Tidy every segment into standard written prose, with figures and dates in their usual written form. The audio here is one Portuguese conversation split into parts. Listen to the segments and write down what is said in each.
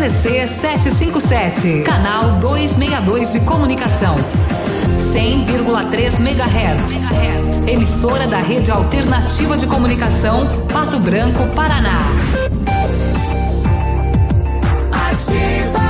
CZC 757, canal 262 de comunicação. 100,3 MHz. Emissora da Rede Alternativa de Comunicação, Pato Branco, Paraná. Ativa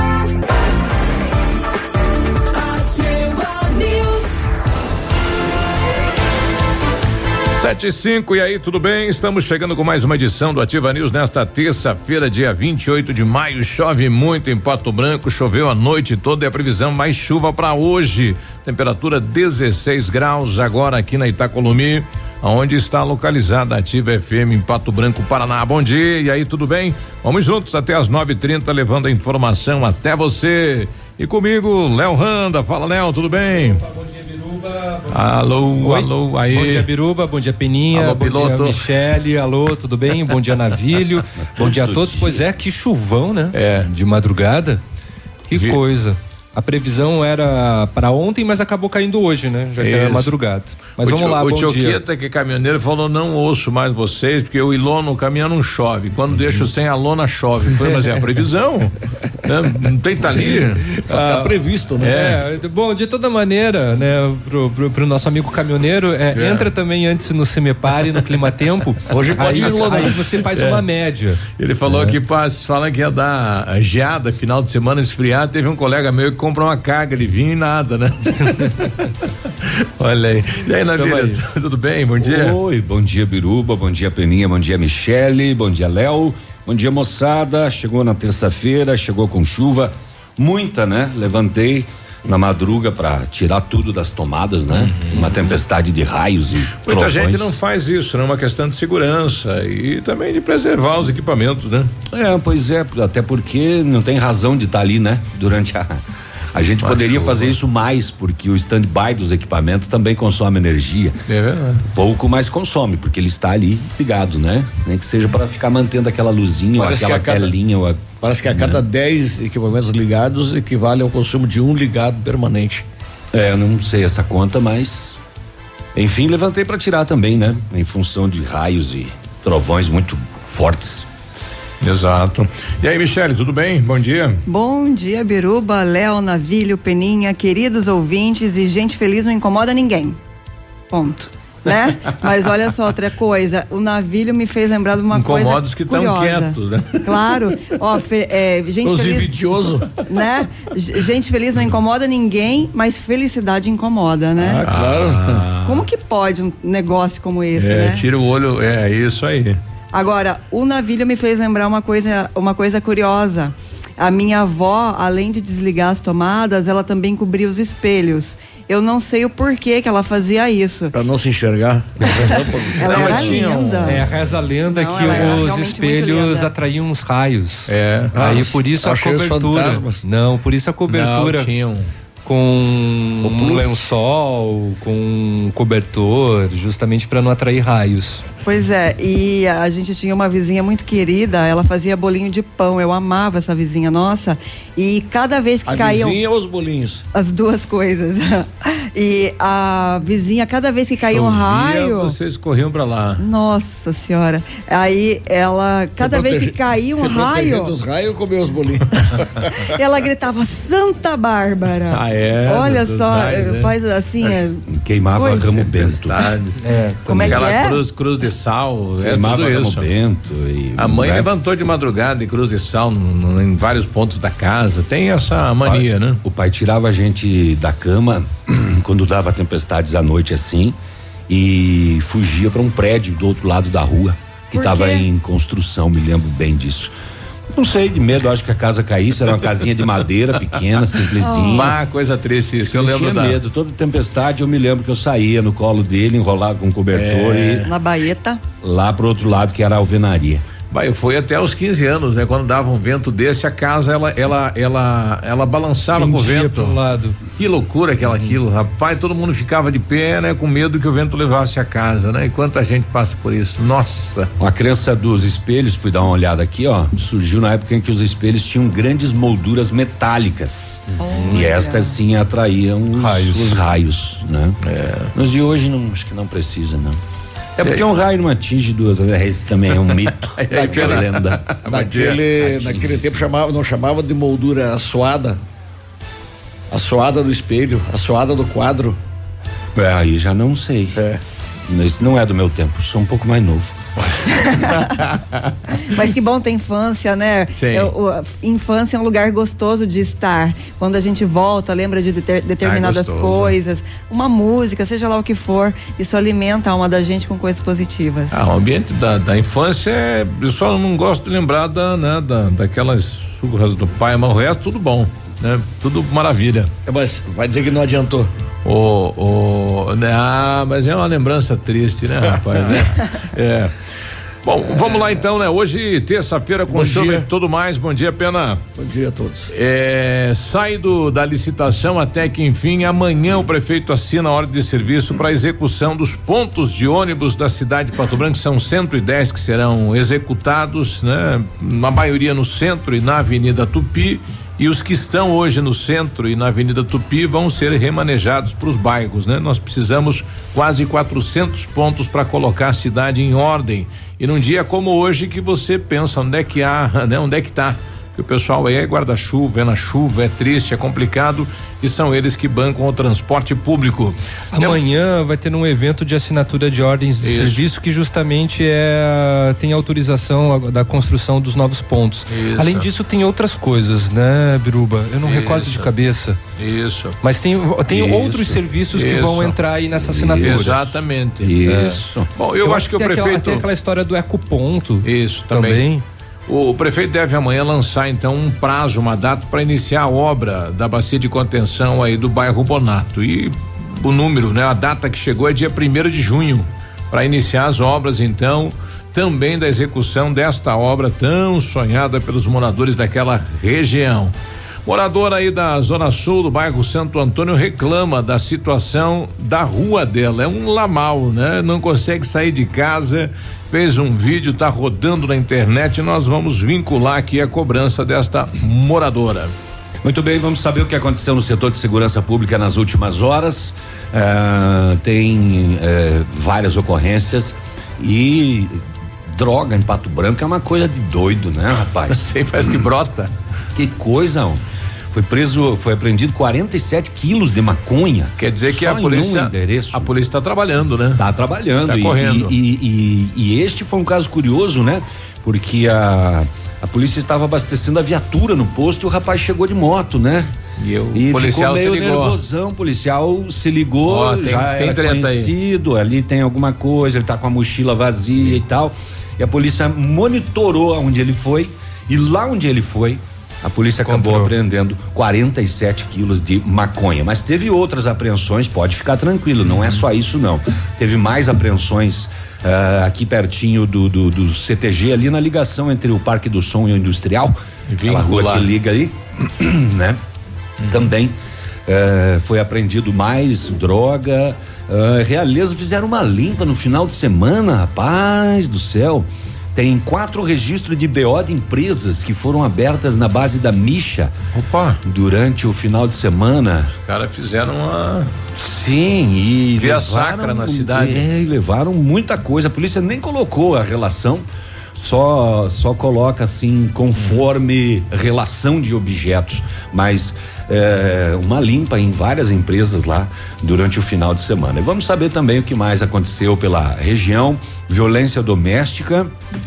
7:05, e aí, tudo bem? Estamos chegando com mais uma edição do Ativa News nesta terça-feira, dia 28 de maio. Chove muito em Pato Branco, choveu a noite toda e a previsão mais chuva para hoje. Temperatura 16 graus agora aqui na Itacolomi, onde está localizada a Ativa FM em Pato Branco, Paraná. Bom dia, e aí, tudo bem? Vamos juntos até as 9:30, levando a informação até você. E comigo, Léo Randa. Fala, Léo, tudo bem? Opa, bom dia, Biruba. Alô, alô, aí. Bom dia, Biruba, bom dia, Peninha. Alô, bom piloto. dia, Michele, alô, tudo bem? Bom dia, Navilho. Bom dia a todos. Pois é, que chuvão, né? É. De madrugada. Que coisa. A previsão era para ontem, mas acabou caindo hoje, né? Já que era madrugada. Mas vamos lá, bom dia. O Tioquita, que é caminhoneiro, falou: não ouço mais vocês, porque o Ilona, o caminhão não chove. Quando deixo sem a lona, chove. Foi, mas é a previsão. Né? Não tem tá ali. Tá previsto, né? Bom, de toda maneira, né? Pro nosso amigo caminhoneiro, entra também antes no Semepare, no Clima Tempo. Hoje pode aí você faz uma média. Ele falou que fala que ia dar geada, final de semana esfriado. Teve um colega meu que comprou uma carga de vinho e nada, né? Olha aí. E aí, Navilha, tudo bem? Bom dia. Oi, bom dia, Biruba, bom dia, Peninha, bom dia, Michele, bom dia, Léo, bom dia, moçada. Chegou na terça-feira, chegou com chuva, muita, né? Levantei na madruga pra tirar tudo das tomadas, né? Uma tempestade de raios e Muita trovões. gente não faz isso, né? Uma questão de segurança e também de preservar os equipamentos, né? Pois é, até porque não tem razão de estar ali, né? Durante a gente poderia fazer isso mais, porque o stand-by dos equipamentos também consome energia. É verdade. Pouco, mas consome, porque ele está ali ligado, né? Nem que seja para ficar mantendo aquela luzinha ou aquela telinha. Parece que a cada 10 equipamentos ligados equivale ao consumo de um ligado permanente. Eu não sei essa conta, mas enfim, levantei para tirar também, né? Em função de raios e trovões muito fortes. Exato. E aí, Michele, tudo bem? Bom dia. Bom dia, Biruba, Léo, Navilho, Peninha, queridos ouvintes, e gente feliz não incomoda ninguém. Ponto. Né? Mas olha só, outra coisa, o Navilho me fez lembrar de uma coisa Incomodos que estão quietos, né? Claro, ó, gente Os feliz, envidiosos. né? Gente feliz não incomoda ninguém, mas felicidade incomoda, né? Claro. Como que pode um negócio como esse, né? Tira o olho, é isso aí. Agora, o Navilho me fez lembrar uma coisa curiosa. A minha avó, além de desligar as tomadas, ela também cobria os espelhos. Eu não sei o porquê que ela fazia isso. Pra não se enxergar. Ela era linda. Reza a lenda Não, que ela era os realmente espelhos muito linda. atraíam os raios. Aí por isso a achei os cobertura. fantasmas. Não, por isso a cobertura. Não, tinham. Com um lençol, com um cobertor, justamente para não atrair raios. Pois é, e a gente tinha uma vizinha muito querida, ela fazia bolinho de pão, eu amava essa vizinha nossa, e cada vez que A caíam... vizinha ou os bolinhos? As duas coisas. E a vizinha, cada vez que caía um raio... Vocês corriam pra lá. Nossa senhora. Aí ela, cada vez que caía um raio... dos raios, comeu os bolinhos. ela gritava Santa Bárbara. Olha dos só, raios, né? faz assim. Queimava Coisa. ramo bento. Como é que Aquela é? cruz de sal, Queimava tudo ramo isso. bento. E A mãe levantou de madrugada em cruz de sal em vários pontos da casa. Tem essa mania, né? O pai tirava a gente da cama quando dava tempestades à noite assim e fugia para um prédio do outro lado da rua que Por estava quê? em construção, me lembro bem disso. Não sei, de medo, acho que a casa caísse, era uma casinha de madeira pequena, simplesinha. Coisa triste isso. Eu Eu lembro tinha medo, toda tempestade eu me lembro que eu saía no colo dele, enrolado com cobertor e Na baeta. lá pro outro lado que era a alvenaria. Vai, foi até os 15 anos, né? Quando dava um vento desse, a casa ela balançava com o vento. Para um lado. Que loucura aquilo, rapaz, todo mundo ficava de pé, né? Com medo que o vento levasse a casa, né? E quanta gente passa por isso, nossa. A crença dos espelhos, fui dar uma olhada aqui, ó, surgiu na época em que os espelhos tinham grandes molduras metálicas. E estas sim atraíam os raios, né? Mas de hoje não, acho que não precisa, não. É porque um raio não atinge duas vezes, esse também é um mito. Daquela lenda. Naquele tempo não chamava de moldura, assoada. Assoada do espelho, assoada do quadro. Aí já não sei. Esse não é do meu tempo, sou um pouco mais novo. Mas que bom ter infância, né? Infância é um lugar gostoso de estar. Quando a gente volta, lembra de determinadas coisas, uma música, seja lá o que for, isso alimenta a alma da gente com coisas positivas. O ambiente da infância eu só não gosto de lembrar daquelas surras do pai, mas o resto tudo bom, né? Tudo maravilha. Mas vai dizer que não adiantou. Mas é uma lembrança triste, né, rapaz? Bom, vamos lá então, né? Hoje, terça-feira, com chuva e tudo mais. Bom dia, Pena. Bom dia a todos. Sai da licitação até que, enfim, amanhã o prefeito assina a ordem de serviço para execução dos pontos de ônibus da cidade de Pato Branco. São 110 que serão executados, né? A maioria no centro e na Avenida Tupi. E os que estão hoje no centro e na Avenida Tupi vão ser remanejados para os bairros, né? Nós precisamos quase 400 pontos para colocar a cidade em ordem. E num dia como hoje que você pensa onde é que tá? Que o pessoal aí é guarda-chuva, é na chuva, é triste, é complicado e são eles que bancam o transporte público. Amanhã vai ter um evento de assinatura de ordens de serviço que justamente tem autorização da construção dos novos pontos. Isso. Além disso, tem outras coisas, né, Biruba? Eu não recordo de cabeça. Isso. Mas tem outros serviços que vão entrar aí nessa assinatura. Exatamente. Isso. Bom, eu acho que o prefeito... Tem aquela história do ecoponto. Isso, também. O prefeito deve amanhã lançar então um prazo, uma data para iniciar a obra da bacia de contenção aí do bairro Bonato. E o número, né? A data que chegou é dia 1º de junho para iniciar as obras, então, também da execução desta obra tão sonhada pelos moradores daquela região. Morador aí da Zona Sul do bairro Santo Antônio reclama da situação da rua dela. É um lamal, né? Não consegue sair de casa. Fez um vídeo, tá rodando na internet e nós vamos vincular aqui a cobrança desta moradora. Muito bem, vamos saber o que aconteceu no setor de segurança pública nas últimas horas. Tem várias ocorrências e droga em Pato Branco é uma coisa de doido, né, rapaz? Sei, parece que brota. Que coisa, foi apreendido 47 quilos de maconha. Quer dizer que a polícia está trabalhando, né? Tá trabalhando. Tá correndo. E este foi um caso curioso, né? Porque a polícia estava abastecendo a viatura no posto e o rapaz chegou de moto, né? E o policial ficou meio se ligou. nervosão, o policial se ligou, tem era conhecido, aí. Ali tem alguma coisa, ele tá com a mochila vazia e tal. E a polícia monitorou aonde ele foi e lá onde ele foi, a polícia acabou apreendendo 47 quilos de maconha, mas teve outras apreensões, pode ficar tranquilo, não é só isso não. Teve mais apreensões aqui pertinho do CTG, ali na ligação entre o Parque do Som e o Industrial, aquela rua que liga aí, né? Também foi apreendido mais droga. Realeza fizeram uma limpa no final de semana, rapaz do céu. Tem 4 registros de BO de empresas que foram abertas na base da Micha. Opa! Durante o final de semana. Os caras fizeram uma... Sim, e via sacra na cidade. E levaram muita coisa. A polícia nem colocou a relação, só coloca assim, conforme relação de objetos. Mas uma limpa em várias empresas lá durante o final de semana. E vamos saber também o que mais aconteceu pela região. Violência doméstica,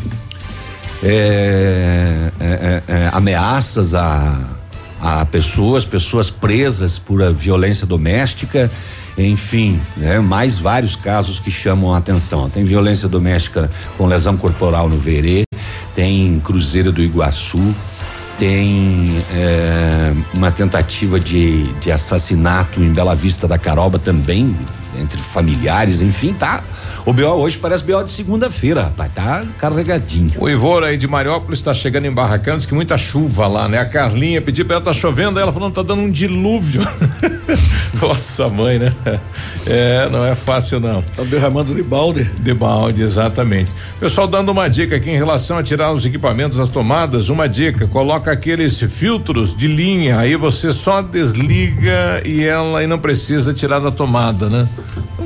ameaças a pessoas presas por violência doméstica, enfim, mais vários casos que chamam a atenção. Tem violência doméstica com lesão corporal no Verê, tem Cruzeiro do Iguaçu, tem uma tentativa de assassinato em Bela Vista da Caroba também, entre familiares, enfim, tá. O BO hoje parece BO de segunda-feira, rapaz, tá carregadinho. O Ivor aí de Mariópolis está chegando em Barracanos, que muita chuva lá, né? A Carlinha pediu pra ela, tá chovendo, aí ela falou, tá dando um dilúvio. Nossa mãe, né? Não é fácil não. Tá derramando de balde. De balde, exatamente. Pessoal dando uma dica aqui em relação a tirar os equipamentos das tomadas, uma dica, coloca aqueles filtros de linha, aí você só desliga e não precisa tirar da tomada, né?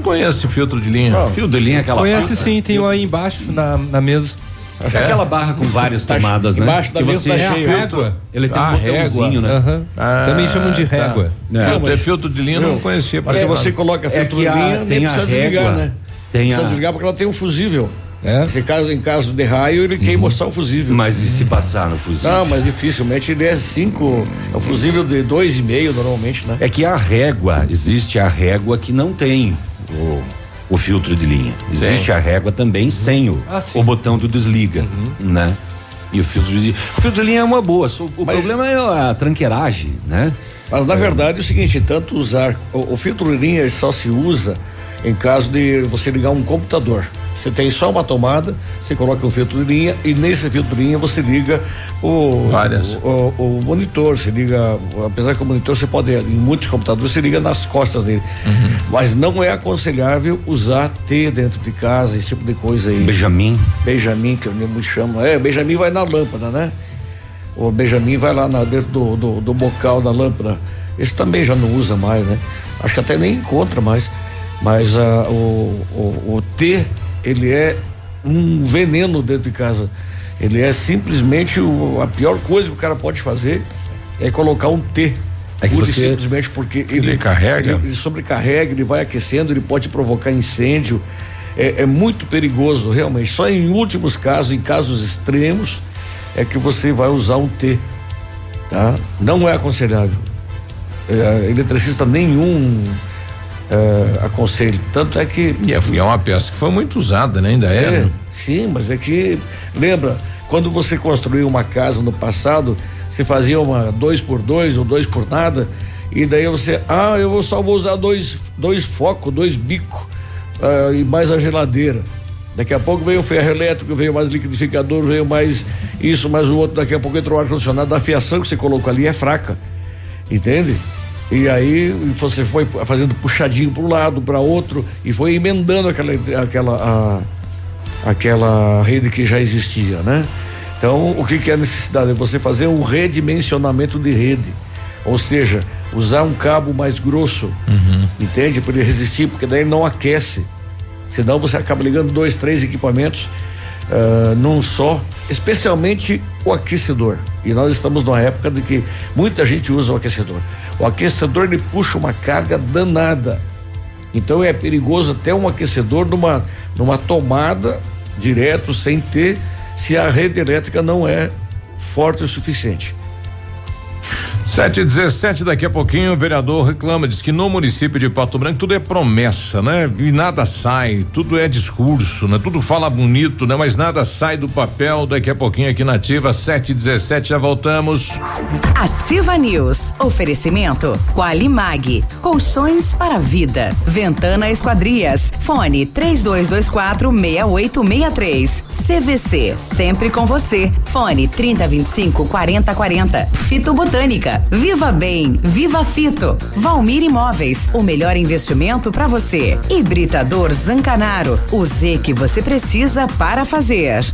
conheço filtro de linha. Fio de linha é aquela Conhece barra? sim, tem um aí embaixo na mesa. É aquela barra com várias tomadas, né? Embaixo da E mesa você tá é a cheio. régua. Ele tem um régua. botãozinho, né? Também chamam de régua. Filtro de linha eu não conhecia. Mas se você coloca filtro de linha, nem tem a precisa régua, desligar, né? tem Precisa a- desligar porque ela tem um fusível. É? Em caso de raio, ele queima só o fusível. Mas e se passar no fusível? Não, mas dificilmente ele é 5. É um fusível de 2,5 normalmente, né? É que a régua, existe a régua que não tem o filtro de linha. Existe a régua também sem o botão do desliga, né? E o filtro de linha é uma boa, o problema é a tranqueiragem, né? Mas na verdade é o seguinte, tanto usar o filtro de linha só se usa em caso de você ligar um computador. Você tem só uma tomada, você coloca um filtro de linha e nesse filtro de linha você liga o monitor, você liga, apesar que o monitor você pode, em muitos computadores você liga nas costas dele, mas não é aconselhável usar T dentro de casa, esse tipo de coisa aí. Benjamin, que eu me chamo, Benjamin vai na lâmpada, né? O Benjamin vai lá dentro do bocal da lâmpada, esse também já não usa mais, né? Acho que até nem encontra mais, mas o T, ele é um veneno dentro de casa. Ele é simplesmente a pior coisa que o cara pode fazer é colocar um T. É que você simplesmente porque ele carrega, ele sobrecarrega, ele vai aquecendo, ele pode provocar incêndio. É muito perigoso, realmente. Só em últimos casos, em casos extremos, é que você vai usar um T, tá? Não é aconselhável. Eletricista nenhum aconselho, tanto é que é uma peça que foi muito usada, né? Ainda é. Sim, mas é que lembra quando você construiu uma casa no passado, você fazia uma 2x2 ou 2 por nada e daí você eu vou usar dois focos, 2 bicos e mais a geladeira. Daqui a pouco veio o ferro elétrico, veio mais liquidificador, veio mais isso, mais o outro, daqui a pouco entrou o ar-condicionado, a fiação que você colocou ali é fraca, entende? E aí você foi fazendo puxadinho para um lado, para outro e foi emendando aquela rede que já existia, né? Então, o que é a necessidade? É você fazer um redimensionamento de rede, ou seja, usar um cabo mais grosso, entende? Para ele resistir, porque daí ele não aquece, senão você acaba ligando 2, 3 equipamentos num só, especialmente o aquecedor. E nós estamos numa época de que muita gente usa o aquecedor. O aquecedor ele puxa uma carga danada. Então é perigoso até um aquecedor numa tomada direto, sem ter, se a rede elétrica não é forte o suficiente. 7h17, daqui a pouquinho o vereador reclama, diz que no município de Pato Branco tudo é promessa, né? E nada sai, tudo é discurso, né? Tudo fala bonito, né? Mas nada sai do papel. Daqui a pouquinho aqui na Ativa, 7h17, já voltamos. Ativa News. Oferecimento Qualimag. Colchões para a vida. Ventana Esquadrias. Fone 3224-6863. CVC. Sempre com você. Fone 3025-4040. Fito Botânica. Viva Bem. Viva Fito. Valmir Imóveis. O melhor investimento para você. Hibridador Zancanaro. O Z que você precisa para fazer.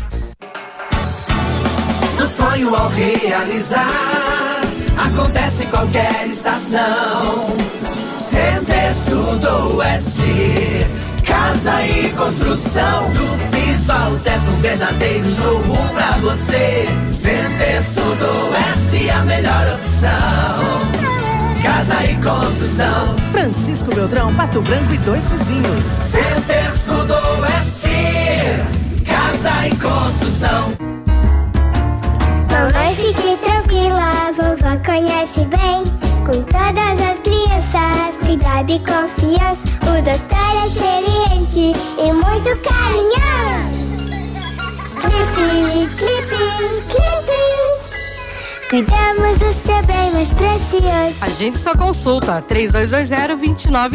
Do sonho ao realizar, acontece em qualquer estação. Center Sudoeste, casa e construção. Do piso ao teto, um verdadeiro showroom pra você. Center Sudoeste, a melhor opção. Casa e construção. Francisco Beltrão, Pato Branco e 2 vizinhos. Center Sudoeste, casa e construção. Mamãe, fique tranquila, vovó conhece bem. Com todas as crianças, cuidado e confiança. O doutor é experiente e muito carinhoso. Clipe, clipe, clipe. Cuidamos do seu bem mais precioso. Agende sua consulta,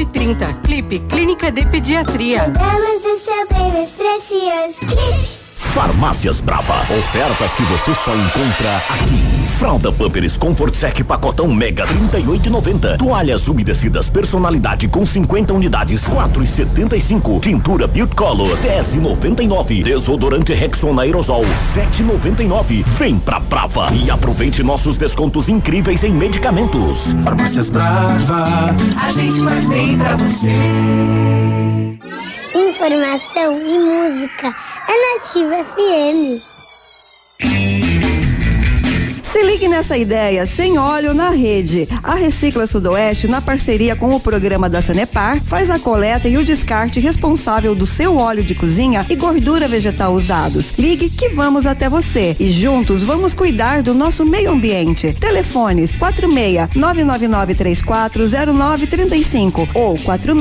3220-2930. Clipe, Clínica de Pediatria. Cuidamos do seu bem mais precioso. Clipe. Farmácias Brava. Ofertas que você só encontra aqui. Fralda Pampers Comfort Sec pacotão Mega R$38,90. Toalhas umedecidas personalidade com 50 unidades R$4,75. Tintura Beauty Color R$10,99. Desodorante Rexona Aerosol R$7,99. Vem pra Brava e aproveite nossos descontos incríveis em medicamentos. Farmácias Brava, a gente faz bem pra você. Informação e música é Nativa FM. Se ligue nessa ideia, sem óleo na rede. A Recicla Sudoeste, na parceria com o programa da Sanepar, faz a coleta e o descarte responsável do seu óleo de cozinha e gordura vegetal usados. Ligue que vamos até você e juntos vamos cuidar do nosso meio ambiente. Telefones 46-999340935 ou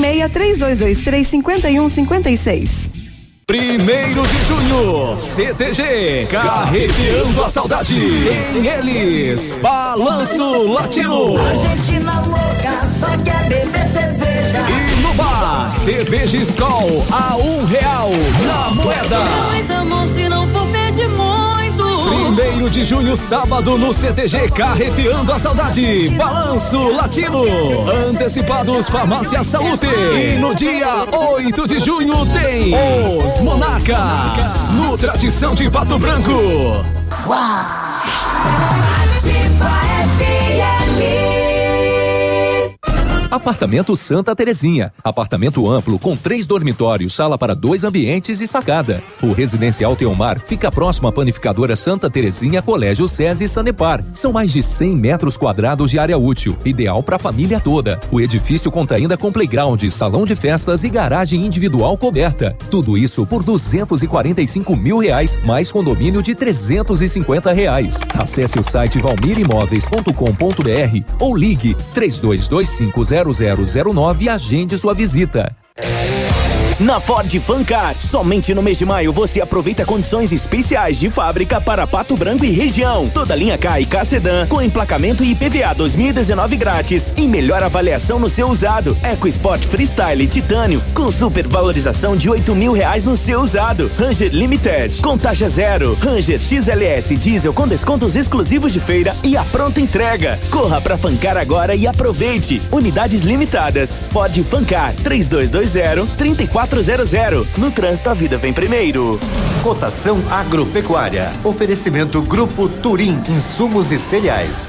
46-3223-5156. 1º de junho, CTG, carreteando a saudade. Tem eles, Balanço Latino. Argentina louca, só quer beber cerveja. E no bar, cerveja Skol a R$1 na moeda. Mas amor, se não for pedir muito. 1º de junho, sábado, no CTG, carreteando a saudade. Balanço Latino. Antecipados Farmácia Salute. E no dia 8 de junho tem os Monarcas, no Tradição de Pato Branco. Uau! Ativa FM. Apartamento Santa Terezinha. Apartamento amplo com 3 dormitórios, sala para 2 ambientes e sacada. O Residencial Teomar fica próximo à Panificadora Santa Terezinha, Colégio SESI e Sanepar. São mais de 100 metros quadrados de área útil, ideal para a família toda. O edifício conta ainda com playground, salão de festas e garagem individual coberta. Tudo isso por R$245 mil, mais condomínio de R$350. Acesse o site valmirimóveis.com.br ou ligue 32250009 e agende sua visita. Na Ford Fancar, somente no mês de maio você aproveita condições especiais de fábrica para Pato Branco e região. Toda linha K e K Sedan com emplacamento e IPVA 2019 grátis e melhor avaliação no seu usado. EcoSport Freestyle Titânio com super valorização de R$8 mil no seu usado. Ranger Limited com taxa zero. Ranger XLS Diesel com descontos exclusivos de feira e a pronta entrega. Corra pra Fancar agora e aproveite. Unidades limitadas. Ford Fancar 3220-3400. No trânsito, a vida vem primeiro. Cotação agropecuária. Oferecimento Grupo Turim, insumos e cereais.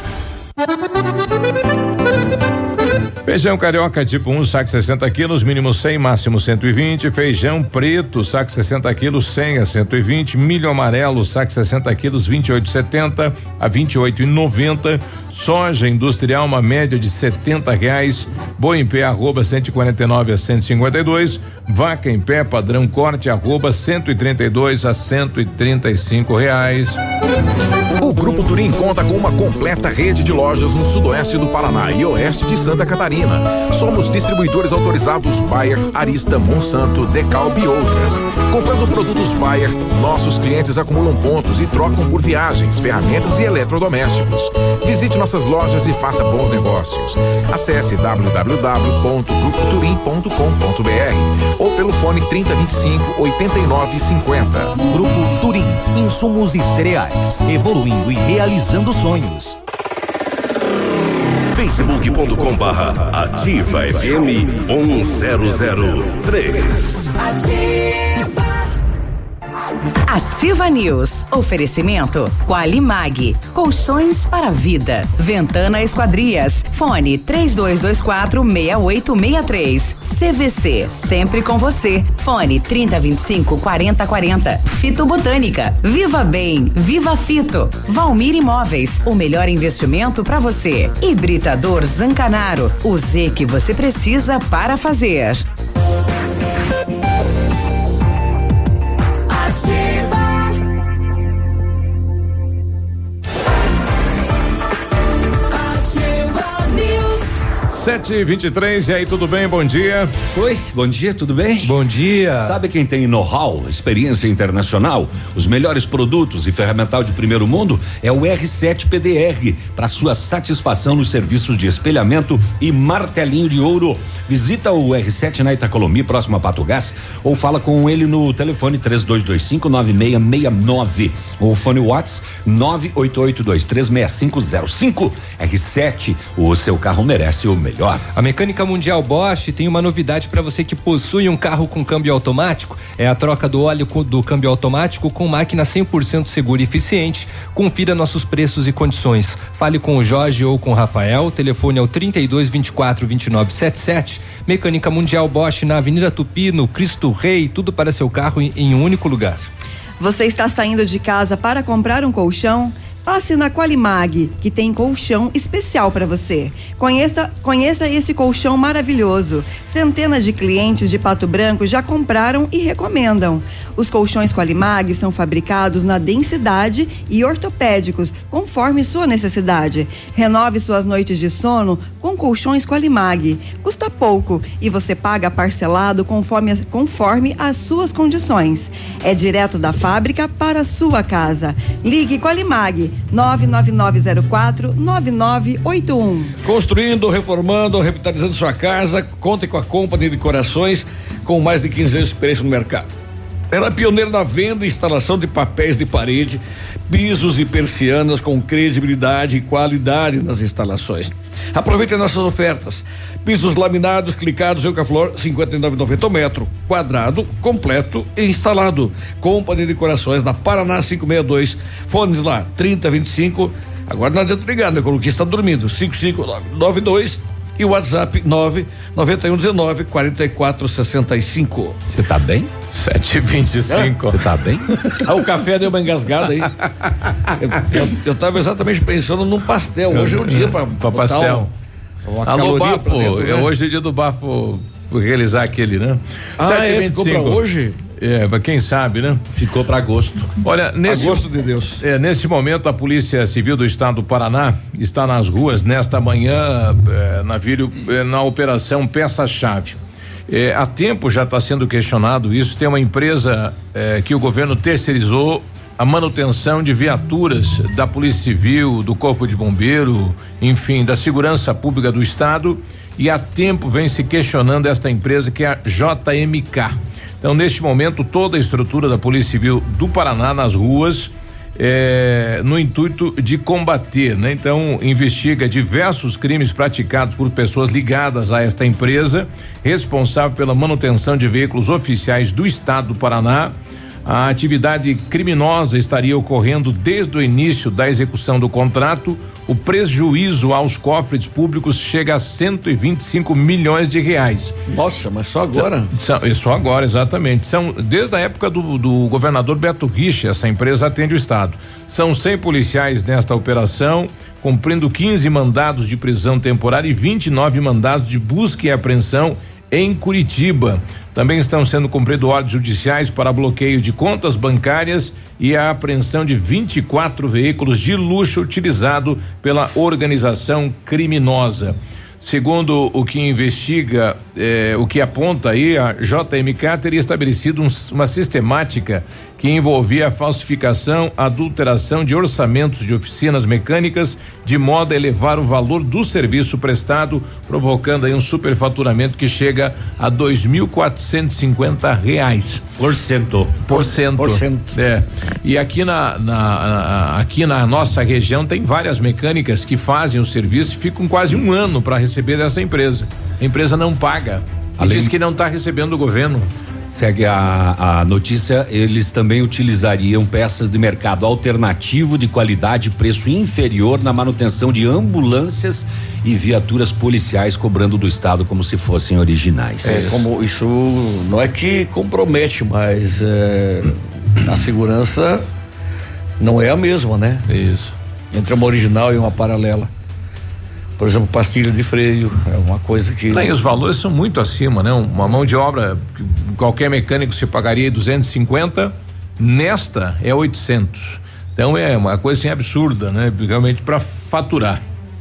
Feijão carioca tipo 1, saco 60 quilos, mínimo 100, máximo 120. Feijão preto, saco 60 quilos, 100 a 120. Milho amarelo, saco 60 quilos, 28,70 a 28,90. Soja industrial, uma média de R$70. Boi em pé, arroba 149 a 152. Vaca em pé, padrão corte, arroba 132 a 135 reais. O Grupo Turim conta com uma completa rede de lojas no sudoeste do Paraná e oeste de Santa Catarina. Somos distribuidores autorizados Bayer, Arista, Monsanto, Decalb e outras. Comprando produtos Bayer, nossos clientes acumulam pontos e trocam por viagens, ferramentas e eletrodomésticos. Visite nossas lojas e faça bons negócios. Acesse www.grupoturim.com.br ou pelo fone 3025-8950. Grupo Turim, insumos e cereais, evoluindo e realizando sonhos. Facebook.com/Ativa FM 1003. Ativa News. Oferecimento Qualimag. Colchões para a vida. Ventana Esquadrias. Fone 3224-6863. CVC. Sempre com você. Fone 3025-4040. Fito Botânica. Viva Bem. Viva Fito. Valmir Imóveis. O melhor investimento para você. Hibridador Zancanaro. O Z que você precisa para fazer. 7h23, e aí, tudo bem? Bom dia. Oi, bom dia, tudo bem? Bom dia. Sabe quem tem know-how, experiência internacional, os melhores produtos e ferramental de primeiro mundo? É o R7 PDR, para sua satisfação nos serviços de espelhamento e martelinho de ouro. Visita o R7 na Itacolomi, próximo a Pato Gás, ou fala com ele no telefone 3225-9669, ou fone WhatsApp 988236505. R7, o seu carro merece o melhor. A Mecânica Mundial Bosch tem uma novidade para você que possui um carro com câmbio automático. É a troca do óleo do câmbio automático com máquina 100% segura e eficiente. Confira nossos preços e condições. Fale com o Jorge ou com o Rafael. O telefone é o 3224-2977. Mecânica Mundial Bosch na Avenida Tupi, no Cristo Rei. Tudo para seu carro em um único lugar. Você está saindo de casa para comprar um colchão? Passe na Qualimag, que tem colchão especial para você. Conheça esse colchão maravilhoso. Centenas de clientes de Pato Branco já compraram e recomendam. Os colchões Qualimag são fabricados na densidade e ortopédicos, conforme sua necessidade. Renove suas noites de sono com colchões Qualimag. Custa pouco e você paga parcelado conforme as suas condições. É direto da fábrica para a sua casa. Ligue Qualimag 99904-9981. Construindo, reformando, revitalizando sua casa, conte com a Company de Decorações, com mais de 15 anos de experiência no mercado. Ela é pioneira na venda e instalação de papéis de parede, pisos e persianas com credibilidade e qualidade nas instalações. Aproveite nossas ofertas. Pisos laminados, clicados, Eucaflor, R$ 59,90 o metro quadrado, completo e instalado. Company de Decorações na Paraná 562. Fones lá, 3025. Agora não adianta ligar, né? Coloquei, está dormindo. 5592 e o WhatsApp 99119-4465. Você tá bem? 7h25. Você tá bem? O café deu uma engasgada aí. Eu tava exatamente pensando num pastel. Hoje é o dia para pastel. Alô, Bafo, hoje é dia do Bafo realizar aquele, né? 7h25. Ficou pra hoje? Quem sabe, né? Ficou para agosto. Olha, agosto de Deus. Nesse momento, a Polícia Civil do Estado do Paraná está nas ruas nesta manhã, na operação Peça-Chave. Há tempo já está sendo questionado isso. Tem uma empresa que o governo terceirizou a manutenção de viaturas da Polícia Civil, do Corpo de Bombeiro, enfim, da Segurança Pública do Estado, e há tempo vem se questionando esta empresa, que é a JMK. Então, neste momento, toda a estrutura da Polícia Civil do Paraná nas ruas, no intuito de combater, né? Então, investiga diversos crimes praticados por pessoas ligadas a esta empresa, responsável pela manutenção de veículos oficiais do Estado do Paraná. A atividade criminosa estaria ocorrendo desde o início da execução do contrato. O prejuízo aos cofres públicos chega a 125 milhões de reais. Nossa, mas só agora? Só agora, exatamente. São desde a época do governador Beto Richa, essa empresa atende o Estado. São 100 policiais nesta operação, cumprindo 15 mandados de prisão temporária e 29 mandados de busca e apreensão em Curitiba. Também estão sendo cumpridos ordens judiciais para bloqueio de contas bancárias e a apreensão de 24 veículos de luxo utilizado pela organização criminosa. Segundo o que investiga, o que aponta aí, a JMK teria estabelecido uma sistemática que envolvia a falsificação, adulteração de orçamentos de oficinas mecânicas, de modo a elevar o valor do serviço prestado, provocando aí um superfaturamento que chega a R$2.450. Por cento. E aqui aqui na nossa região tem várias mecânicas que fazem o serviço e ficam quase um ano para receber dessa empresa. A empresa não paga. E diz que não está recebendo do governo. Segue a notícia, eles também utilizariam peças de mercado alternativo de qualidade e preço inferior na manutenção de ambulâncias e viaturas policiais, cobrando do Estado como se fossem originais. Como isso não é que compromete, mas a segurança não é a mesma, né? Isso. Entre uma original e uma paralela. Por exemplo, pastilha de freio, é uma coisa que... E os valores são muito acima, né? Uma mão de obra, qualquer mecânico se pagaria 250, nesta é 800. Então é uma coisa assim absurda, né? Realmente para faturar.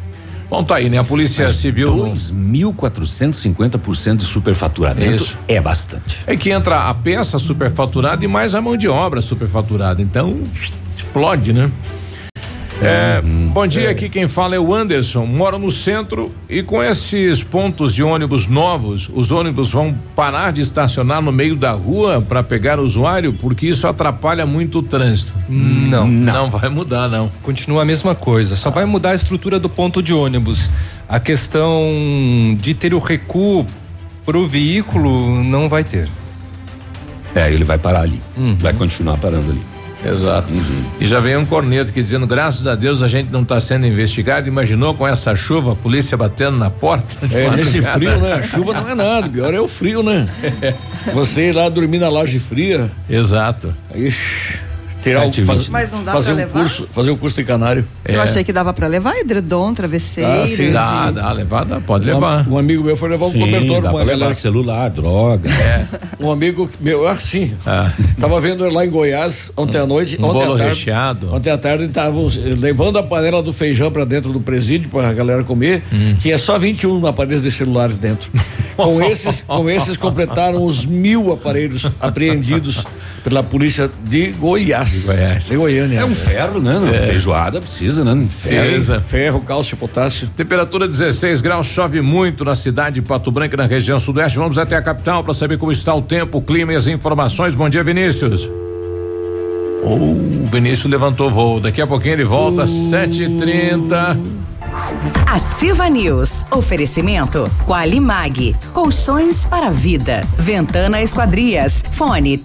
Bom, tá aí, né? A Polícia Civil. 2.450% de superfaturamento. Isso. É bastante. É que entra a peça superfaturada e mais a mão de obra superfaturada. Então, explode, né? Bom dia, aqui quem fala é o Anderson, moro no centro e com esses pontos de ônibus novos, os ônibus vão parar de estacionar no meio da rua para pegar o usuário, porque isso atrapalha muito o trânsito. Não vai mudar, não. Continua a mesma coisa, só vai mudar a estrutura do ponto de ônibus. A questão de ter o recuo pro veículo não vai ter. Ele vai parar ali, vai continuar parando ali. Exato. E já veio um corneto aqui dizendo, graças a Deus a gente não está sendo investigado. Imaginou com essa chuva, a polícia batendo na porta? Nesse frio, né? A chuva não é nada, pior é o frio, né? Você ir lá dormir na laje fria. Exato. Ixi, mas não dá pra levar? Fazer um curso de canário. Eu achei que dava pra levar edredom, travesseiro. Sim. Dá, levar, pode levar. Um amigo meu foi levar um cobertor pra levar celular, droga. Um amigo meu, tava vendo lá em Goiás ontem à noite, bolo recheado. Ontem à tarde estavam levando a panela do feijão pra dentro do presídio pra galera comer. Tinha só 21 aparelhos de celulares dentro. Com esses completaram os 1.000 aparelhos apreendidos pela polícia de Goiás. De Goiânia. É um ferro, né? Feijoada precisa, né? Ferro, cálcio, potássio. Temperatura 16 graus, chove muito na cidade de Pato Branco, na região sudoeste. Vamos até a capital para saber como está o tempo, o clima e as informações. Bom dia, Vinícius. O Vinícius levantou voo. Daqui a pouquinho ele volta, 7h30. Ativa News. Oferecimento Qualimag. Colchões para a vida. Ventana Esquadrias. Fone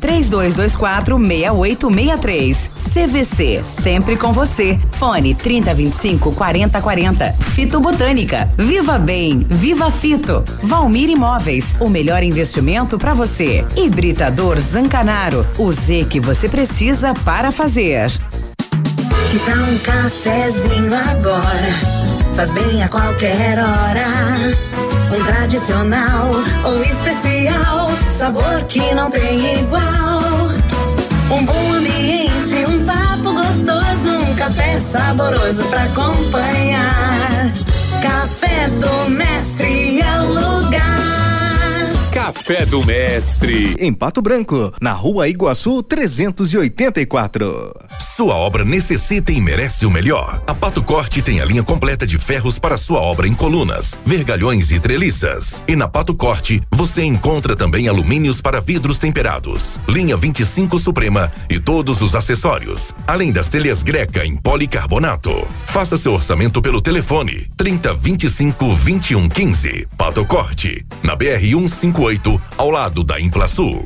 3224-6863. CVC. Sempre com você. Fone 3025-4040. Fito Botânica. Viva Bem. Viva Fito. Valmir Imóveis. O melhor investimento para você. Hibridador Zancanaro. O Z que você precisa para fazer. Que tal um cafezinho agora? Faz bem a qualquer hora. Um tradicional ou especial, sabor que não tem igual. Um bom ambiente, um papo gostoso, um café saboroso pra acompanhar. Café do Mestre é o lugar. Café do Mestre, em Pato Branco, na Rua Iguaçu 384. Sua obra necessita e merece o melhor. A Pato Corte tem a linha completa de ferros para sua obra em colunas, vergalhões e treliças. E na Pato Corte você encontra também alumínios para vidros temperados, linha 25 Suprema e todos os acessórios, além das telhas Greca em policarbonato. Faça seu orçamento pelo telefone 3025-2115. Pato Corte, na BR 158, ao lado da Implasul.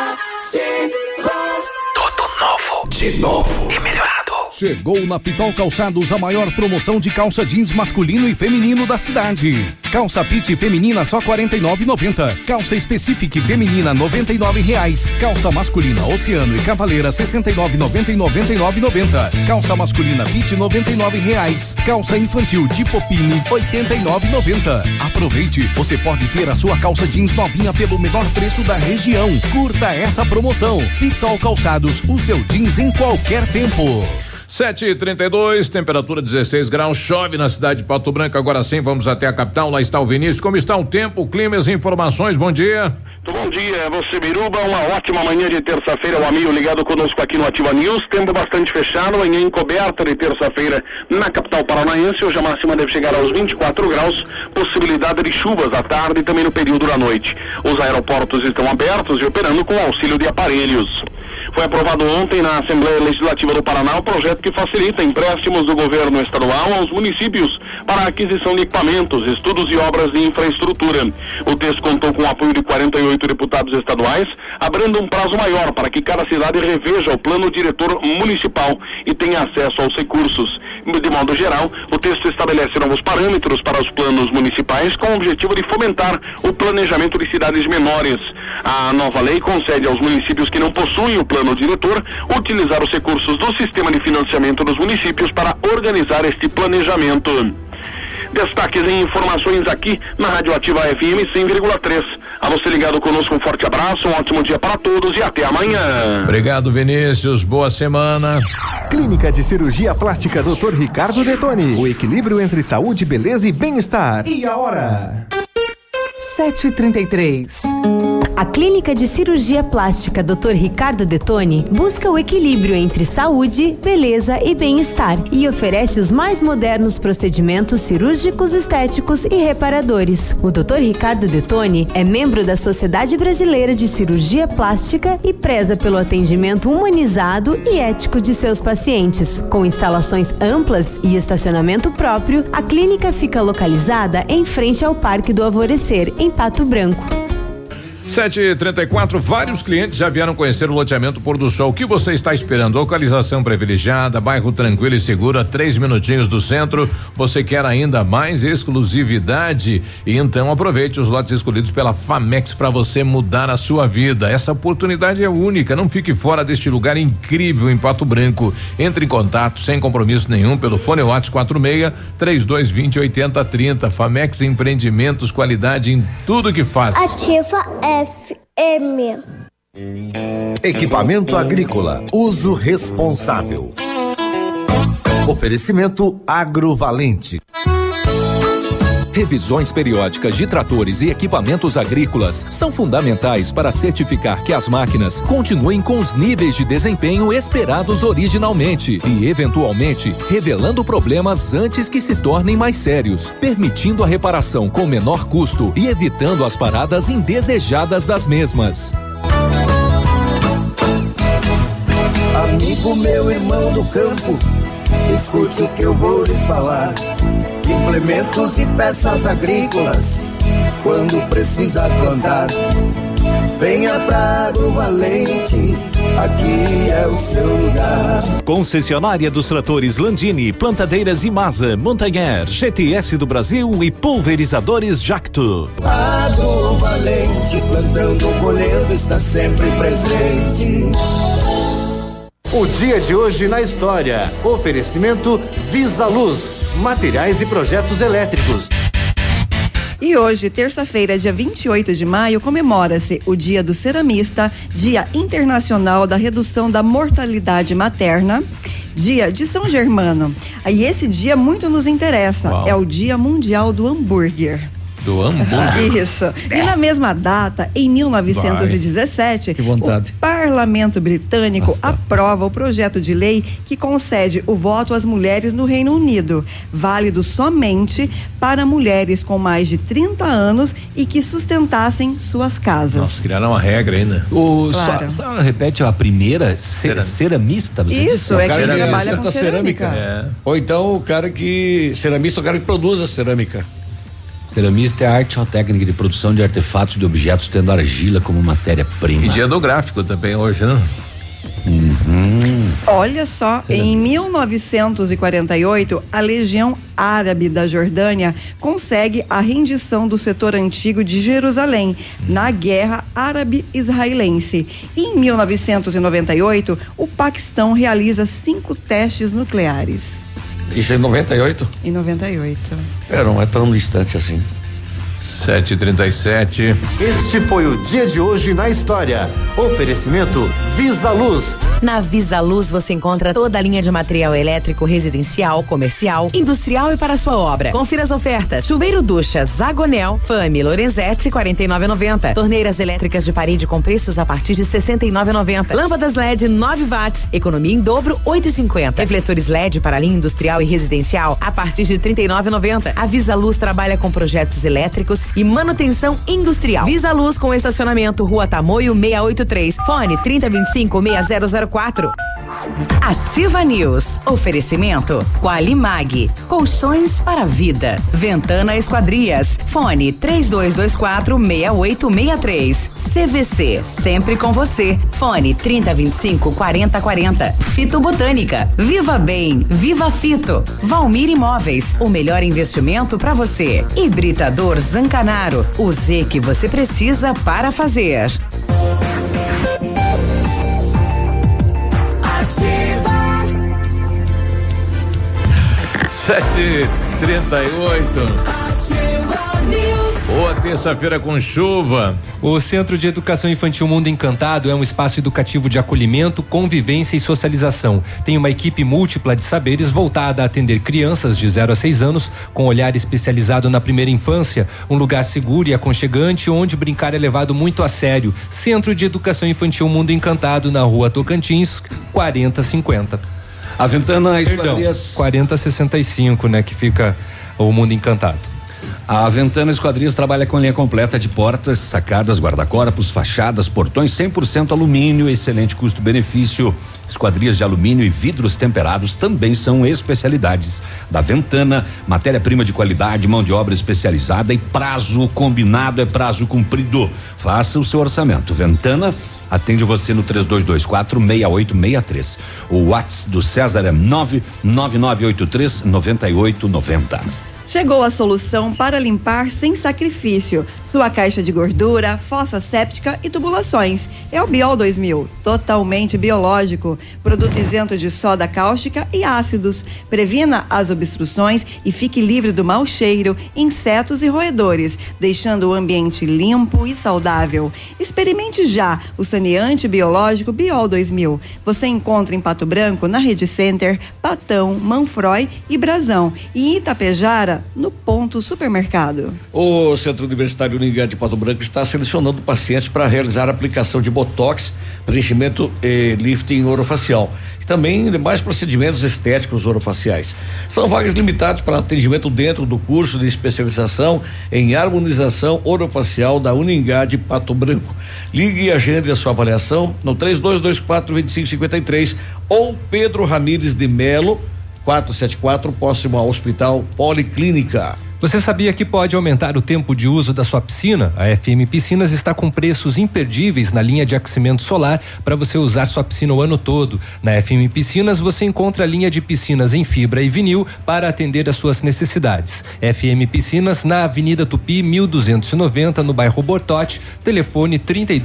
Tudo novo. De novo. E melhorado. Chegou na Pitol Calçados a maior promoção de calça jeans masculino e feminino da cidade. Calça Pit feminina só R$49,90. Calça Specific feminina R$99,00. Calça masculina Oceano e Cavaleira R$69,90 e R$99,90. Calça masculina Pit R$99,00. Calça infantil tipo Pini R$89,90. Aproveite, você pode ter a sua calça jeans novinha pelo menor preço da região. Curta essa promoção. Pitol Calçados, o seu jeans em qualquer tempo. 7h32, temperatura 16 graus, chove na cidade de Pato Branco. Agora sim, vamos até a capital. Lá está o Vinícius. Como está o tempo, o clima e as informações? Bom dia. Bom dia, você Biruba, uma ótima manhã de terça-feira, o amigo ligado conosco aqui no Ativa News, tempo bastante fechado, manhã encoberta de terça-feira na capital paranaense, hoje a máxima deve chegar aos 24 graus, possibilidade de chuvas à tarde e também no período da noite. Os aeroportos estão abertos e operando com auxílio de aparelhos. Foi aprovado ontem na Assembleia Legislativa do Paraná o projeto que facilita empréstimos do governo estadual aos municípios para a aquisição de equipamentos, estudos e obras de infraestrutura. O texto contou com o apoio de 48 deputados estaduais, abrindo um prazo maior para que cada cidade reveja o plano diretor municipal e tenha acesso aos recursos. De modo geral, o texto estabelece novos parâmetros para os planos municipais com o objetivo de fomentar o planejamento de cidades menores. A nova lei concede aos municípios que não possuem o plano diretor utilizar os recursos do sistema de financiamento dos municípios para organizar este planejamento. Destaques em informações aqui na Rádio Ativa FM 100,3. A você ligado conosco, um forte abraço, um ótimo dia para todos e até amanhã. Obrigado, Vinícius. Boa semana. Clínica de Cirurgia Plástica Dr. Ricardo Detoni. O equilíbrio entre saúde, beleza e bem-estar. E a hora? 7h33. A Clínica de Cirurgia Plástica Dr. Ricardo Detoni busca o equilíbrio entre saúde, beleza e bem-estar e oferece os mais modernos procedimentos cirúrgicos, estéticos e reparadores. O Dr. Ricardo Detoni é membro da Sociedade Brasileira de Cirurgia Plástica e preza pelo atendimento humanizado e ético de seus pacientes. Com instalações amplas e estacionamento próprio, a clínica fica localizada em frente ao Parque do Alvorecer, em Pato Branco. 7h34, vários clientes já vieram conhecer o loteamento Pôr do Sol. O que você está esperando? Localização privilegiada, bairro tranquilo e seguro, a 3 minutinhos do centro. Você quer ainda mais exclusividade? Então aproveite os lotes escolhidos pela Famex para você mudar a sua vida. Essa oportunidade é única, não fique fora deste lugar incrível em Pato Branco. Entre em contato sem compromisso nenhum pelo fone WhatsApp 46-3220-8030. Famex Empreendimentos, qualidade em tudo que faz. Ativa FM. Equipamento agrícola, uso responsável. Oferecimento Agrovalente. Revisões periódicas de tratores e equipamentos agrícolas são fundamentais para certificar que as máquinas continuem com os níveis de desempenho esperados originalmente e, eventualmente, revelando problemas antes que se tornem mais sérios, permitindo a reparação com menor custo e evitando as paradas indesejadas das mesmas. Amigo meu, irmão do campo, escute o que eu vou lhe falar. Implementos e peças agrícolas, quando precisa plantar, venha pra Agrovalente, aqui é o seu lugar. Concessionária dos tratores Landini, plantadeiras Imasa, Montagnard, GTS do Brasil e pulverizadores Jacto. Agrovalente, plantando, colhendo, está sempre presente. O dia de hoje na história. Oferecimento Visa Luz, materiais e projetos elétricos. E hoje, terça-feira, dia 28 de maio, comemora-se o Dia do Ceramista, Dia Internacional da Redução da Mortalidade Materna, Dia de São Germano. E esse dia muito nos interessa. Uau. É o Dia Mundial do Hambúrguer. Do hambúrguer. Isso. E na mesma data, em 1917, o Parlamento Britânico aprova o projeto de lei que concede o voto às mulheres no Reino Unido, válido somente para mulheres com mais de 30 anos e que sustentassem suas casas. Nossa, criaram uma regra ainda. Claro. Só repete a primeira, ceramista? Você isso, é que trabalha com cerâmica. É. Ou então o cara que, ceramista é o cara que produz a cerâmica. Ceramista é a arte ou técnica de produção de artefatos de objetos tendo argila como matéria-prima. E dia do gráfico também hoje, né? Olha só, em 1948, a Legião Árabe da Jordânia consegue a rendição do setor antigo de Jerusalém na Guerra Árabe-Israelense. E em 1998, o Paquistão realiza 5 testes nucleares. Isso é em 98? Em 98. Não é tão distante assim. 7h37. Este foi o dia de hoje na história. Oferecimento Visa Luz. Na Visa Luz você encontra toda a linha de material elétrico residencial, comercial, industrial e para sua obra. Confira as ofertas. Chuveiro ducha Zagonel, Fame, Lorenzetti, 49,90. Torneiras elétricas de parede com preços a partir de 69,90. Lâmpadas LED 9 watts, economia em dobro 8,50. Refletores LED para linha industrial e residencial a partir de 39,90. A Visa Luz trabalha com projetos elétricos e manutenção industrial. Visa Luz com estacionamento Rua Tamoio 683. Fone 3025-6004. Ativa News. Oferecimento Qualimag. Colchões para a vida. Ventana Esquadrias. Fone 3224-6863. CVC. Sempre com você. Fone 3025-4040. Fito Botânica. Viva Bem. Viva Fito. Valmir Imóveis. O melhor investimento para você. Hibridador Zancanaro. O Z que você precisa para fazer. 7h38. Boa terça-feira com chuva. O Centro de Educação Infantil Mundo Encantado é um espaço educativo de acolhimento, convivência e socialização. Tem uma equipe múltipla de saberes voltada a atender crianças de 0 a 6 anos, com olhar especializado na primeira infância. Um lugar seguro e aconchegante onde brincar é levado muito a sério. Centro de Educação Infantil Mundo Encantado, na Rua Tocantins, 4050. A Ventana Esquadrias. 4065, né? Que fica o Mundo Encantado. A Ventana Esquadrias trabalha com linha completa de portas, sacadas, guarda-corpos, fachadas, portões 100% alumínio, excelente custo-benefício. Esquadrias de alumínio e vidros temperados também são especialidades da Ventana. Matéria-prima de qualidade, mão de obra especializada e prazo combinado é prazo cumprido. Faça o seu orçamento. Ventana atende você no 3224-6863. O WhatsApp do César é 99983-9890. Chegou a solução para limpar sem sacrifício sua caixa de gordura, fossa séptica e tubulações. É o Biol 2000, totalmente biológico, produto isento de soda cáustica e ácidos. Previna as obstruções e fique livre do mau cheiro, insetos e roedores, deixando o ambiente limpo e saudável. Experimente já o saneante biológico Biol 2000. Você encontra em Pato Branco, na Rede Center, Patão, Manfroy e Brasão, e em Itapejara, no Ponto Supermercado. O Centro Universitário Uningá de Pato Branco está selecionando pacientes para realizar a aplicação de botox, preenchimento e lifting orofacial. E também demais procedimentos estéticos orofaciais. São vagas limitadas para atendimento dentro do curso de especialização em harmonização orofacial da Uningá de Pato Branco. Ligue e agende a sua avaliação no 3224-2553 ou Pedro Ramires de Melo 474, próximo ao Hospital Policlínica. Você sabia que pode aumentar o tempo de uso da sua piscina? A FM Piscinas está com preços imperdíveis na linha de aquecimento solar para você usar sua piscina o ano todo. Na FM Piscinas você encontra a linha de piscinas em fibra e vinil para atender às suas necessidades. FM Piscinas na Avenida Tupi 1290, no bairro Bortote, telefone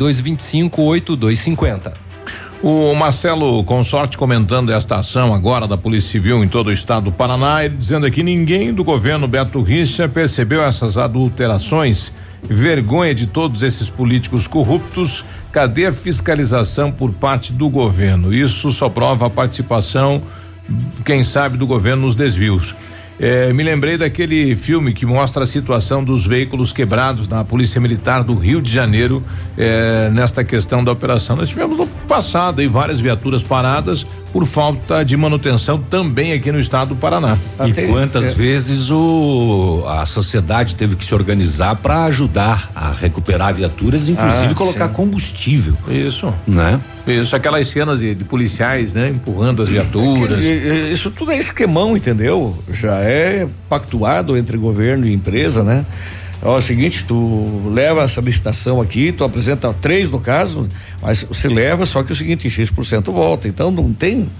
3225-8250. O Marcelo Consorte comentando esta ação agora da Polícia Civil em todo o estado do Paraná, ele dizendo aqui: ninguém do governo Beto Richa percebeu essas adulterações. Vergonha de todos esses políticos corruptos. Cadê a fiscalização por parte do governo? Isso só prova a participação, quem sabe, do governo nos desvios. Me lembrei daquele filme que mostra a situação dos veículos quebrados na Polícia Militar do Rio de Janeiro, nesta questão da operação. Nós tivemos no passado aí várias viaturas paradas por falta de manutenção também aqui no estado do Paraná. E quantas vezes a sociedade teve que se organizar para ajudar a recuperar viaturas, inclusive colocar combustível. Isso. Né? Isso, aquelas cenas de policiais, né? Empurrando as viaturas. Isso tudo é esquemão, entendeu? Já é pactuado entre governo e empresa, né? É o seguinte, tu leva essa licitação aqui, tu apresenta 3 no caso, mas você leva, só que é o seguinte, X% volta, então não tem,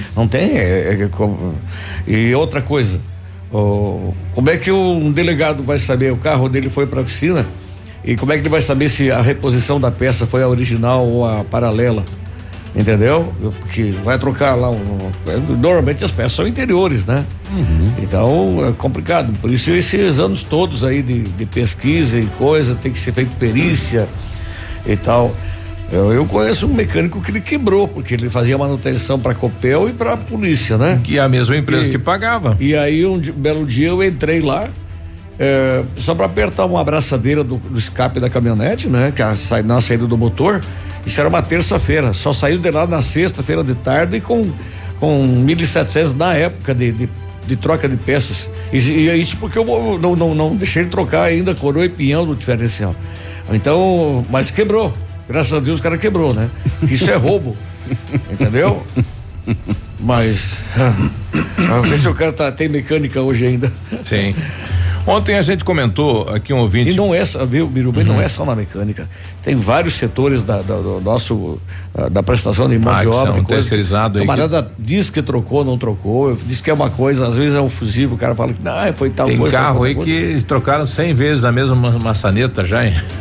e outra coisa, como é que um delegado vai saber, o carro dele foi para a oficina, e como é que ele vai saber se a reposição da peça foi a original ou a paralela? Entendeu? Porque vai trocar lá normalmente as peças são interiores, né? Então é complicado, por isso esses anos todos aí de pesquisa e coisa, tem que ser feito perícia e tal. Eu conheço um mecânico que ele quebrou, porque ele fazia manutenção para Copel e para a polícia, né? Que é a mesma empresa que pagava. E aí um belo dia eu entrei lá, só para apertar uma abraçadeira do escape da caminhonete, né? Que na saída do motor. Isso era uma terça-feira, só saiu de lá na sexta-feira de tarde com 1.700 na época de troca de peças. E isso porque eu não deixei ele trocar ainda coroa e pinhão do diferencial. Então, mas quebrou. Graças a Deus o cara quebrou, né? Isso é roubo. Entendeu? Mas vamos ver se o cara tem mecânica hoje ainda. Sim. Ontem a gente comentou aqui um ouvinte. E não é, viu, Biruba, não é só na mecânica. Tem vários setores do nosso da prestação de mão de obra. São terceirizado aí. O camarada diz que trocou, não trocou. Diz que é uma coisa, às vezes é um fusível, o cara fala que não, foi tal coisa. Tem carro aí que trocaram 100 vezes a mesma maçaneta já, hein?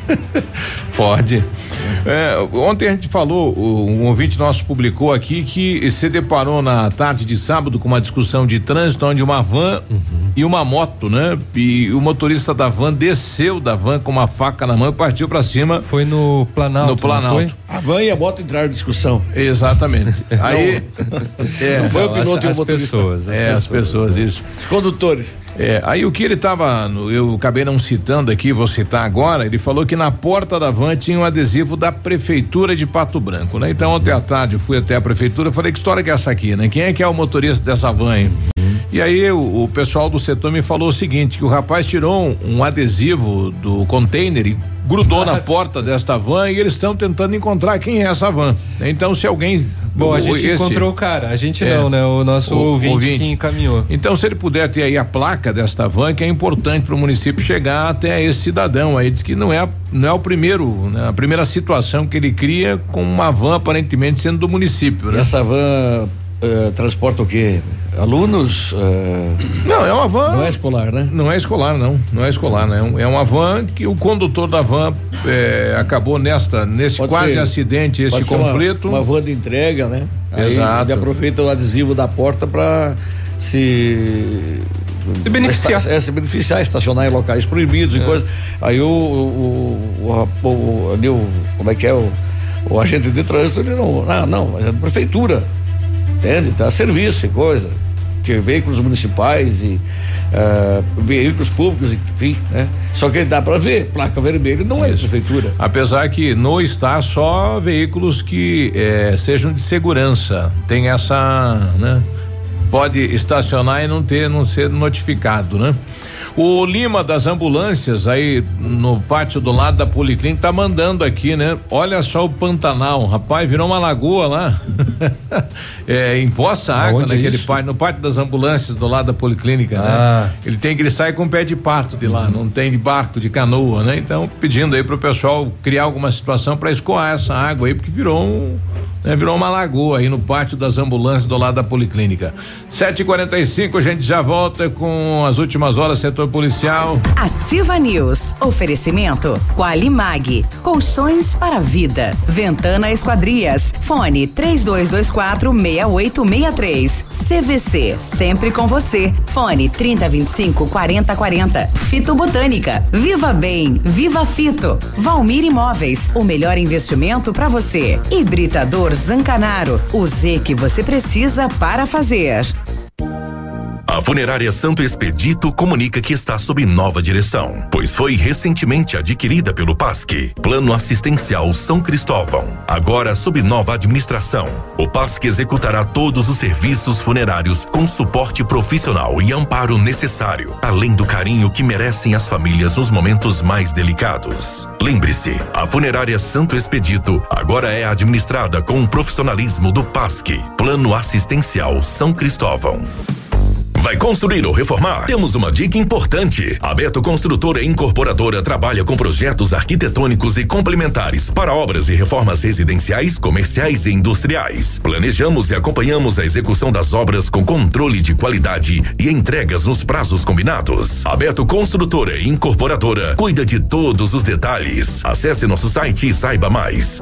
Pode. Ontem a gente falou, um ouvinte nosso publicou aqui que se deparou na tarde de sábado com uma discussão de trânsito onde uma van e uma moto, né? E o motorista da van desceu da van com uma faca na mão e partiu pra cima. Foi no Planalto. No Planalto. A van e a moto entraram em discussão. Exatamente. Aí. Não foi o piloto e o motorista. As pessoas, isso. Os condutores. Aí o que ele tava, eu acabei não citando aqui, vou citar agora, ele falou que na porta da van tinha um adesivo da prefeitura de Pato Branco, né? Então ontem à tarde eu fui até a prefeitura, falei, que história que é essa aqui, né? Quem é que é o motorista dessa van aí? E aí o pessoal do setor me falou o seguinte, que o rapaz tirou um adesivo do container e grudou na porta desta van e eles estão tentando encontrar quem é essa van. Então se alguém... Bom, a gente encontrou o cara, a gente não, né? O nosso ouvinte que encaminhou. Então se ele puder ter aí a placa desta van, que é importante para o município chegar até esse cidadão aí, diz que não é o primeiro, né? A primeira situação que ele cria com uma van aparentemente sendo do município, né? E essa van transporta o quê? Alunos? Não, é uma van. Não é escolar, né? Não é escolar, não. Não é escolar, né? É uma van que o condutor da van acabou nesse quase acidente, este conflito. Uma van de entrega, né? Exato. Aí ele aproveita o adesivo da porta para se beneficiar. Se beneficiar, estacionar em locais proibidos e coisas. Aí como é que é o agente de trânsito, ele não, mas é da prefeitura. Entende? Tá serviço e coisa, que veículos municipais e veículos públicos, enfim, né? Só que dá para ver, placa vermelha não é de prefeitura. Apesar que não está só veículos que sejam de segurança, tem essa, né? Pode estacionar e não ser notificado, né? O Lima das ambulâncias aí no pátio do lado da Policlínica tá mandando aqui, né? Olha só o Pantanal, rapaz, virou uma lagoa lá. Empoça água naquele pátio, no pátio das ambulâncias do lado da Policlínica, né? Ele sai com pé de pato de lá, não tem de barco, de canoa, né? Então, pedindo aí pro pessoal criar alguma situação para escoar essa água aí, porque virou uma lagoa aí no pátio das ambulâncias do lado da Policlínica. 7h45, a gente já volta com as últimas horas, setor policial. Ativa News. Oferecimento Qualimag. Colchões para a vida. Ventana Esquadrias. Fone 3224-6863. CVC. Sempre com você. Fone 3025-4040. Fito Botânica. Viva Bem. Viva Fito. Valmir Imóveis. O melhor investimento para você. Hibridador Zancanaro. O Z que você precisa para fazer. A Funerária Santo Expedito comunica que está sob nova direção, pois foi recentemente adquirida pelo PASC, Plano Assistencial São Cristóvão. Agora sob nova administração, o PASC executará todos os serviços funerários com suporte profissional e amparo necessário, além do carinho que merecem as famílias nos momentos mais delicados. Lembre-se, a Funerária Santo Expedito agora é administrada com o profissionalismo do PASC, Plano Assistencial São Cristóvão. Vai construir ou reformar? Temos uma dica importante. A Beto Construtora e Incorporadora trabalha com projetos arquitetônicos e complementares para obras e reformas residenciais, comerciais e industriais. Planejamos e acompanhamos a execução das obras com controle de qualidade e entregas nos prazos combinados. A Beto Construtora e Incorporadora cuida de todos os detalhes. Acesse nosso site e saiba mais.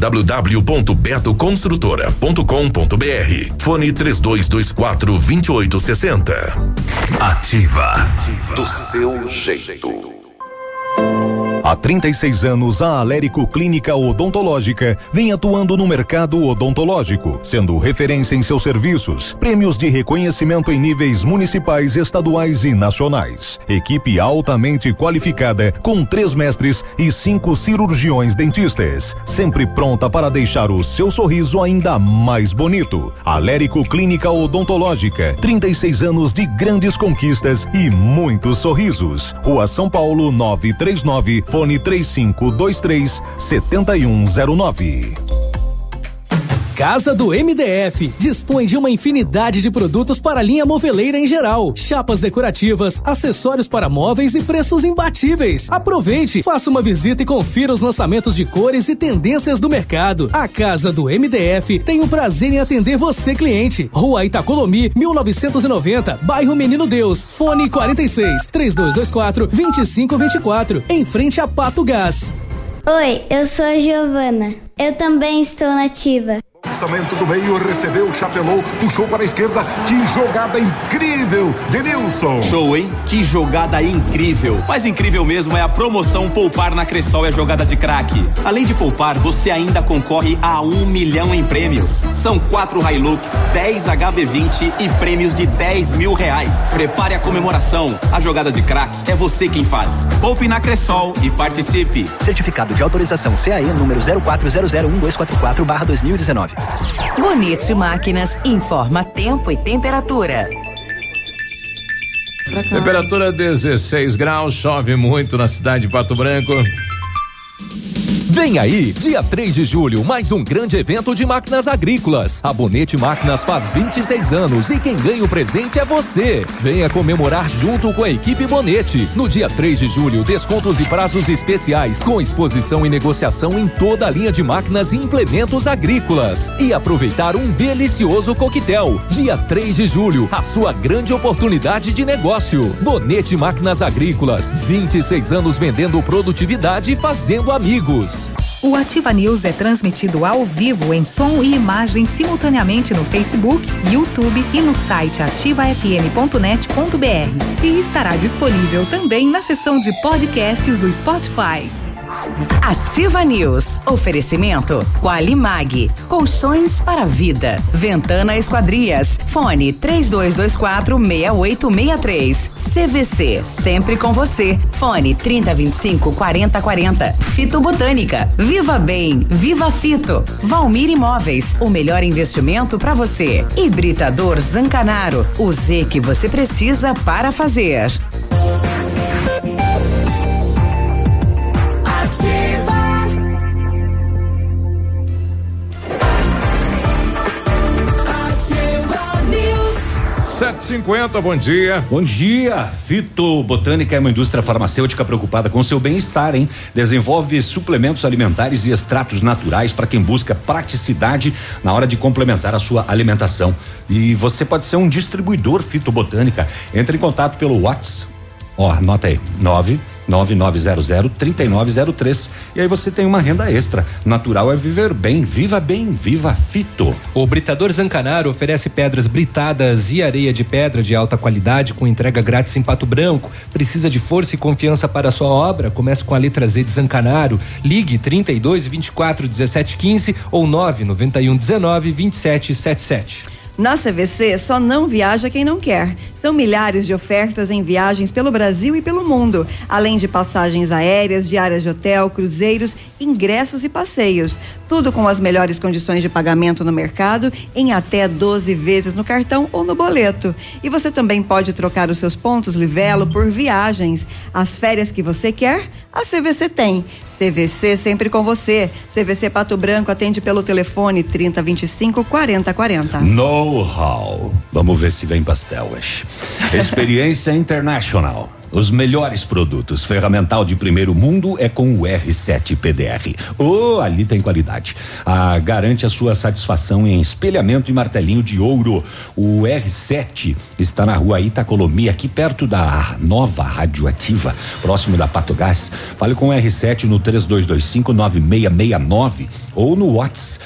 www.betoconstrutora.com.br. Fone 3224-2860. Ativa. Do seu jeito. Há 36 anos, a Alérico Clínica Odontológica vem atuando no mercado odontológico, sendo referência em seus serviços, prêmios de reconhecimento em níveis municipais, estaduais e nacionais. Equipe altamente qualificada, com 3 mestres e 5 cirurgiões dentistas, sempre pronta para deixar o seu sorriso ainda mais bonito. Alérico Clínica Odontológica, 36 anos de grandes conquistas e muitos sorrisos. Rua São Paulo 939, fone 3523-7109. Casa do MDF dispõe de uma infinidade de produtos para a linha moveleira em geral, chapas decorativas, acessórios para móveis e preços imbatíveis. Aproveite, faça uma visita e confira os lançamentos de cores e tendências do mercado. A Casa do MDF tem o prazer em atender você, cliente. Rua Itacolomi, 1990, bairro Menino Deus, fone 46-3224-2524, em frente a Pato Gás. Oi, eu sou a Giovana. Eu também estou na ativa. Lançamento do meio, recebeu, chapelou, puxou para a esquerda, que jogada incrível, Denilson. Show, hein? Que jogada incrível. Mais incrível mesmo é a promoção Poupar na Cressol, é a jogada de craque. Além de poupar, você ainda concorre a 1 milhão em prêmios. São 4 Hilux, 10 HB20 e prêmios de R$10 mil. Prepare a comemoração. A jogada de craque é você quem faz. Poupe na Cressol e participe. Certificado de autorização CAE número 04001244/2019. Bonito Máquinas informa tempo e temperatura. Temperatura 16 graus, chove muito na cidade de Pato Branco. Vem aí, dia 3 de julho, mais um grande evento de máquinas agrícolas. A Bonete Máquinas faz 26 anos e quem ganha o presente é você. Venha comemorar junto com a equipe Bonete. No dia 3 de julho, descontos e prazos especiais, com exposição e negociação em toda a linha de máquinas e implementos agrícolas. E aproveitar um delicioso coquetel. Dia 3 de julho, a sua grande oportunidade de negócio. Bonete Máquinas Agrícolas, 26 anos vendendo produtividade e fazendo amigos. O Ativa News é transmitido ao vivo em som e imagem simultaneamente no Facebook, YouTube e no site ativafm.net.br. E estará disponível também na seção de podcasts do Spotify. Ativa News. Oferecimento Qualimag. Colchões para vida. Ventana Esquadrias. Fone 3224-6863. CVC. Sempre com você. Fone 3025-4040. Fito Botânica. Viva Bem. Viva Fito. Valmir Imóveis. O melhor investimento para você. Hibridador Zancanaro. O Z que você precisa para fazer. Ativa News. 7h50, bom dia. Bom dia. Fito Botânica é uma indústria farmacêutica preocupada com seu bem-estar, hein? Desenvolve suplementos alimentares e extratos naturais para quem busca praticidade na hora de complementar a sua alimentação. E você pode ser um distribuidor Fito Botânica. Entre em contato pelo WhatsApp. Anota aí, 99900-3903. E aí você tem uma renda extra. Natural é viver bem, viva Fito. O Britador Zancanaro oferece pedras britadas e areia de pedra de alta qualidade com entrega grátis em Pato Branco. Precisa de força e confiança para a sua obra? Comece com a letra Z de Zancanaro. Ligue 3224-1715 ou 99119-2777. Na CVC, só não viaja quem não quer. São milhares de ofertas em viagens pelo Brasil e pelo mundo, além de passagens aéreas, diárias de hotel, cruzeiros, ingressos e passeios. Tudo com as melhores condições de pagamento no mercado, em até 12 vezes no cartão ou no boleto. E você também pode trocar os seus pontos Livelo por viagens. As férias que você quer, a CVC tem. CVC sempre com você. CVC Pato Branco atende pelo telefone 3025-4040. Know-how. Vamos ver se vem pastel hoje. Experiência International. Os melhores produtos. Ferramental de primeiro mundo é com o R7 PDR. Ali tem qualidade. Garante a sua satisfação em espelhamento e martelinho de ouro. O R7 está na rua Itacolomi, aqui perto da nova Radioativa, próximo da Patogás. Fale com o R7 no 3225-9669 ou no WhatsApp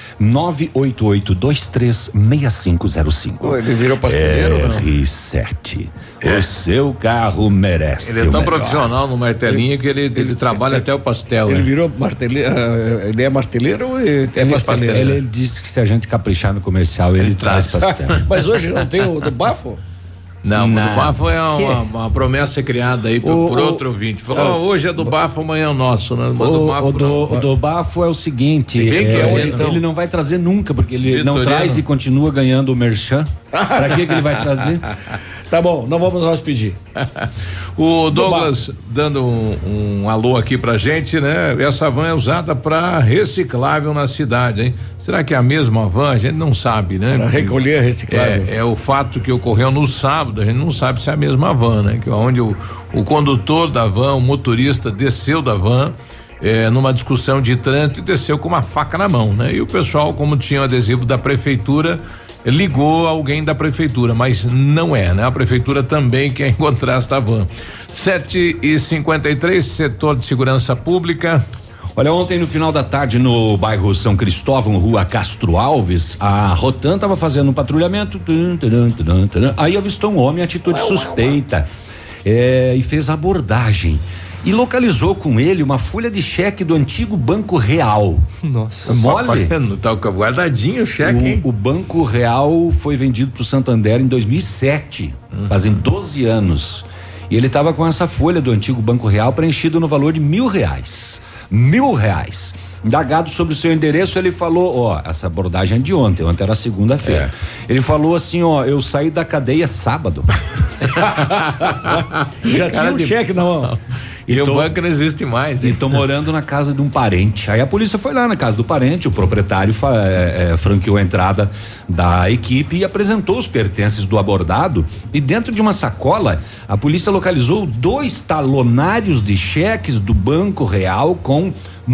988236505. Ele virou pasteleiro, R7. O seu carro merece. Ele é tão profissional no martelinho que ele trabalha até o pastel. Ele né? virou marteleiro. Ele é marteleiro ou é pasteleiro? Ele disse que se a gente caprichar no comercial, ele traz pastel. Mas hoje não tem o do bafo? Não, o do bafo é uma promessa criada aí por outro ouvinte. Falou, hoje é do bafo, amanhã é o nosso, né? O do bafo é o seguinte, ele não vai trazer nunca, porque ele não traz e continua ganhando o merchan. Pra que ele vai trazer? Tá bom, não vamos nós pedir. O Douglas dando um alô aqui pra gente, né? Essa van é usada pra reciclável na cidade, hein? Será que é a mesma van? A gente não sabe, né? Pra recolher reciclável. É o fato que ocorreu no sábado, a gente não sabe se é a mesma van, né? Que onde o condutor da van, o motorista desceu da van, numa discussão de trânsito e desceu com uma faca na mão, né? E o pessoal, como tinha o adesivo da prefeitura, ligou alguém da prefeitura, mas não é, né? A prefeitura também quer encontrar esta van. 7h53, setor de segurança pública. Olha, ontem no final da tarde no bairro São Cristóvão, rua Castro Alves, a Rotan estava fazendo um patrulhamento, aí avistou um homem em atitude suspeita e fez a abordagem e localizou com ele uma folha de cheque do antigo Banco Real. Nossa, mole. Tá guardadinho o cheque, hein? O Banco Real foi vendido pro Santander em 2007, fazem 12 anos. E ele estava com essa folha do antigo Banco Real preenchido no valor de R$1.000. R$1.000. Indagado sobre o seu endereço, ele falou, essa abordagem é de ontem era segunda-feira. Ele falou assim, eu saí da cadeia sábado. Já tinha um cheque na mão. E o banco não existe mais. E tô morando na casa de um parente. Aí a polícia foi lá na casa do parente, o proprietário franqueou a entrada da equipe e apresentou os pertences do abordado. E dentro de uma sacola, a polícia localizou 2 talonários de cheques do Banco Real com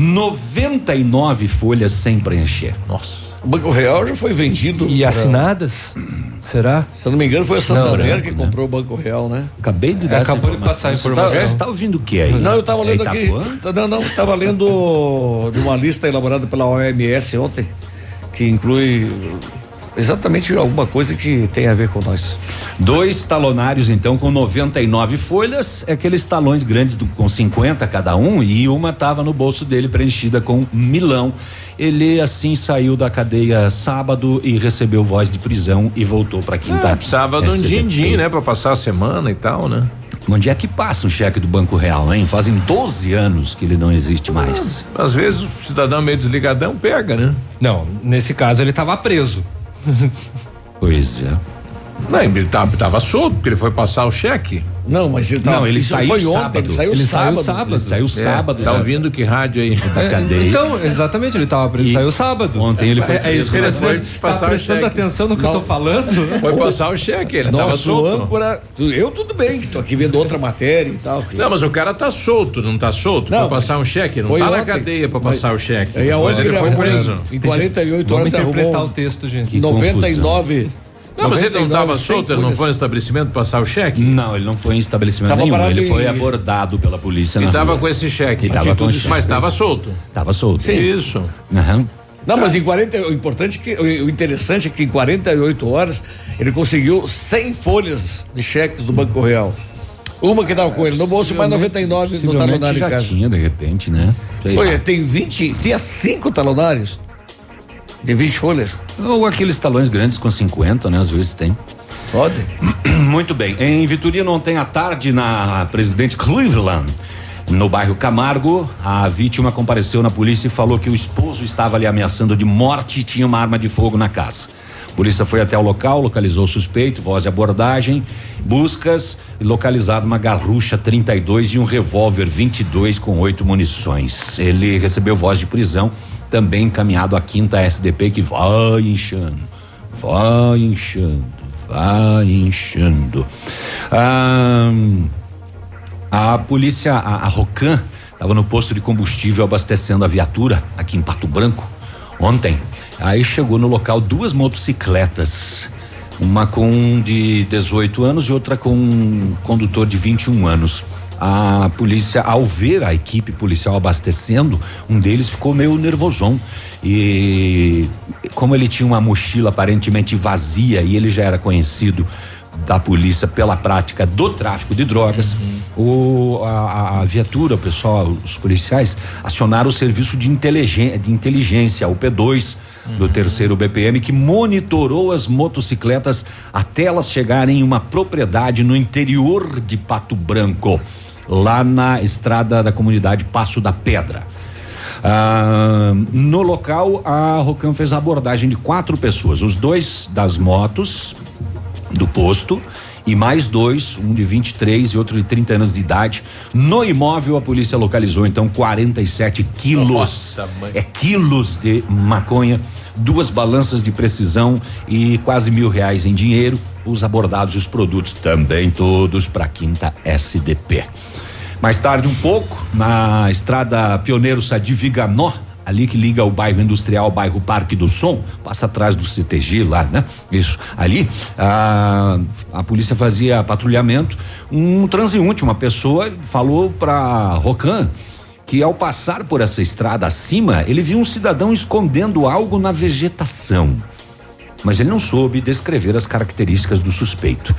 99 folhas sem preencher. Nossa. O Banco Real já foi vendido. E assinadas? Será? Se eu não me engano, foi o Santander que comprou o Banco Real, né? Acabei de dar Acabou de passar a informação. Você tá ouvindo o que aí? Não, eu tava lendo aqui. Não, tava lendo de uma lista elaborada pela OMS ontem, que inclui exatamente alguma coisa que tem a ver com nós. 2 talonários, então, com 99 folhas, aqueles talões grandes com 50 cada um, e uma tava no bolso dele preenchida com $1.000. Ele assim saiu da cadeia sábado e recebeu voz de prisão e voltou pra quinta. Sábado um din-din, né? Pra passar a semana e tal, né? Onde é que passa um cheque do Banco Real, hein? Fazem 12 anos que ele não existe mais. Às vezes o cidadão meio desligadão pega, né? Não, nesse caso ele tava preso. Pois é. Não, ele tava solto, porque ele foi passar o cheque. Não, mas ele tava, não, ele saiu foi sábado. Ontem, ele saiu sábado. Ele saiu sábado. Tá ouvindo que rádio aí? Da cadeia. Então, exatamente, ele tava preso, saiu sábado. Ontem ele foi É isso que ele foi tá prestando atenção no que eu tô falando? Foi passar o cheque, ele tava solto. Âncora, eu tudo bem, que tô aqui vendo outra matéria e tal. Não, mas o cara tá solto, não tá solto? Não, foi passar um cheque, não tá na cadeia pra passar o cheque. Aí aonde ele foi preso? Em 48 horas Vamos interpretar o texto, gente. 99. Não, mas ele não estava solto, ele não foi em estabelecimento passar o cheque? Não, ele não foi em estabelecimento nenhum, ele foi abordado pela polícia. E estava com esse cheque. Mas estava solto. Estava solto. Sim. Isso. Uhum. Não, mas o interessante é que em 48 horas ele conseguiu 100 folhas de cheques do Banco Real. Uma que estava com ele no bolso, mais 99 no talonário já em casa. Tinha, de repente, né? Olha, tinha 5 talonários. De 20 folhas. Ou aqueles talões grandes com 50, né? Às vezes tem. Pode. Muito bem. Em Vitorino ontem à tarde, na Presidente Cleveland, no bairro Camargo, a vítima compareceu na polícia e falou que o esposo estava ali ameaçando de morte e tinha uma arma de fogo na casa. A polícia foi até o local, localizou o suspeito, voz de abordagem, buscas e localizado uma garrucha 32 e um revólver 22 com 8 munições. Ele recebeu voz de prisão, também encaminhado à 5ª SDP, que vai inchando. A polícia, a Rocan, estava no posto de combustível abastecendo a viatura aqui em Pato Branco ontem. Aí chegou no local 2 motocicletas, uma com um de 18 anos e outra com um condutor de 21 anos. A polícia, ao ver a equipe policial abastecendo, um deles ficou meio nervosão e como ele tinha uma mochila aparentemente vazia e ele já era conhecido da polícia pela prática do tráfico de drogas, a viatura, o pessoal, os policiais acionaram o serviço de inteligência, o P2 do 3º BPM, que monitorou as motocicletas até elas chegarem em uma propriedade no interior de Pato Branco, lá na estrada da comunidade Passo da Pedra. No local, a Rocan fez a abordagem de 4 pessoas, os 2 das motos do posto e mais 2, um de 23 e outro de 30 anos de idade. No imóvel, a polícia localizou então 47 quilos. Nossa, quilos de maconha, 2 balanças de precisão e quase R$1.000 em dinheiro. Os abordados e os produtos também todos para a 5ª SDP. Mais tarde um pouco, na estrada Pioneiro Sadi Viganó, ali que liga o bairro industrial ao bairro Parque do Som, passa atrás do CTG lá, né? Isso, ali a polícia fazia patrulhamento, um transeunte, uma pessoa falou pra Rocan que ao passar por essa estrada acima, ele viu um cidadão escondendo algo na vegetação. Mas ele não soube descrever as características do suspeito.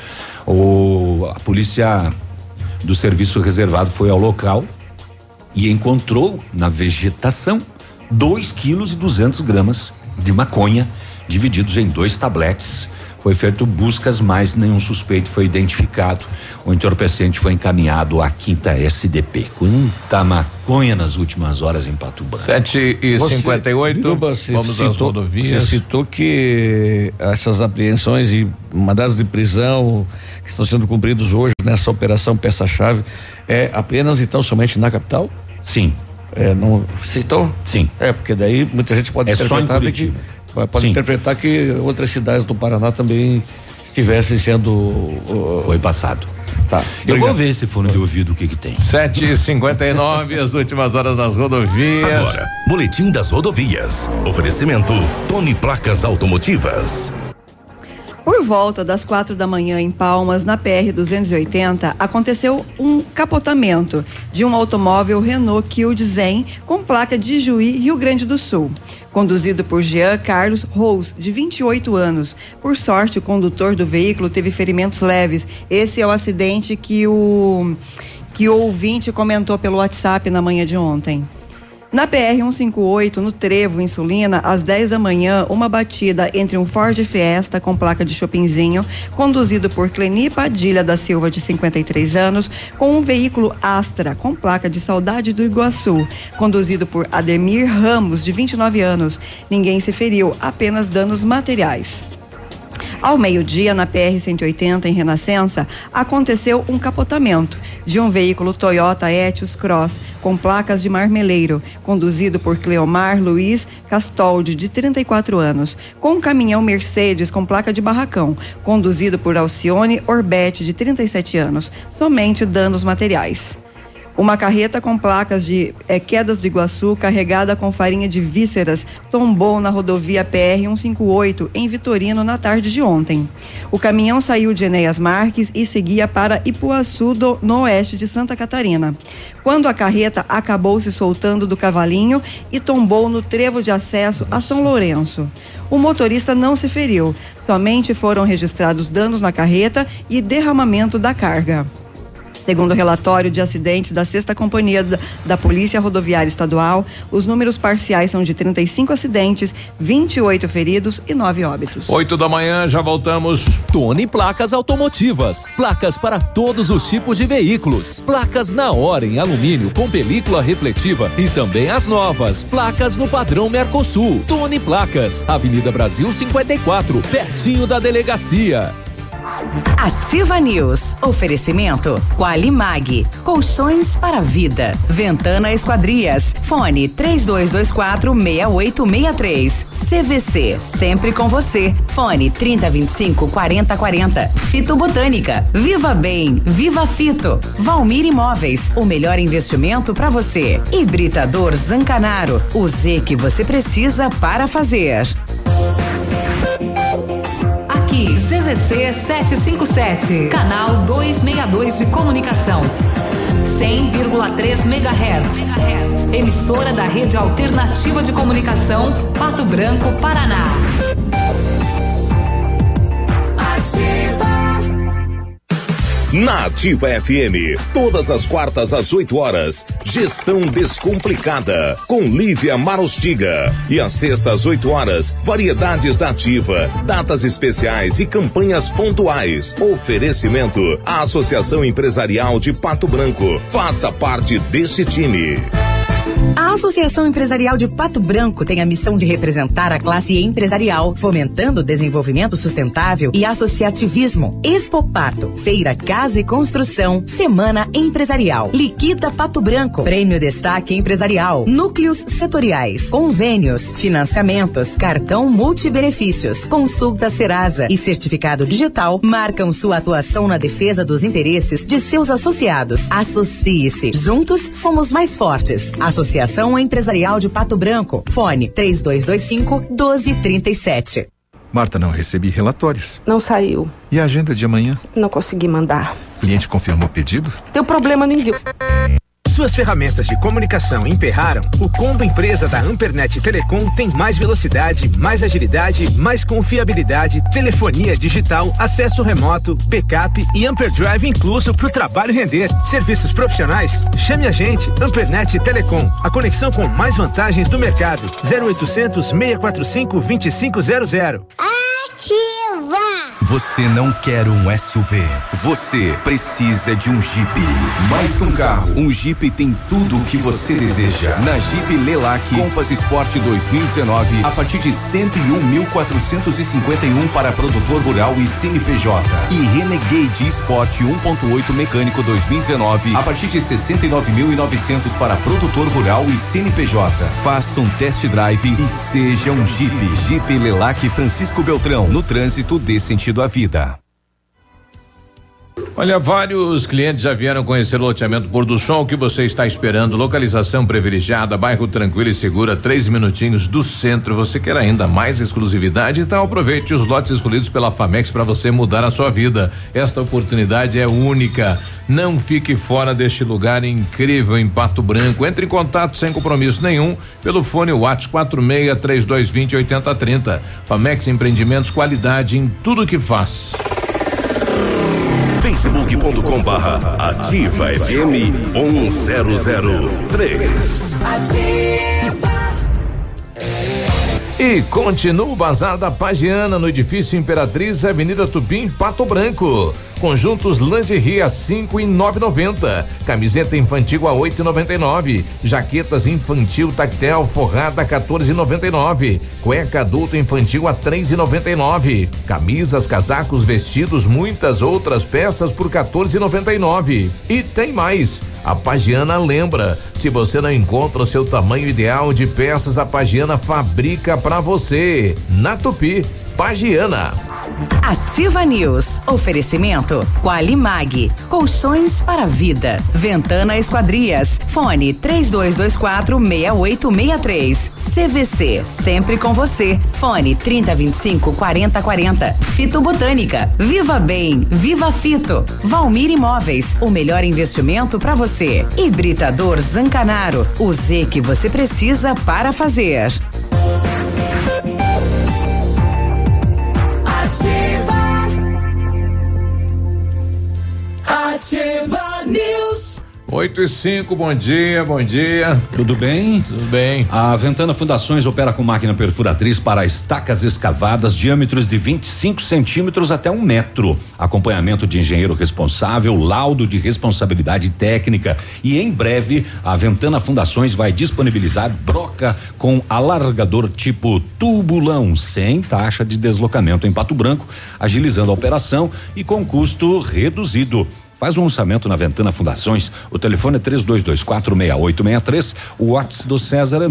A polícia do serviço reservado foi ao local e encontrou na vegetação 2,2 kg de maconha, divididos em 2 tabletes. Foi feito buscas, mas nenhum suspeito foi identificado. O entorpecente foi encaminhado à 5ª SDP. Quanta maconha nas últimas horas em Pato Branco. 7h58. Vamos às rodovias. Você citou que essas apreensões e mandados de prisão que estão sendo cumpridos hoje nessa operação peça-chave é apenas, então, somente na capital? Sim. Não citou? Sim. Porque daí muita gente pode interpretar que pode interpretar que outras cidades do Paraná também estivessem sendo foi passado. Tá. Eu vou ver esse fone de ouvido o que tem. 7h59, as últimas horas das rodovias. Agora, boletim das rodovias. Oferecimento Tony Placas Automotivas. Por volta das 4 da manhã em Palmas, na PR-280, aconteceu um capotamento de um automóvel Renault Kwid Zen com placa de Juí, Rio Grande do Sul. Conduzido por Jean Carlos Rose, de 28 anos. Por sorte, o condutor do veículo teve ferimentos leves. Esse é o acidente que o ouvinte comentou pelo WhatsApp na manhã de ontem. Na PR-158, no Trevo, em Sulina, às 10 da manhã, uma batida entre um Ford Fiesta com placa de Chopinzinho, conduzido por Cleni Padilha da Silva, de 53 anos, com um veículo Astra com placa de Saudade do Iguaçu, conduzido por Ademir Ramos, de 29 anos. Ninguém se feriu, apenas danos materiais. Ao meio-dia, na PR-180, em Renascença, aconteceu um capotamento de um veículo Toyota Etios Cross com placas de Marmeleiro, conduzido por Cleomar Luiz Castoldi, de 34 anos, com um caminhão Mercedes com placa de Barracão, conduzido por Alcione Orbete, de 37 anos, somente danos materiais. Uma carreta com placas de Quedas do Iguaçu, carregada com farinha de vísceras, tombou na rodovia PR-158, em Vitorino, na tarde de ontem. O caminhão saiu de Enéas Marques e seguia para Ipuaçu, no oeste de Santa Catarina, quando a carreta acabou se soltando do cavalinho e tombou no trevo de acesso a São Lourenço. O motorista não se feriu, somente foram registrados danos na carreta e derramamento da carga. Segundo o relatório de acidentes da 6ª Companhia da Polícia Rodoviária Estadual, os números parciais são de 35 acidentes, 28 feridos e 9 óbitos. 8 da manhã, já voltamos. Tony Placas Automotivas. Placas para todos os tipos de veículos. Placas na hora em alumínio com película refletiva e também as novas. Placas no padrão Mercosul. Tony Placas, Avenida Brasil 54, pertinho da delegacia. Ativa News. Oferecimento Qualimag. Colchões para a vida. Ventana Esquadrias. Fone 3224-6863. CVC. Sempre com você. Fone 3025-4040. Fito Botânica. Viva Bem. Viva Fito. Valmir Imóveis. O melhor investimento para você. Hibridador Zancanaro. O Z que você precisa para fazer. Aqui, CZC 757, canal 262 de comunicação. 100,3 MHz. Emissora da Rede Alternativa de Comunicação, Pato Branco, Paraná. Na Ativa FM, todas as quartas às 8 horas, Gestão Descomplicada, com Lívia Marostiga. E às sextas às 8 horas, variedades da Ativa, datas especiais e campanhas pontuais. Oferecimento à Associação Empresarial de Pato Branco. Faça parte desse time. A Associação Empresarial de Pato Branco tem a missão de representar a classe empresarial, fomentando o desenvolvimento sustentável e associativismo. Expo Pato, Feira Casa e Construção, Semana Empresarial, Liquida Pato Branco, Prêmio Destaque Empresarial, Núcleos Setoriais, Convênios, Financiamentos, Cartão Multibenefícios, Consulta Serasa e Certificado Digital marcam sua atuação na defesa dos interesses de seus associados. Associe-se. Juntos somos mais fortes. Associação Empresarial de Pato Branco. Fone 3225-1237. Marta, não recebi relatórios. Não saiu. E a agenda de amanhã? Não consegui mandar. O cliente confirmou o pedido? Deu problema no envio. Suas ferramentas de comunicação emperraram? O combo empresa da Ampernet Telecom tem mais velocidade, mais agilidade, mais confiabilidade, telefonia digital, acesso remoto, backup e Amperdrive incluso para o trabalho render. Serviços profissionais? Chame a gente. Ampernet Telecom, a conexão com mais vantagens do mercado. 0800 645 2500. Ativa! Você não quer um SUV. Você precisa de um Jeep. Mais que um carro, um Jeep tem tudo o que você deseja. Na Jeep Lelac Compass Sport 2019, a partir de 101.451 para produtor rural e CNPJ. E Renegade Sport 1.8 mecânico 2019, a partir de 69.900 para produtor rural e CNPJ. Faça um test drive e seja um Jeep. Jeep Lelac Francisco Beltrão, no trânsito dê sentido à vida. Olha, vários clientes já vieram conhecer o loteamento Pôr do Sol. O que você está esperando? Localização privilegiada, bairro tranquilo e segura, 3 minutinhos do centro. Você quer ainda mais exclusividade? Então aproveite os lotes escolhidos pela Famex para você mudar a sua vida. Esta oportunidade é única. Não fique fora deste lugar incrível em Pato Branco. Entre em contato sem compromisso nenhum pelo fone WhatsApp 463220-8030. Famex Empreendimentos, qualidade em tudo que faz. Facebook.com/Ativa FM 1003. E continua o Bazar da Pagiana no edifício Imperatriz, Avenida Tupim, Pato Branco. Conjuntos lingerie a 5,990. Camiseta infantil a 8,99. Jaquetas infantil tactel forrada a 14,99. Cueca adulto infantil a 3,99. Camisas, casacos, vestidos, muitas outras peças por 14,99. E tem mais. A Pagiana lembra, se você não encontra o seu tamanho ideal de peças, a Pagiana fabrica pra você. Na Tupi, Pagiana. Ativa News. Oferecimento Qualimag. Colchões para vida. Ventana Esquadrias. Fone 3224-6863. CVC. Sempre com você. Fone 3025-4040. Fito Botânica. Viva Bem. Viva Fito. Valmir Imóveis. O melhor investimento para você. Hibridador Zancanaro. O Z que você precisa para fazer. Ativa News. 8:05, bom dia, bom dia. Tudo bem? Tudo bem. A Ventana Fundações opera com máquina perfuratriz para estacas escavadas, diâmetros de 25 centímetros até 1 metro. Acompanhamento de engenheiro responsável, laudo de responsabilidade técnica. E em breve, a Ventana Fundações vai disponibilizar broca com alargador tipo tubulão, sem taxa de deslocamento em Pato Branco, agilizando a operação e com custo reduzido. Faz um orçamento na Ventana Fundações. O telefone é 3224-6863. O WhatsApp do César é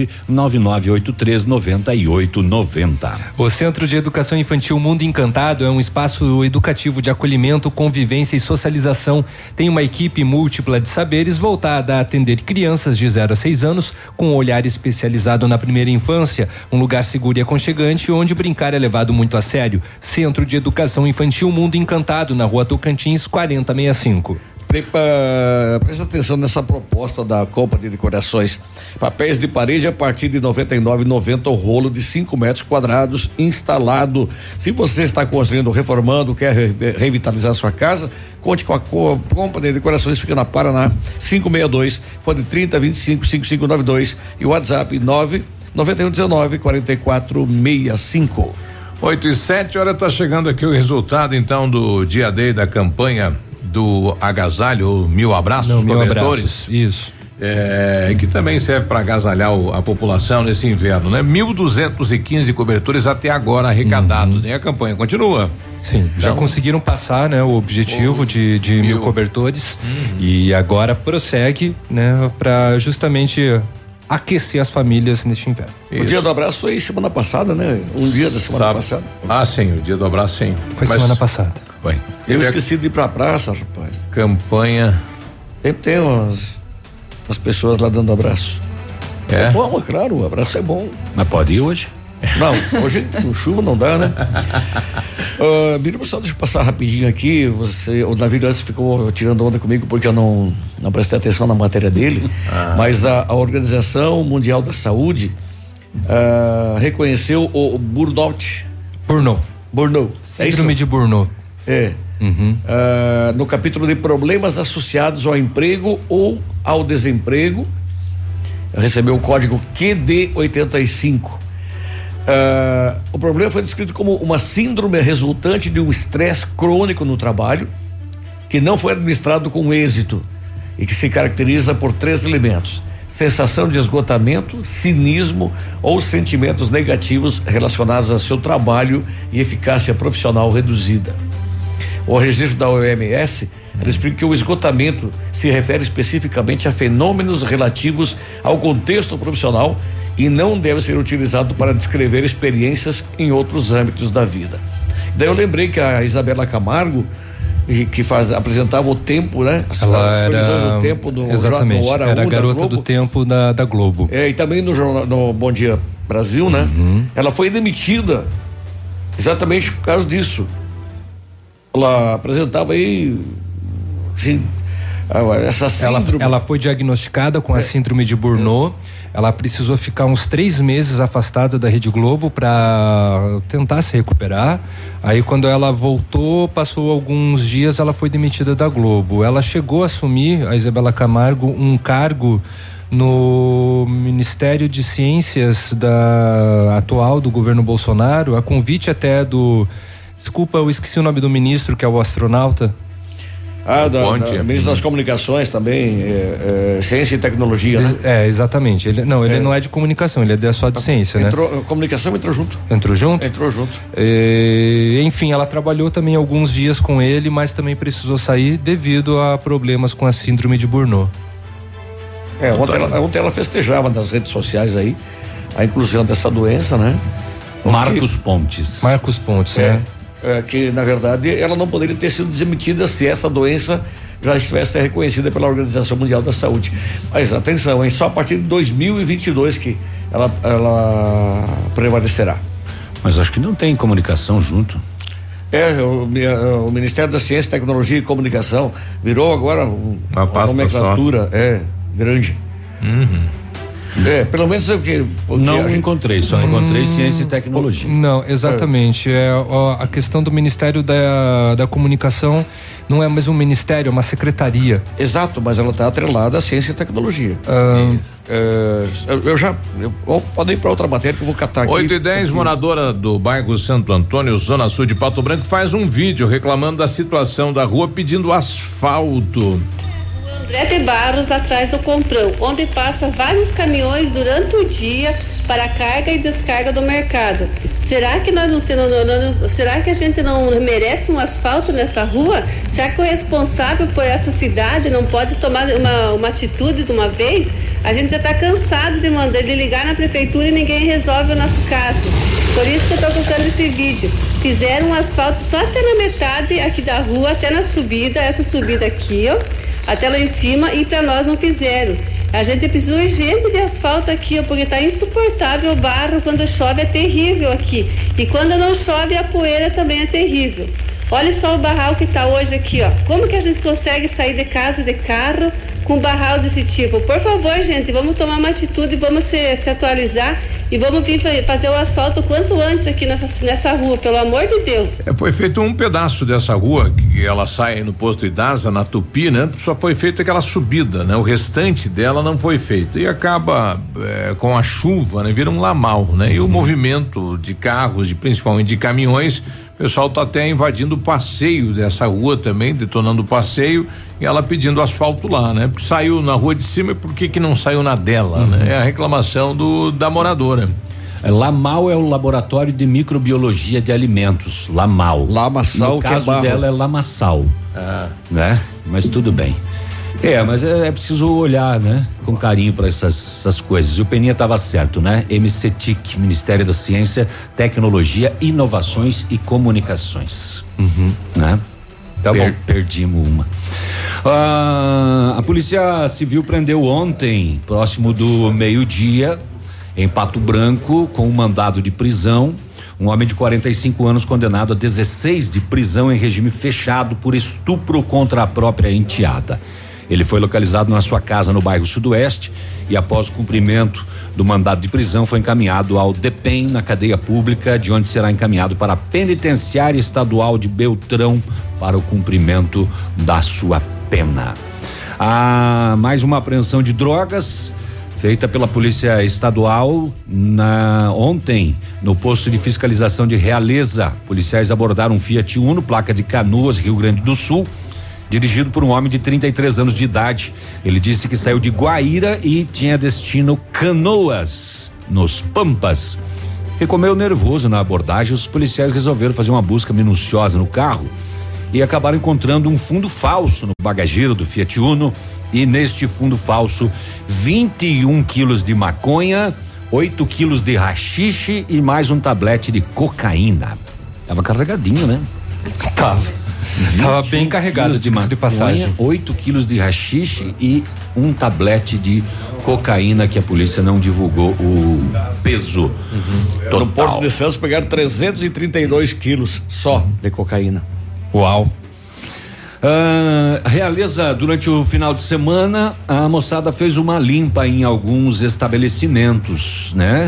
99983-9890. O Centro de Educação Infantil Mundo Encantado é um espaço educativo de acolhimento, convivência e socialização. Tem uma equipe múltipla de saberes voltada a atender crianças de 0 a 6 anos com um olhar especializado na primeira infância. Um lugar seguro e aconchegante onde brincar é levado muito a sério. Centro de Educação Infantil Mundo Encantado, na Rua Tocantins, 4065. Presta atenção nessa proposta da Copa de Decorações. Papéis de parede a partir de R$ 99,90 o rolo de 5 metros quadrados instalado. Se você está construindo, reformando, quer revitalizar sua casa, conte com a Copa de Decorações, fica na Paraná 562, fone 3025-5592 e o WhatsApp 99119-4465. 8:07, hora tá chegando aqui o resultado então do dia D da campanha do agasalho, ou 1000 abraços, cobertores. Isso. Que também serve para agasalhar a população nesse inverno, né? 1.215 cobertores até agora arrecadados, e a campanha continua. Sim, já conseguiram passar, né, o objetivo de 1000 cobertores e agora prossegue, né, para justamente aquecer as famílias neste inverno. O dia do abraço foi semana passada, né? Um dia da semana passada. Sim, o dia do abraço sim. Foi semana passada. Foi. Eu esqueci de ir pra praça, rapaz. Campanha. Sempre tem as pessoas lá dando abraço. É bom, é claro, o abraço é bom. Mas pode ir hoje? Não, hoje com chuva não dá, né? Miriam, só deixa eu passar rapidinho aqui. O Navírio antes ficou tirando onda comigo porque eu não prestei atenção na matéria dele. Mas a Organização Mundial da Saúde reconheceu o burnout. Burnout. Síndrome de Burnout. No capítulo de problemas associados ao emprego ou ao desemprego, recebeu o código QD85. O problema foi descrito como uma síndrome resultante de um estresse crônico no trabalho que não foi administrado com êxito e que se caracteriza por 3 elementos: sensação de esgotamento, cinismo ou sentimentos negativos relacionados a seu trabalho e eficácia profissional reduzida. O registro da OMS explica que o esgotamento se refere especificamente a fenômenos relativos ao contexto profissional e não deve ser utilizado para descrever experiências em outros âmbitos da vida. Daí eu lembrei que a Isabela Camargo, que apresentava o tempo, né? Ela era, do tempo no exatamente, Hora era a garota do tempo da Globo. E também no Bom Dia Brasil, né? Ela foi demitida exatamente por causa disso. Ela apresentava aí, assim, essa síndrome. Ela foi diagnosticada com a síndrome de Burnout. Ela precisou ficar uns 3 meses afastada da Rede Globo para tentar se recuperar. Aí quando ela voltou, passou alguns dias, ela foi demitida da Globo. Ela chegou a assumir, a Isabela Camargo, um cargo no Ministério de Ciências atual do governo Bolsonaro, a convite até desculpa, eu esqueci o nome do ministro, que é o astronauta. Ministro das Comunicações também, Ciência e Tecnologia, né? Exatamente. Ele não é de comunicação, ele é só de ciência, né? Comunicação entrou junto. Entrou junto? Entrou junto. Enfim, ela trabalhou também alguns dias com ele, mas também precisou sair devido a problemas com a síndrome de Burnout. Ontem ela festejava nas redes sociais aí a inclusão dessa doença, né? Marcos Pontes, né? Que na verdade ela não poderia ter sido demitida se essa doença já estivesse reconhecida pela Organização Mundial da Saúde. Mas atenção, só a partir de 2022 que ela prevalecerá. Mas acho que não tem comunicação junto. O Ministério da Ciência, Tecnologia e Comunicação virou agora uma nomenclatura grande. Pelo menos não encontrei, só encontrei Ciência e Tecnologia. Não, exatamente. A questão do Ministério da Comunicação não é mais um ministério, é uma secretaria. Exato, mas ela está atrelada à Ciência e Tecnologia. Pode ir para outra matéria que eu vou catar aqui. 8:10, moradora do bairro Santo Antônio, Zona Sul de Pato Branco, faz um vídeo reclamando da situação da rua, pedindo asfalto. André de Barros, atrás do Comprão, onde passa vários caminhões durante o dia para carga e descarga do mercado. Será que será que a gente não merece um asfalto nessa rua? Será que o responsável por essa cidade não pode tomar uma atitude de uma vez? A gente já está cansado de ligar na prefeitura e ninguém resolve o nosso caso. Por isso que eu estou colocando esse vídeo. Fizeram um asfalto só até na metade aqui da rua, até na subida, essa subida aqui, ó, até lá em cima, e para nós não fizeram. A gente precisa urgente de asfalto aqui, ó, porque está insuportável o barro, quando chove é terrível aqui. E quando não chove a poeira também é terrível. Olha só o barral que está hoje aqui, ó. Como que a gente consegue sair de casa de carro com barral desse tipo? Por favor, gente, vamos tomar uma atitude, vamos se atualizar e vamos vir fazer o asfalto quanto antes aqui nessa rua, pelo amor de Deus. Foi feito um pedaço dessa rua, que ela sai no posto Idasa, na Tupi, né? Só foi feita aquela subida, né? O restante dela não foi feito e acaba com a chuva, né? Vira um lamal, né? E o movimento de carros, principalmente de caminhões, o pessoal tá até invadindo o passeio dessa rua também, detonando o passeio, e ela pedindo asfalto lá, né? Porque saiu na rua de cima e por que não saiu na dela, né? É a reclamação da moradora. Lamal é o Laboratório de Microbiologia de Alimentos, Lamal. Lamaçal, no caso dela é Lamaçal, né? Mas tudo bem. Mas é preciso olhar, né? Com carinho para essas coisas. E o Peninha estava certo, né? MCTIC, Ministério da Ciência, Tecnologia, Inovações e Comunicações. Né? Tá bom. Perdimos uma. A Polícia Civil prendeu ontem, próximo do meio-dia, Em Pato Branco, com um mandado de prisão, um homem de 45 anos condenado a 16 de prisão em regime fechado por estupro contra a própria enteada. Ele foi localizado na sua casa no bairro Sudoeste e, após o cumprimento do mandado de prisão, foi encaminhado ao DEPEN, na cadeia pública, de onde será encaminhado para a Penitenciária Estadual de Beltrão para o cumprimento da sua pena. Mais uma apreensão de drogas feita pela Polícia Estadual ontem no posto de fiscalização de Realeza. Policiais abordaram um Fiat Uno, placa de Canoas, Rio Grande do Sul, dirigido por um homem de 33 anos de idade. Ele disse que saiu de Guaíra e tinha destino Canoas, nos Pampas. Ficou meio nervoso na abordagem. Os policiais resolveram fazer uma busca minuciosa no carro e acabaram encontrando um fundo falso no bagageiro do Fiat Uno, e neste fundo falso 21 quilos de maconha, 8 quilos de haxixe e mais um tablete de cocaína. Tava carregadinho, né? Tava bem carregado de passagem. 8 quilos de haxixe e um tablete de cocaína, que a polícia não divulgou o peso. Total. No Porto de Santos pegaram 332 quilos só de cocaína. Uau. Realeza, durante o final de semana, a moçada fez uma limpa em alguns estabelecimentos, né?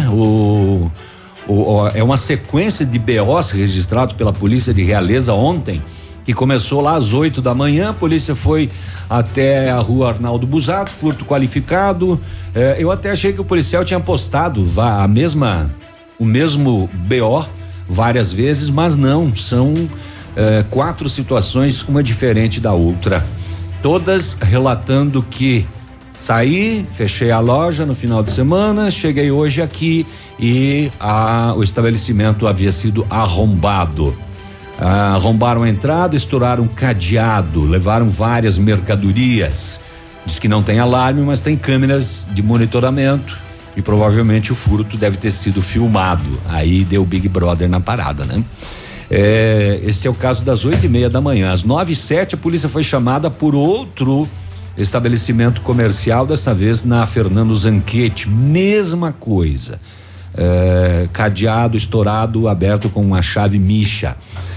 É uma sequência de BOs registrados pela polícia de Realeza ontem, que começou lá às 8 da manhã. A polícia foi até a rua Arnaldo Busato, furto qualificado. Eu até achei que o policial tinha postado o mesmo BO várias vezes, mas não, são 4 situações, uma diferente da outra, todas relatando que saí, fechei a loja no final de semana, cheguei hoje aqui e o estabelecimento havia sido arrombado. Arrombaram a entrada, estouraram um cadeado, levaram várias mercadorias. Diz que não tem alarme, mas tem câmeras de monitoramento e provavelmente o furto deve ter sido filmado. Aí deu Big Brother na parada, né? Este é o caso das 8:30 da manhã. Às 9:07 a polícia foi chamada por outro estabelecimento comercial, dessa vez na Fernando Zanquete, mesma coisa. Cadeado estourado, aberto com uma chave micha.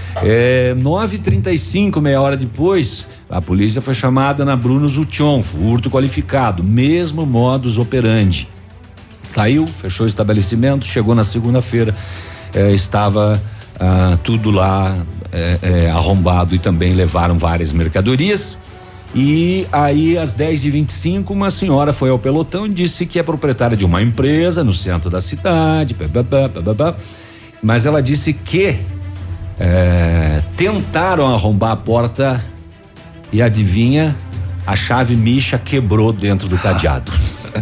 9:35, meia hora depois, a polícia foi chamada na Bruno Zution, furto qualificado, mesmo modus operandi. Saiu, fechou o estabelecimento, chegou na segunda-feira, estava tudo lá arrombado e também levaram várias mercadorias. E aí, às 10:25, uma senhora foi ao pelotão e disse que é proprietária de uma empresa no centro da cidade, mas ela disse que tentaram arrombar a porta e adivinha, a chave micha quebrou dentro do cadeado.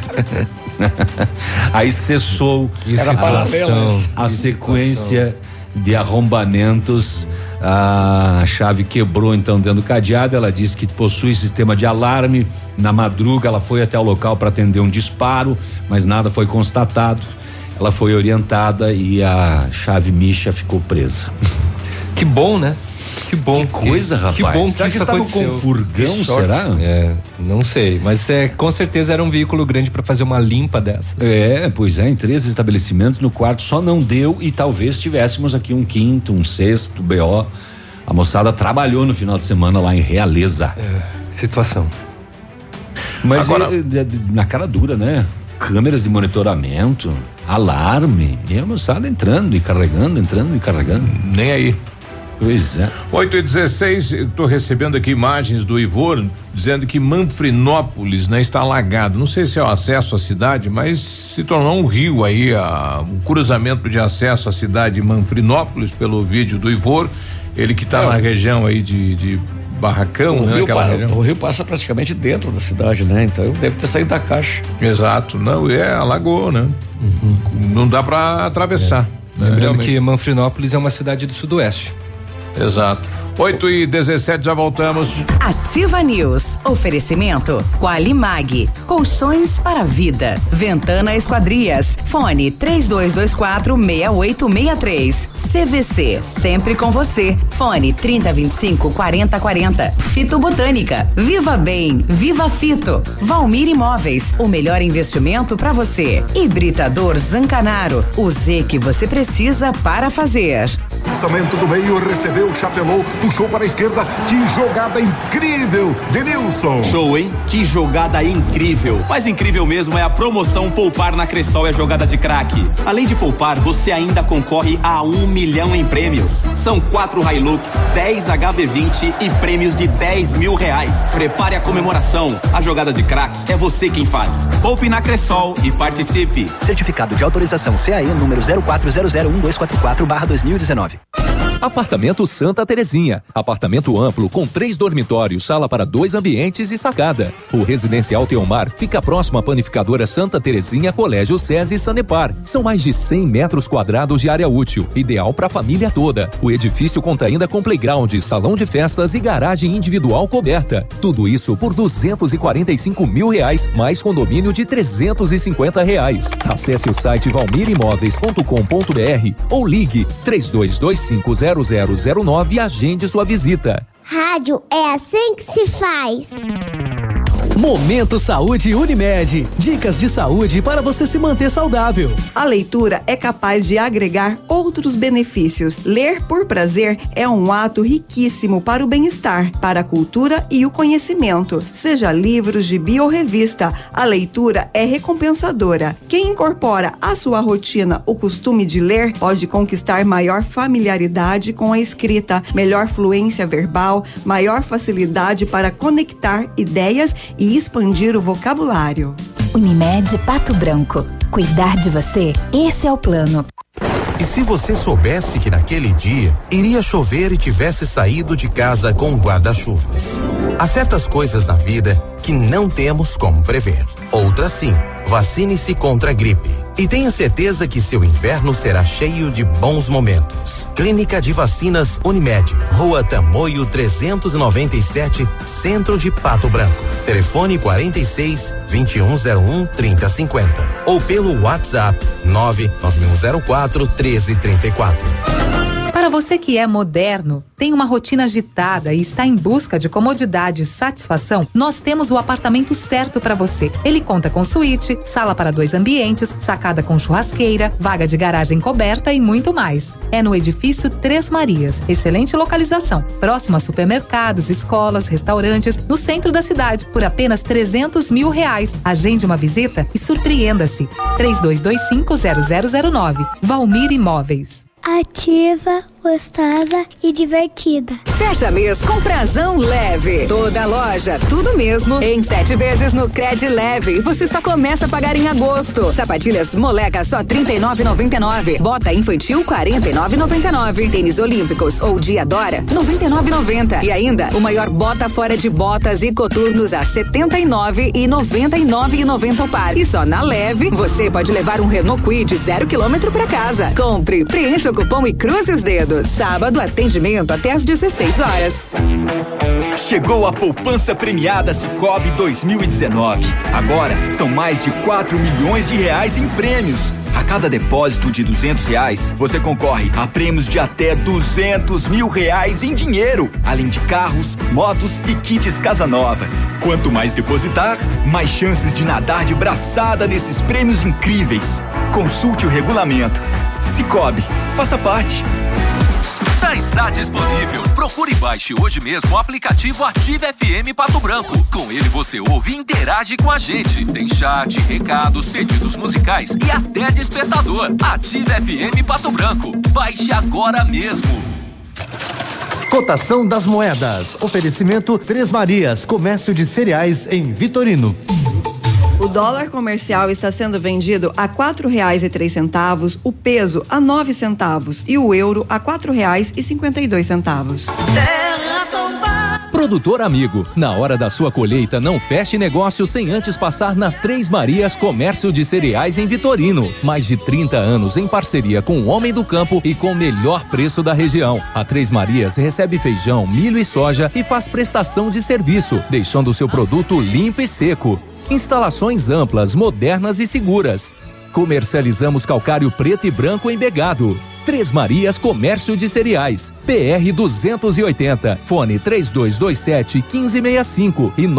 Aí cessou a sequência de arrombamentos. A chave quebrou então dentro do cadeado. Ela disse que possui sistema de alarme. Na madruga ela foi até o local para atender um disparo, mas nada foi constatado. Ela foi orientada e a chave micha ficou presa. Que bom, né? Que bom. Que coisa, rapaz. Que bom que será que isso estava aconteceu. com um furgão, será? Não sei, mas com certeza era um veículo grande para fazer uma limpa dessas. Pois é, em 13 estabelecimentos, no quarto só não deu, e talvez tivéssemos aqui um quinto, um sexto BO. A moçada trabalhou no final de semana lá em Realeza. Situação. Mas agora, na cara dura, né? Câmeras de monitoramento, alarme, e a moçada entrando e carregando, Nem aí. Pois é. 8:16, estou recebendo aqui imagens do Ivor dizendo que Manfrinópolis, né, está alagado. Não sei se é o acesso à cidade, mas se tornou um rio aí, o cruzamento de acesso à cidade de Manfrinópolis, pelo vídeo do Ivor, ele que está na região aí de Barracão, né? O rio passa praticamente dentro da cidade, né? Então deve ter saído da caixa. Exato, não, alagou, né? Não dá para atravessar. Lembrando que Manfrinópolis é uma cidade do Sudoeste. Exato. 8h17, já voltamos. Ativa News. Oferecimento Qualimag. Colchões para a vida. Ventana Esquadrias. Fone 3224-6863. CVC. Sempre com você. Fone 3025-4040. Fito Botânica. Viva Bem. Viva Fito. Valmir Imóveis. O melhor investimento para você. Hibridador Zancanaro. O Z que você precisa para fazer. Lançamento do meio, recebeu, chapelou, puxou para a esquerda, que jogada incrível de Nilson. Show, hein? Que jogada incrível. Mas incrível mesmo é a promoção Poupar na Cressol é jogada de craque. Além de poupar, você ainda concorre a 1 milhão em prêmios. São 4 Hilux, 10 HB20 e prêmios de R$10 mil. Prepare a comemoração. A jogada de craque é você quem faz. Poupe na Cressol e participe. Certificado de autorização CAE número 04001244/2019. Apartamento Santa Terezinha. Apartamento amplo com 3 dormitórios, sala para 2 ambientes e sacada. O residencial Teomar fica próximo à panificadora Santa Terezinha, Colégio SESI e Sanepar. São mais de 100 metros quadrados de área útil, ideal para a família toda. O edifício conta ainda com playground, salão de festas e garagem individual coberta. Tudo isso por R$245 mil, mais condomínio de R$350. Acesse o site valmirimóveis.com.br ou ligue 32250009 e agende sua visita. Rádio é assim que se faz. Momento Saúde Unimed. Dicas de saúde para você se manter saudável. A leitura é capaz de agregar outros benefícios. Ler por prazer é um ato riquíssimo para o bem-estar, para a cultura e o conhecimento. Seja livros, gibi ou revista, a leitura é recompensadora. Quem incorpora à sua rotina o costume de ler pode conquistar maior familiaridade com a escrita, melhor fluência verbal, maior facilidade para conectar ideias e expandir o vocabulário. Unimed Pato Branco. Cuidar de você, esse é o plano. E se você soubesse que naquele dia iria chover e tivesse saído de casa com guarda-chuvas? Há certas coisas na vida que não temos como prever. Outras sim. Vacine-se contra a gripe. E tenha certeza que seu inverno será cheio de bons momentos. Clínica de Vacinas Unimed. Rua Tamoio 397, Centro de Pato Branco. Telefone 46 2101 3050. Ou pelo WhatsApp 99104 1334. Para você que é moderno, tem uma rotina agitada e está em busca de comodidade e satisfação, nós temos o apartamento certo para você. Ele conta com suíte, sala para 2 ambientes, sacada com churrasqueira, vaga de garagem coberta e muito mais. É no edifício Três Marias. Excelente localização, próximo a supermercados, escolas, restaurantes, no centro da cidade, por apenas R$300 mil. Agende uma visita e surpreenda-se. 32250009. Valmir Imóveis. Ativa, gostosa e divertida. Fecha mês com prazão leve. Toda loja, tudo mesmo. Em 7 vezes no Cred Leve. Você só começa a pagar em agosto. Sapatilhas moleca só R$39,99. Bota infantil R$49,99. Tênis olímpicos ou Diadora R$99,90. E ainda o maior bota fora de botas e coturnos a R$79 e R$99,90 o par. E só na Leve você pode levar um Renault Kwid 0 km para casa. Compre, preencha o cupom e cruze os dedos. Sábado, atendimento até às 16 horas. Chegou a poupança premiada Sicoob 2019. Agora são mais de 4 milhões de reais em prêmios. A cada depósito de R$200, você concorre a prêmios de até R$200 mil em dinheiro, além de carros, motos e kits Casa Nova. Quanto mais depositar, mais chances de nadar de braçada nesses prêmios incríveis. Consulte o regulamento. Sicoob, faça parte. Já está disponível. Procure e baixe hoje mesmo o aplicativo Ative FM Pato Branco. Com ele você ouve e interage com a gente. Tem chat, recados, pedidos musicais e até despertador. Ative FM Pato Branco. Baixe agora mesmo. Cotação das moedas. Oferecimento Três Marias, comércio de cereais em Vitorino. O dólar comercial está sendo vendido a R$4,03, o peso a 9 centavos e o euro a R$4,52. Produtor amigo, na hora da sua colheita não feche negócio sem antes passar na Três Marias Comércio de Cereais em Vitorino. Mais de 30 anos em parceria com o homem do campo e com o melhor preço da região. A Três Marias recebe feijão, milho e soja e faz prestação de serviço, deixando o seu produto limpo e seco. Instalações amplas, modernas e seguras. Comercializamos calcário preto e branco embegado. Três Marias Comércio de Cereais, PR 280, fone 3227-1565 e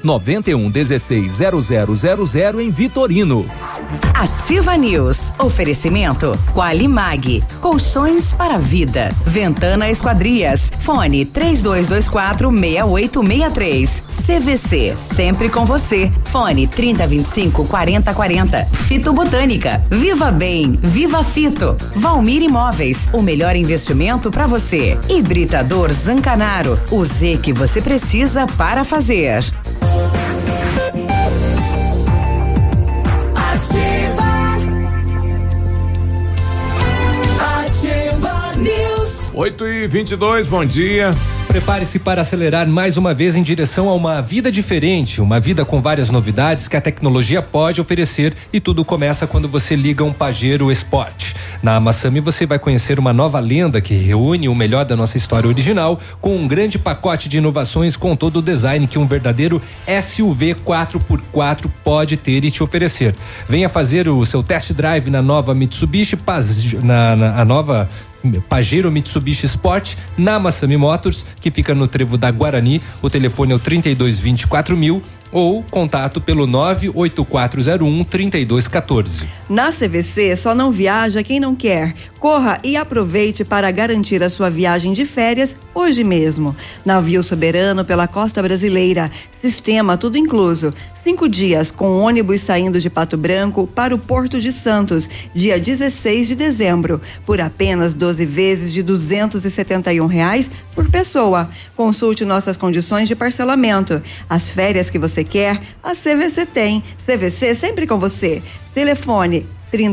991160000 em Vitorino. Ativa News. Oferecimento Qualimag. Colchões para a vida. Ventana Esquadrias. Fone 3224-6863. CVC. Sempre com você. Fone 3025-4040. Fito Botânica. Viva Bem. Viva Fito. Valmir Imóveis. O melhor investimento para você. Hibridador Zancanaro. O Z que você precisa para fazer. Ativa News. 8h22, bom dia. Prepare-se para acelerar mais uma vez em direção a uma vida diferente, uma vida com várias novidades que a tecnologia pode oferecer, e tudo começa quando você liga um Pajero Sport. Na Massami você vai conhecer uma nova lenda que reúne o melhor da nossa história original com um grande pacote de inovações com todo o design que um verdadeiro SUV 4x4 pode ter e te oferecer. Venha fazer o seu test drive na nova Mitsubishi, a nova Pajero Mitsubishi Sport na Massami Motors, que fica no Trevo da Guarani. O telefone é o 3224.000 ou contato pelo 98401-3214. Na CVC, só não viaja quem não quer. Corra e aproveite para garantir a sua viagem de férias hoje mesmo. Navio soberano pela costa brasileira. Sistema tudo incluso. 5 dias com ônibus saindo de Pato Branco para o Porto de Santos, dia 16 de dezembro, por apenas 12 vezes de R$271 por pessoa. Consulte nossas condições de parcelamento. As férias que você quer, a CVC tem. CVC sempre com você. Telefone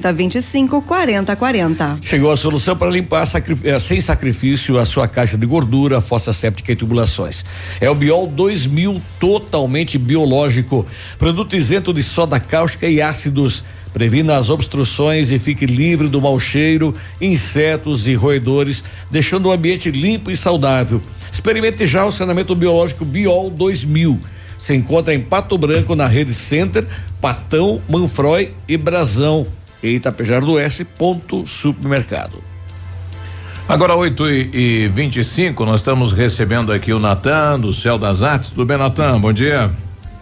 3025-4040. Chegou a solução para limpar sem sacrifício a sua caixa de gordura, fossa séptica e tubulações. É o Biol 2000, totalmente biológico. Produto isento de soda cáustica e ácidos. Previna as obstruções e fique livre do mau cheiro, insetos e roedores, deixando o ambiente limpo e saudável. Experimente já o saneamento biológico Biol 2000. Se encontra em Pato Branco, na Rede Center, Patão, Manfroy e Brasão. E Itapejar do Oeste, ponto supermercado. Agora 8h25, nós estamos recebendo aqui o Natan do Céu das Artes. Tudo bem, Natan? Bom dia.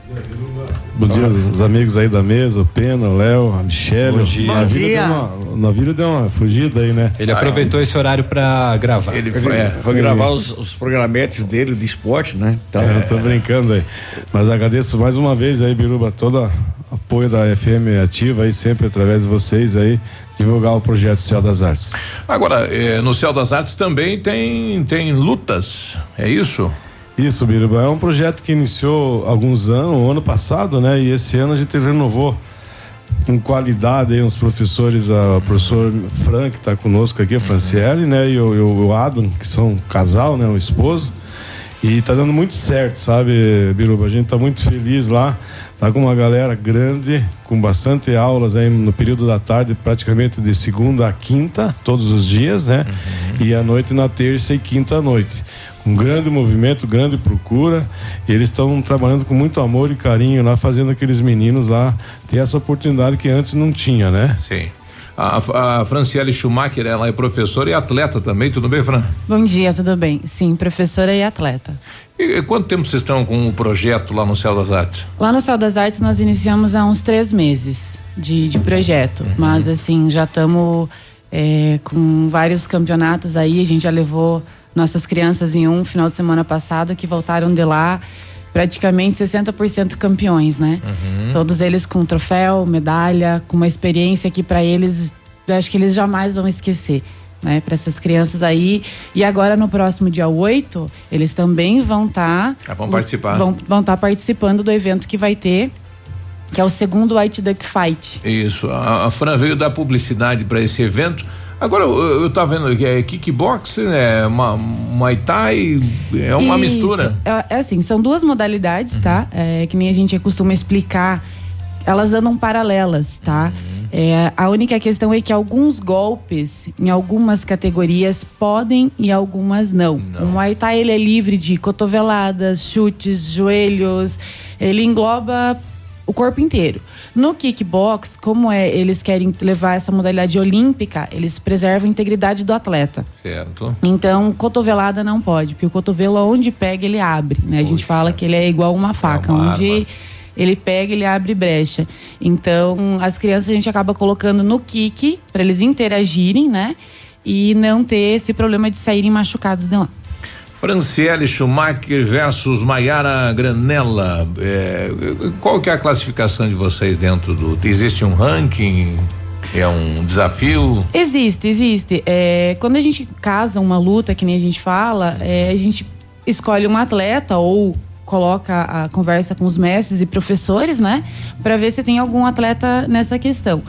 Bom dia, os amigos aí da mesa, o Pena, o Léo, a Michelle. Bom dia. Bom dia. Na vida deu uma fugida aí, né? Ele aproveitou esse horário pra gravar. Ele foi gravar os programetes dele de esporte, né? Então, eu tô brincando aí. Mas agradeço mais uma vez aí, Biruba, todo o apoio da FM Ativa aí, sempre através de vocês aí, divulgar o projeto Céu das Artes. Agora, no Céu das Artes também tem lutas, é isso? Isso, Biruba, é um projeto que iniciou há alguns anos, o ano passado, né? E esse ano a gente renovou com qualidade aí, uns professores, o professor Frank que tá conosco aqui, a Franciele, né? E o Adam, que são um casal, né? Um esposo. E tá dando muito certo, sabe, Biruba? A gente tá muito feliz lá, tá com uma galera grande, com bastante aulas aí no período da tarde, praticamente de segunda a quinta, todos os dias, né? E à noite na terça e quinta à noite. Um grande movimento, grande procura, e eles estão trabalhando com muito amor e carinho lá, fazendo aqueles meninos lá ter essa oportunidade que antes não tinha, né? Sim. A Franciele Schumacher, ela é professora e atleta também, tudo bem, Fran? Bom dia, tudo bem? Sim, professora e atleta. E quanto tempo vocês estão com o projeto lá no Céu das Artes? Lá no Céu das Artes nós iniciamos há uns 3 meses de projeto, mas assim, já estamos com vários campeonatos aí, a gente já levou nossas crianças em um final de semana passado que voltaram de lá praticamente 60% campeões, né? Todos eles com troféu, medalha, com uma experiência que para eles, eu acho que eles jamais vão esquecer, né? Para essas crianças aí. E agora no próximo dia 8, eles também vão estar vão participar. Vão estar participando do evento que vai ter, que é o segundo White Duck Fight. Isso. A Fran veio dar publicidade para esse evento. Agora, eu tava vendo que é kickboxing, Muay Thai, é uma mistura. É assim, são duas modalidades, tá? Que nem a gente costuma explicar, elas andam paralelas, tá? A única questão é que alguns golpes, em algumas categorias, podem e algumas não. O Muay Thai, ele é livre de cotoveladas, chutes, joelhos, ele engloba o corpo inteiro. No kickbox, como eles querem levar essa modalidade olímpica, eles preservam a integridade do atleta. Certo. Então, cotovelada não pode, porque o cotovelo, onde pega, ele abre, né? A gente fala que ele é igual uma faca, onde ele pega, ele abre brecha. Então, as crianças a gente acaba colocando no kick, para eles interagirem, né? E não ter esse problema de saírem machucados de lá. Franciele Schumacher versus Maiara Granella. Qual que é a classificação de vocês dentro do... Existe um ranking? É um desafio? Existe. Quando a gente casa uma luta, que nem a gente fala, a gente escolhe um atleta ou coloca a conversa com os mestres e professores, né? Para ver se tem algum atleta nessa questão.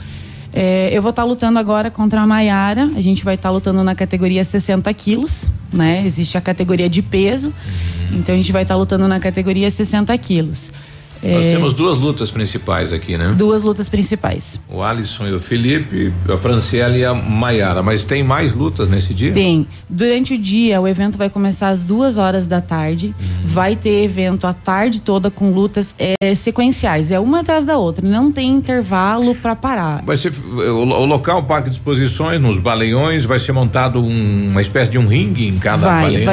Eu vou estar lutando agora contra a Maiara. A gente vai estar lutando na categoria 60 quilos, né? Existe a categoria de peso. Então a gente vai estar lutando na categoria 60 quilos. Nós temos duas lutas principais aqui, né? Duas lutas principais. O Alisson e o Felipe, a Franciele e a Maiara. Mas tem mais lutas nesse dia? Tem. Durante o dia, o evento vai começar às 2h da tarde. Vai ter evento a tarde toda com lutas sequenciais. É uma atrás da outra. Não tem intervalo para parar. Vai ser o local, parque de exposições, nos baleiões, vai ser montado uma espécie de um ringue em cada baleião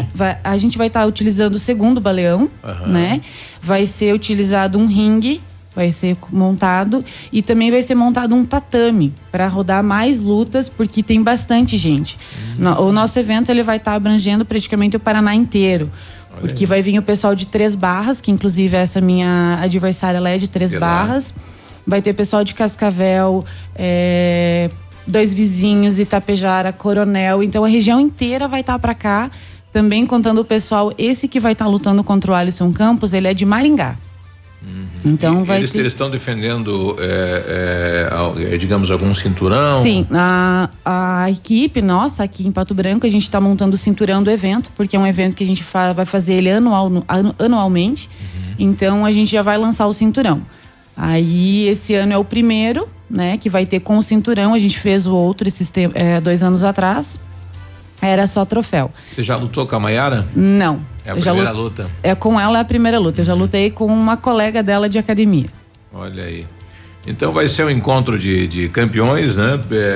a gente vai estar utilizando o segundo baleão, né? Vai ser utilizado um ringue, vai ser montado, e também vai ser montado um tatame para rodar mais lutas, porque tem bastante gente. O nosso evento, ele vai estar abrangendo praticamente o Paraná inteiro. Porque vai vir o pessoal de Três Barras, que inclusive essa minha adversária, ela é de Três Barras. Vai ter pessoal de Cascavel, Dois Vizinhos, Itapejara, Coronel. Então a região inteira vai estar para cá. Também contando o pessoal, esse que vai estar lutando contra o Alisson Campos, ele é de Maringá. Então eles estão defendendo, digamos, algum cinturão? Sim, a equipe nossa aqui em Pato Branco, a gente está montando o cinturão do evento, porque é um evento que a gente vai fazer ele anualmente. Então a gente já vai lançar o cinturão. Aí esse ano é o primeiro, né, que vai ter com o cinturão. A gente fez o outro 2 anos atrás. Era só troféu. Você já lutou com a Maiara? Não. É a primeira luta? Com ela é a primeira luta. Eu já lutei com uma colega dela de academia. Olha aí. Então vai ser um encontro de campeões, né?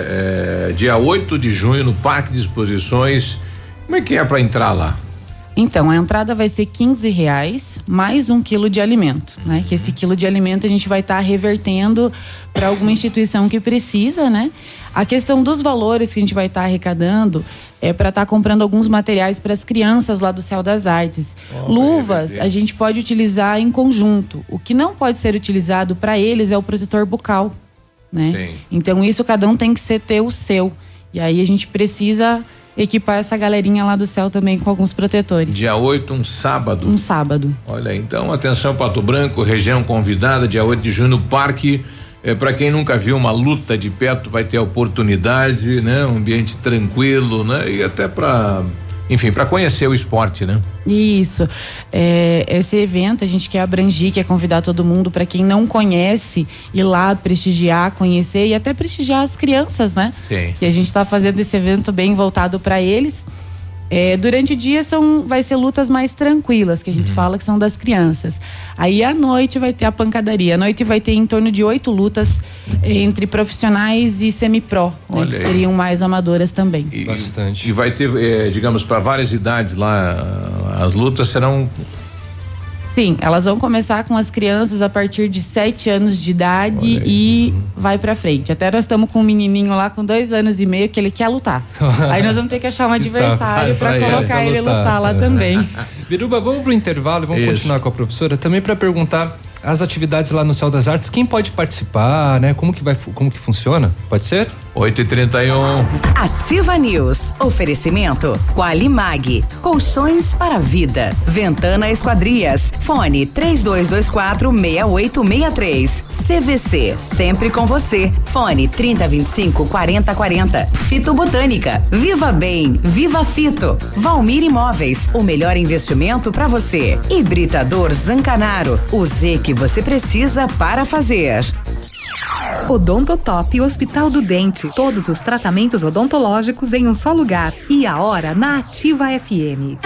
Dia 8 de junho no Parque de Exposições. Como é que é para entrar lá? Então, a entrada vai ser R$15 mais 1 quilo de alimento, né? Que esse quilo de alimento a gente vai estar revertendo para alguma instituição que precisa, né? A questão dos valores que a gente vai estar arrecadando é para estar comprando alguns materiais para as crianças lá do Céu das Artes. Luvas a gente pode utilizar em conjunto. O que não pode ser utilizado para eles é o protetor bucal, né? Sim. Então isso cada um tem que ter o seu. E aí a gente precisa equipar essa galerinha lá do céu também com alguns protetores. Dia 8, um sábado. Um sábado. Olha, então atenção, Pato Branco, região convidada, dia 8 de junho no parque. Para quem nunca viu uma luta de perto, vai ter a oportunidade, né? Um ambiente tranquilo, né? E até para conhecer o esporte, né? Isso. Esse evento a gente quer abranger, quer convidar todo mundo, para quem não conhece, ir lá prestigiar, conhecer e até prestigiar as crianças, né? Sim. E a gente está fazendo esse evento bem voltado para eles. Durante o dia vai ser lutas mais tranquilas, que a gente fala que são das crianças. Aí à noite vai ter a pancadaria. À noite vai ter em torno de 8 lutas entre profissionais e semi-pro, né, que seriam mais amadoras também. Bastante. E vai ter, digamos, para várias idades lá, as lutas serão... Sim, elas vão começar com as crianças a partir de 7 anos de idade e vai pra frente. Até nós estamos com um menininho lá com 2 anos e meio que ele quer lutar. Aí nós vamos ter que achar um adversário para colocar ele lutar lá também. Biruba, vamos pro intervalo e vamos continuar com a professora também para perguntar as atividades lá no Céu das Artes, quem pode participar, né? Como que funciona? Pode ser? 8h31. Ativa News. Oferecimento Qualimag. Colchões para a vida. Ventana Esquadrias. Fone 3224-6863. CVC. Sempre com você. Fone 3025-4040. Fito Botânica. Viva Bem. Viva Fito. Valmir Imóveis. O melhor investimento para você. Hibridador Zancanaro. O Z que você precisa para fazer. Odontotop Hospital do Dente. Todos os tratamentos odontológicos em um só lugar. E a hora na Ativa FM.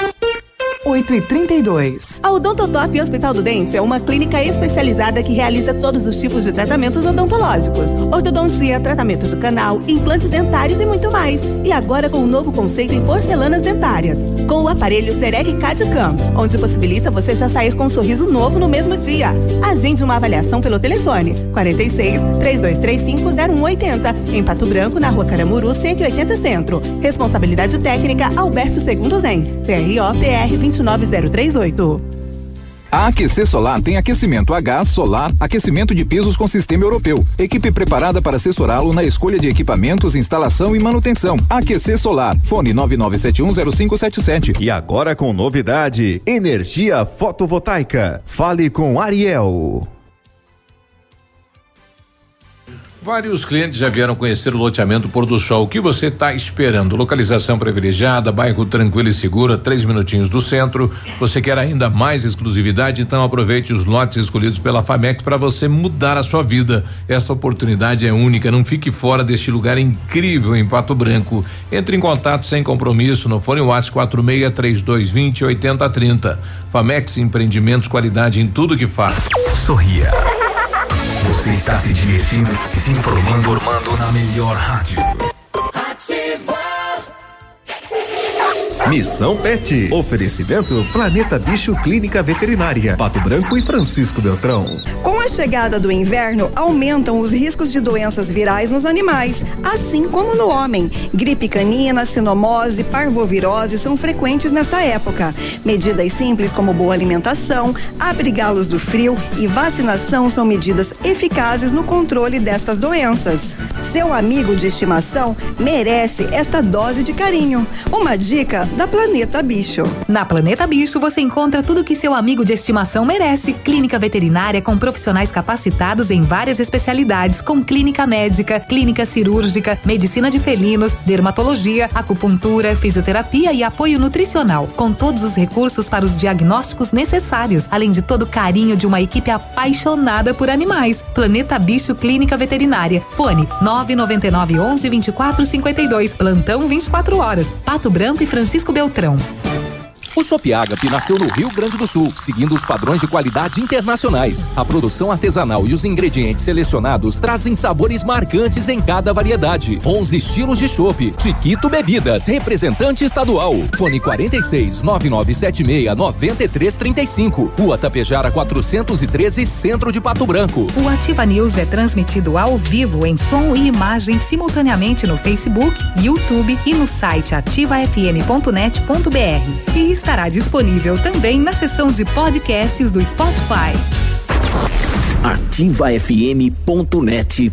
8h32. A Odontotop Hospital do Dente é uma clínica especializada que realiza todos os tipos de tratamentos odontológicos. Ortodontia, tratamentos do canal, implantes dentários e muito mais. E agora com um novo conceito em porcelanas dentárias. Com o aparelho Serec CAD/CAM, onde possibilita você já sair com um sorriso novo no mesmo dia. Agende uma avaliação pelo telefone 46-3235-0180, em Pato Branco, na Rua Caramuru, 180 Centro. Responsabilidade técnica Alberto Segundo Zen, CRO-PR 29038. A AQC Solar tem aquecimento a gás, solar, aquecimento de pisos com sistema europeu. Equipe preparada para assessorá-lo na escolha de equipamentos, instalação e manutenção. AQC Solar. Fone 99710577. E agora com novidade: energia fotovoltaica. Fale com Ariel. Vários clientes já vieram conhecer o loteamento Pôr do Sol. O que você está esperando? Localização privilegiada, bairro tranquilo e seguro, 3 minutinhos do centro. Você quer ainda mais exclusividade? Então aproveite os lotes escolhidos pela Famex para você mudar a sua vida. Essa oportunidade é única. Não fique fora deste lugar incrível em Pato Branco. Entre em contato sem compromisso no fone WhatsApp 463220-8030. Famex Empreendimentos, qualidade em tudo que faz. Sorria. Você está se divertindo e se informando na melhor rádio. Ativa. Missão Pet. Oferecimento Planeta Bicho Clínica Veterinária, Pato Branco e Francisco Beltrão. Com a chegada do inverno, aumentam os riscos de doenças virais nos animais, assim como no homem. Gripe canina, sinomose, parvovirose são frequentes nessa época. Medidas simples como boa alimentação, abrigá-los do frio e vacinação são medidas eficazes no controle destas doenças. Seu amigo de estimação merece esta dose de carinho. Uma dica da Planeta Bicho. Na Planeta Bicho você encontra tudo que seu amigo de estimação merece. Clínica veterinária com profissionais capacitados em várias especialidades, com clínica médica, clínica cirúrgica, medicina de felinos, dermatologia, acupuntura, fisioterapia e apoio nutricional, com todos os recursos para os diagnósticos necessários, além de todo o carinho de uma equipe apaixonada por animais. Planeta Bicho Clínica Veterinária. Fone 99911-2452. Plantão 24 horas. Pato Branco e Francisco Beltrão. O Chopp Agape nasceu no Rio Grande do Sul, seguindo os padrões de qualidade internacionais. A produção artesanal e os ingredientes selecionados trazem sabores marcantes em cada variedade. 11 estilos de chopp. Chiquito Bebidas, representante estadual. Fone 46-9976-9335. Rua Tapejara 413, Centro de Pato Branco. O Ativa News é transmitido ao vivo em som e imagem simultaneamente no Facebook, YouTube e no site ativafm.net.br. E estará disponível também na seção de podcasts do Spotify. ativafm.net.br.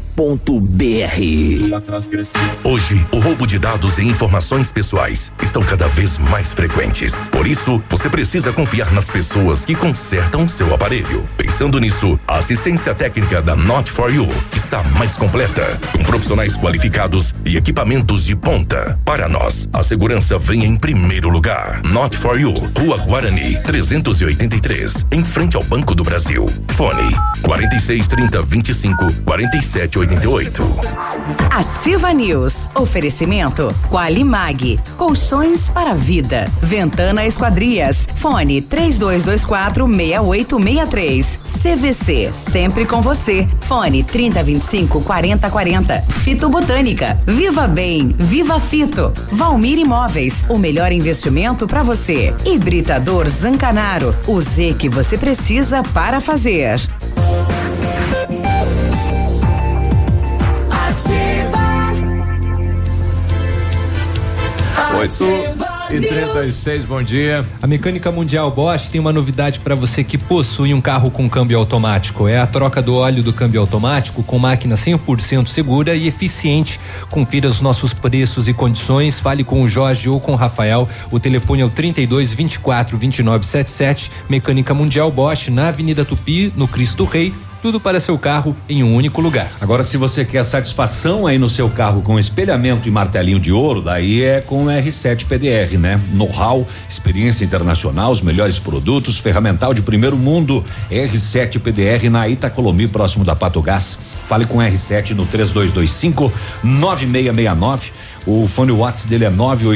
Hoje, o roubo de dados e informações pessoais estão cada vez mais frequentes. Por isso, você precisa confiar nas pessoas que consertam seu aparelho. Pensando nisso, a assistência técnica da Not4U está mais completa, com profissionais qualificados e equipamentos de ponta. Para nós, a segurança vem em primeiro lugar. Not4U, Rua Guarani, 383, em frente ao Banco do Brasil. Fone 46-30-25-4788. Ativa News. Oferecimento Qualimag. Colchões para a vida. Ventana Esquadrias. Fone 3224-6863. CVC. Sempre com você. Fone 3025-4040. Fito Botânica. Viva Bem. Viva Fito. Valmir Imóveis. O melhor investimento para você. Hibridador Zancanaro. O Z que você precisa para fazer. Ativa. 7h36, bom dia. A Mecânica Mundial Bosch tem uma novidade para você que possui um carro com câmbio automático. É a troca do óleo do câmbio automático com máquina 100% segura e eficiente. Confira os nossos preços e condições. Fale com o Jorge ou com o Rafael. O telefone é o 32 24 29 77. Mecânica Mundial Bosch, na Avenida Tupi, no Cristo Rei. Tudo para seu carro em um único lugar. Agora, se você quer satisfação aí no seu carro com espelhamento e martelinho de ouro, daí é com o R7 PDR, né? Know-how, experiência internacional, os melhores produtos, ferramental de primeiro mundo. R7 PDR na Itacolomi, próximo da Pato Gás. Fale com R7 no 3225-9669. O fone WhatsApp dele é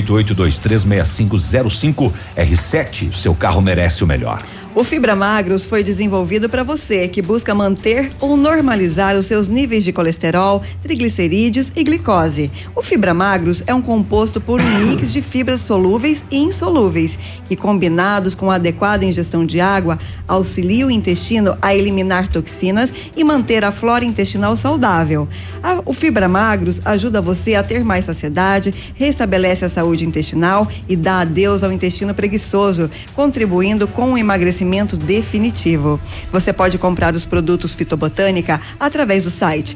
988236505. R7, seu carro merece o melhor. O Fibra Magros foi desenvolvido para você que busca manter ou normalizar os seus níveis de colesterol, triglicerídeos e glicose. O Fibra Magros é um composto por um mix de fibras solúveis e insolúveis, que combinados com a adequada ingestão de água, auxiliam o intestino a eliminar toxinas e manter a flora intestinal saudável. O Fibra Magros ajuda você a ter mais saciedade, restabelece a saúde intestinal e dá adeus ao intestino preguiçoso, contribuindo com o emagrecimento definitivo. Você pode comprar os produtos Fitobotânica através do site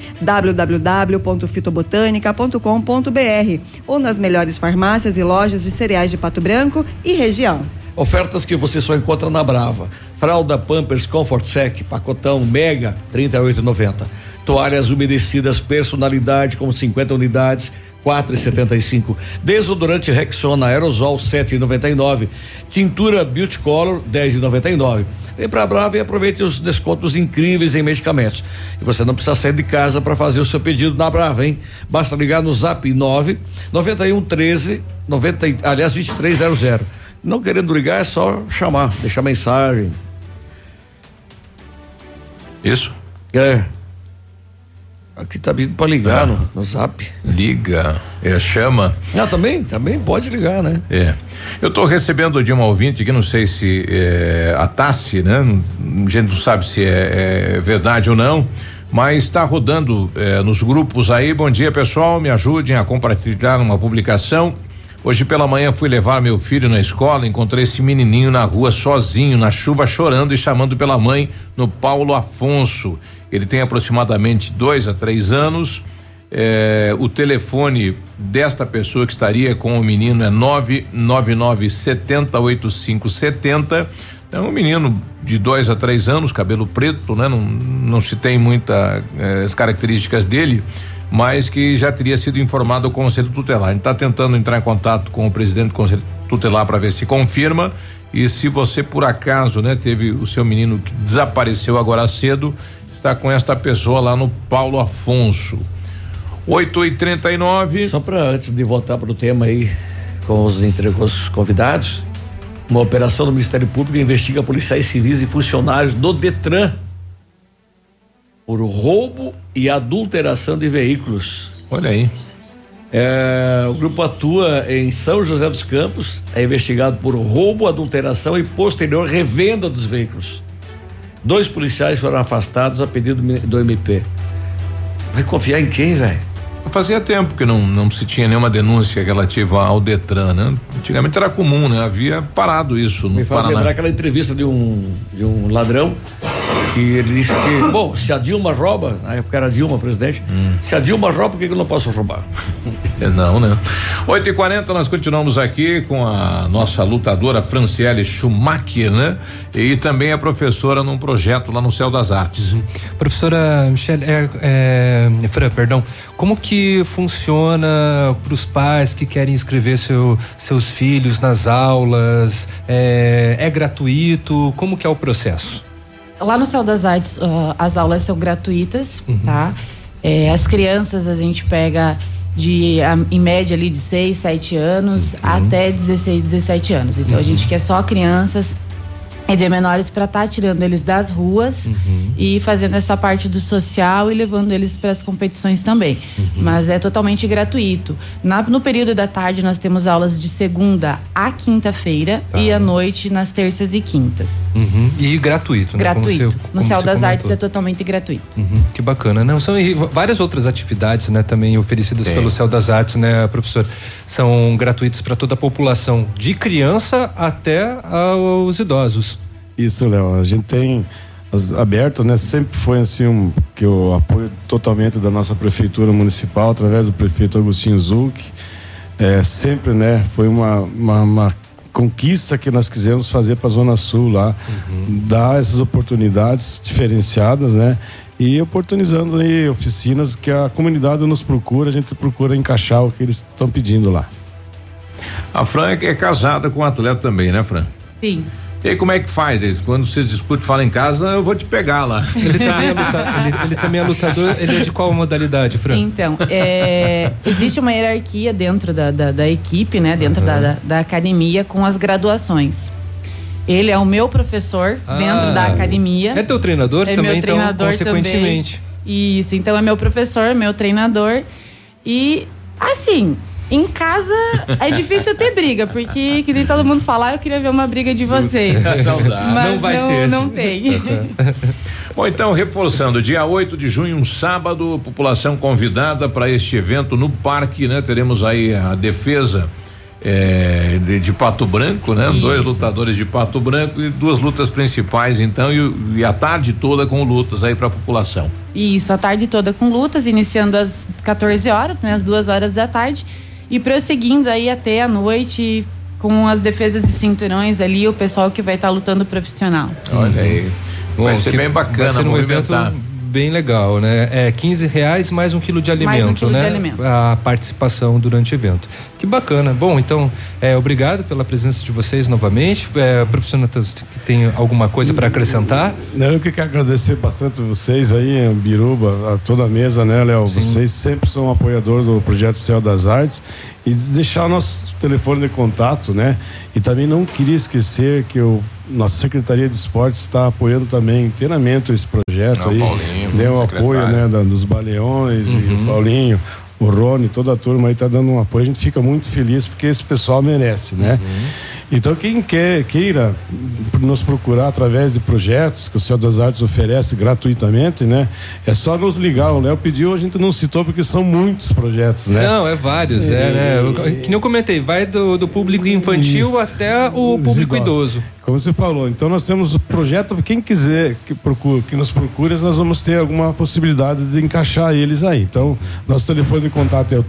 www.fitobotanica.com.br ou nas melhores farmácias e lojas de cereais de Pato Branco e região. Ofertas que você só encontra na Brava. Fralda Pampers Comfort Sec, pacotão Mega, R$38,90. Toalhas umedecidas personalidade com 50 unidades, R$4,75. Desodorante Rexona Aerosol, R$7,99. Tintura Beauty Color, R$10,99. Vem pra Brava e aproveite os descontos incríveis em medicamentos. E você não precisa sair de casa para fazer o seu pedido na Brava, hein? Basta ligar no Zap 99113-2300. Não querendo ligar, é só chamar, deixar mensagem. Isso? É. Aqui tá pedindo pra ligar no Zap. Liga, chama. Ah, também pode ligar, né? Eu tô recebendo de uma ouvinte que não sei se a Tassi, né? A gente não sabe se é verdade ou não, mas está rodando nos grupos aí. Bom dia, pessoal, me ajudem a compartilhar uma publicação. Hoje pela manhã fui levar meu filho na escola, encontrei esse menininho na rua sozinho, na chuva, chorando e chamando pela mãe no Paulo Afonso. Ele tem aproximadamente 2 a 3 anos. O telefone desta pessoa que estaria com o menino é 999708570. É um menino de 2 a 3 anos, cabelo preto, né? Não se tem muitas as características dele, mas que já teria sido informado ao Conselho Tutelar. A gente está tentando entrar em contato com o presidente do Conselho Tutelar para ver se confirma. E se você por acaso, né, teve o seu menino que desapareceu agora cedo, está com esta pessoa lá no Paulo Afonso. 8h39. Só para antes de voltar para o tema aí com os convidados, uma operação do Ministério Público investiga policiais civis e funcionários do Detran por roubo e adulteração de veículos. Olha aí. O grupo atua em São José dos Campos, é investigado por roubo, adulteração e posterior revenda dos veículos. 2 policiais foram afastados a pedido do MP. Vai confiar em quem, velho? Fazia tempo que não se tinha nenhuma denúncia relativa ao Detran, né? Antigamente era comum, né? Havia parado isso no Paraná. Me faz lembrar aquela entrevista de um ladrão que ele disse que, bom, se a Dilma rouba, na época era a Dilma presidente, se a Dilma rouba, por que eu não posso roubar? Não, né? 8h40, nós continuamos aqui com a nossa lutadora Franciele Schumacher, né? E também a professora num projeto lá no Céu das Artes. Professora Michele, Fran, perdão, como que funciona para os pais que querem inscrever seus filhos nas aulas? É gratuito? Como que é o processo? Lá no Céu das Artes, as aulas são gratuitas, tá? As crianças a gente pega em média ali de 6, 7 anos até 16, 17 anos. Então a gente quer só crianças ED menores para estar tirando eles das ruas e fazendo essa parte do social e levando eles para as competições também. Mas é totalmente gratuito. No período da tarde nós temos aulas de segunda a quinta-feira e à noite nas terças e quintas. E gratuito, né? Gratuito. No Céu das Artes é totalmente gratuito. Que bacana. Não, são várias outras atividades, né, também oferecidas pelo Céu das Artes, né, professor? São gratuitos para toda a população, de criança até aos idosos. Isso, Léo. A gente tem aberto, né? Sempre foi assim que o apoio totalmente da nossa prefeitura municipal, através do prefeito Agostinho Zucchi. Sempre, né? Foi uma conquista que nós quisemos fazer para a Zona Sul lá, dar essas oportunidades diferenciadas, né? E oportunizando aí oficinas que a comunidade nos procura, a gente procura encaixar o que eles estão pedindo lá. A Fran é casada com um atleta também, né, Fran? Sim. E aí, como é que faz? Quando vocês discutem, falam em casa, eu vou te pegar lá. Ele também é lutador, ele é de qual modalidade, Fran? Então, existe uma hierarquia dentro da equipe, né? Dentro da academia com as graduações. Ele é o meu professor dentro da academia. É teu treinador também, meu treinador, então, consequentemente. Também. Isso, então é meu professor, meu treinador. E, assim, em casa é difícil ter briga, porque, que nem todo mundo fala, eu queria ver uma briga de vocês. Não dá. Mas não vai ter. Não tem. Bom, então, reforçando, dia 8 de junho, um sábado, população convidada para este evento no parque, né? Teremos aí a defesa de Pato Branco, né? Isso. 2 lutadores de Pato Branco e 2 lutas principais, então, e a tarde toda com lutas aí para a população. Isso, a tarde toda com lutas, iniciando às 14 horas, né? Às 2 horas da tarde e prosseguindo aí até a noite com as defesas de cinturões ali, o pessoal que vai estar lutando profissional. Olha aí. Vai ser bem bacana, vai ser um evento bem legal, né? R$15 mais 1 quilo de alimento, mais 1 quilo né? De alimento. A participação durante o evento. Que bacana. Bom, então, obrigado pela presença de vocês novamente. Professor Natan, tem alguma coisa para acrescentar? Eu que quero agradecer bastante vocês aí, Biruba, a toda a mesa, né, Léo? Vocês sempre são apoiadores do projeto Céu das Artes e deixar o nosso telefone de contato, né? E também não queria esquecer que nossa Secretaria de Esportes está apoiando também inteiramente esse projeto aí. Paulinho, deu o apoio, né, dos Baleões e o Paulinho, o Rony, toda a turma aí está dando um apoio. A gente fica muito feliz porque esse pessoal merece, né? Então quem queira nos procurar através de projetos que o Céu das Artes oferece gratuitamente, né? É só nos ligar. O Léo pediu, a gente não citou porque são muitos projetos, né? Não, vários, né? Que nem eu comentei, vai do público infantil até o público idoso. Como você falou, então nós temos o projeto, quem quiser que nos procure, nós vamos ter alguma possibilidade de encaixar eles aí. Então, nosso telefone de contato é o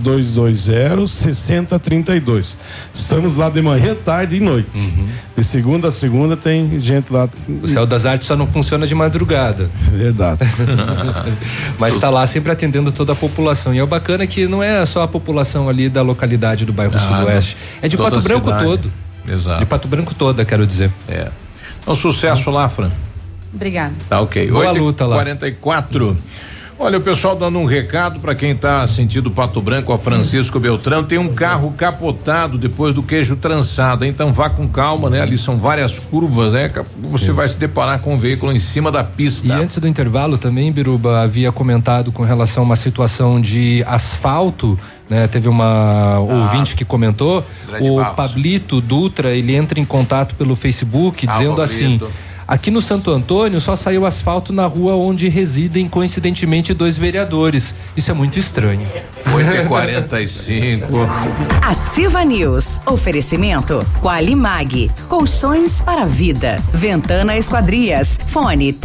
3220-6032. Estamos lá de manhã, tarde e noite. De segunda a segunda tem gente lá. O Céu das Artes só não funciona de madrugada. Verdade. Mas está lá sempre atendendo toda a população. E é o bacana que não é só a população ali da localidade do bairro Sudoeste, é de Pato Branco todo. Exato. De Pato Branco toda, quero dizer. Então, sucesso lá, Fran. Obrigada. Tá ok. Boa luta lá. 44. Olha, o pessoal dando um recado para quem tá sentindo Pato Branco, a Francisco Beltrão, tem um carro capotado depois do queijo trançado, então vá com calma, né? Ali são várias curvas, né? Você vai se deparar com um veículo em cima da pista. E antes do intervalo também, Biruba havia comentado com relação a uma situação de asfalto, né? Teve uma ouvinte que comentou, o Pablito Dutra, ele entra em contato pelo Facebook dizendo assim: aqui no Santo Antônio só saiu asfalto na rua onde residem coincidentemente 2 vereadores. Isso é muito estranho. 8h45. Ativa News. Oferecimento Qualimag. Colchões para a vida. Ventana Esquadrias. Fone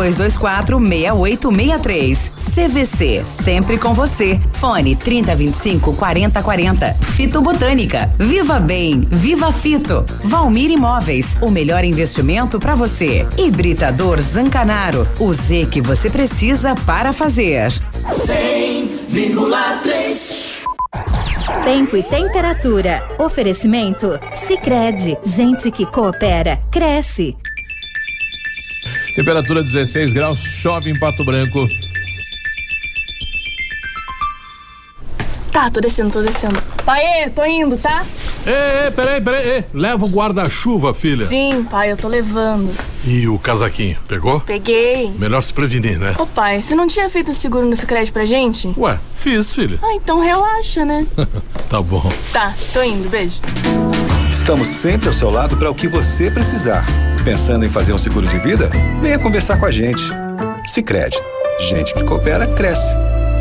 3224-6863. CVC. Sempre com você. Fone 3025-4040. Fito Botânica. Viva Bem. Viva Fito. Valmir Imóveis. O melhor investimento para você. Hibridador Zancanaro. O Z que você precisa para fazer. 100,3. Tempo e temperatura. Oferecimento Sicredi. Gente que coopera, cresce. Temperatura 16 graus, chove em Pato Branco. Tá, tô descendo. Pai, tô indo, tá? Peraí. Leva o guarda-chuva, filha. Sim, pai, eu tô levando. E o casaquinho, pegou? Peguei. Melhor se prevenir, né? Ô pai, você não tinha feito o seguro no Sicredi pra gente? Ué, fiz, filha. Ah, então relaxa, né? Tá bom. Tá, tô indo, beijo. Estamos sempre ao seu lado para o que você precisar. Pensando em fazer um seguro de vida? Venha conversar com a gente. Sicredi. Gente que coopera, cresce.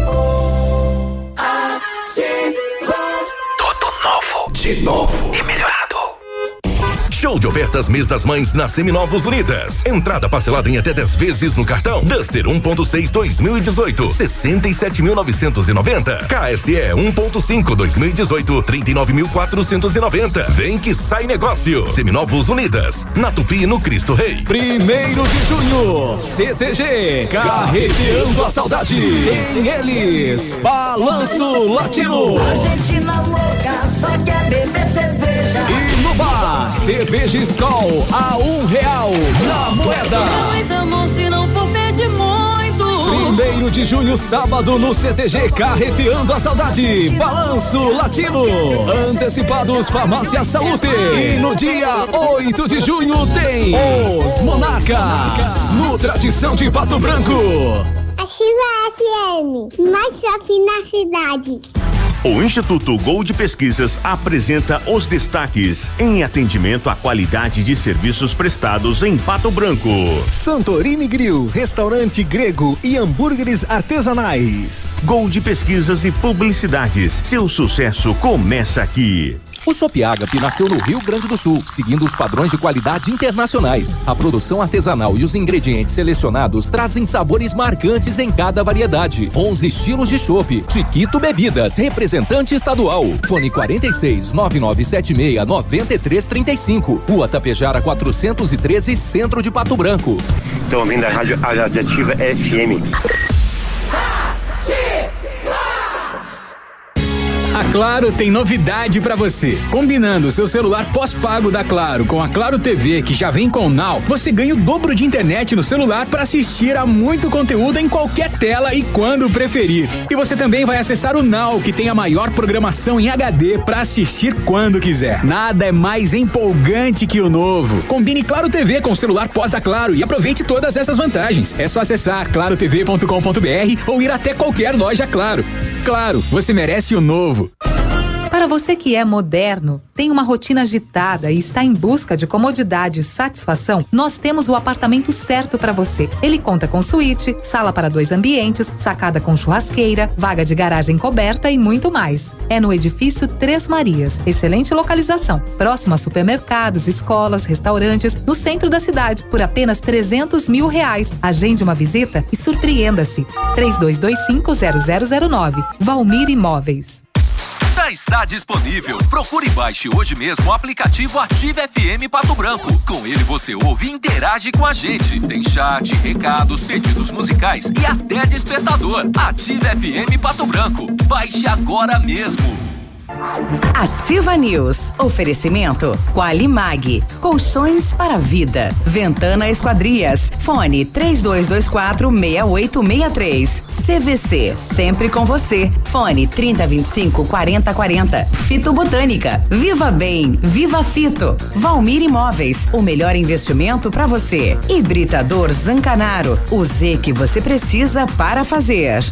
Tudo novo. De novo. E melhorado. Show de ofertas mês das mães na Seminovos Unidas. Entrada parcelada em até 10 vezes no cartão. Duster 1.6 2018, 67.990. KSE 1.5 2018, 39.490. Vem que sai negócio. Seminovos Unidas, na Tupi, no Cristo Rei. 1º de junho, CTG, carreteando a saudade. Em eles, Balanço Latino. Argentina louca, só quer beber cerveja. E no bar, cerveja Skol a R$1 na moeda. Mas amor, se não for pedir muito. 1º de junho, sábado, no CTG, carreteando a saudade. Balanço Latino. Antecipados Farmácia Salute. E no dia 8 de junho tem Os Monarcas, no Tradição de Pato Branco. Ativa FM, mais shopping na cidade. O Instituto Gold Pesquisas apresenta os destaques em atendimento à qualidade de serviços prestados em Pato Branco. Santorini Grill, restaurante grego e hambúrgueres artesanais. Gold Pesquisas e Publicidades. Seu sucesso começa aqui. O Chopp Agape nasceu no Rio Grande do Sul, seguindo os padrões de qualidade internacionais. A produção artesanal e os ingredientes selecionados trazem sabores marcantes em cada variedade. 11 estilos de chopp. Chiquito Bebidas, representante estadual. Fone 46-9976-9335. Rua Tapejara 413, Centro de Pato Branco. Estou ouvindo a Rádio Ativa FM. A Claro tem novidade pra você. Combinando o seu celular pós-pago da Claro com a Claro TV, que já vem com o Now, você ganha o dobro de internet no celular para assistir a muito conteúdo em qualquer tela e quando preferir. E você também vai acessar o Now, que tem a maior programação em HD para assistir quando quiser. Nada é mais empolgante que o novo. Combine Claro TV com o celular pós da Claro e aproveite todas essas vantagens. É só acessar clarotv.com.br ou ir até qualquer loja Claro. Claro, você merece o novo. Para você que é moderno, tem uma rotina agitada e está em busca de comodidade e satisfação, nós temos o apartamento certo para você. Ele conta com suíte, sala para 2 ambientes, sacada com churrasqueira, vaga de garagem coberta e muito mais. É no edifício Três Marias. Excelente localização, próximo a supermercados, escolas, restaurantes, no centro da cidade, por apenas R$300 mil. Agende uma visita e surpreenda-se. 3225-0009. Valmir Imóveis. Já está disponível. Procure e baixe hoje mesmo o aplicativo Ative FM Pato Branco. Com ele você ouve e interage com a gente. Tem chat, recados, pedidos musicais e até despertador. Ative FM Pato Branco. Baixe agora mesmo. Ativa News. Oferecimento Qualimag. Colchões para a vida. Ventana Esquadrias. Fone 3224-6863. CVC. Sempre com você. Fone 3025-4040. Fito Botânica. Viva Bem. Viva Fito. Valmir Imóveis. O melhor investimento para você. Hibridador Zancanaro. O Z que você precisa para fazer.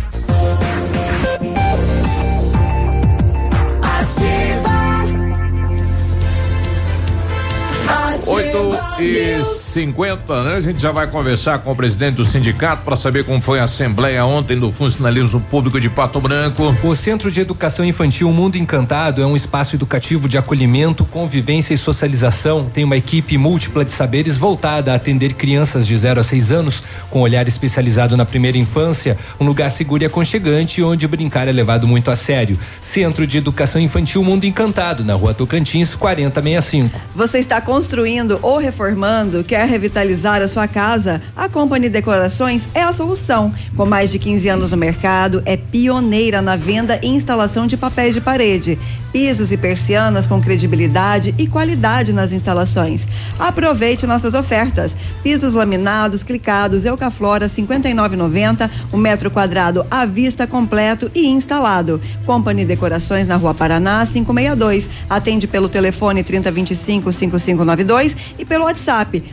8h50, né? A gente já vai conversar com o presidente do sindicato para saber como foi a assembleia ontem do funcionalismo público de Pato Branco. O Centro de Educação Infantil Mundo Encantado é um espaço educativo de acolhimento, convivência e socialização. Tem uma equipe múltipla de saberes voltada a atender crianças de 0 a 6 anos, com olhar especializado na primeira infância, um lugar seguro e aconchegante onde brincar é levado muito a sério. Centro de Educação Infantil Mundo Encantado, na Rua Tocantins, 4065. Você está construindo ou reformando, quer quer revitalizar a sua casa, a Company Decorações é a solução. Com mais de 15 anos no mercado, é pioneira na venda e instalação de papéis de parede, pisos e persianas com credibilidade e qualidade nas instalações. Aproveite nossas ofertas. Pisos laminados, clicados, Eucaflora, R$ 59,90, um metro quadrado à vista, completo e instalado. Company Decorações na Rua Paraná, 562. Atende pelo telefone 3025-5592 e pelo WhatsApp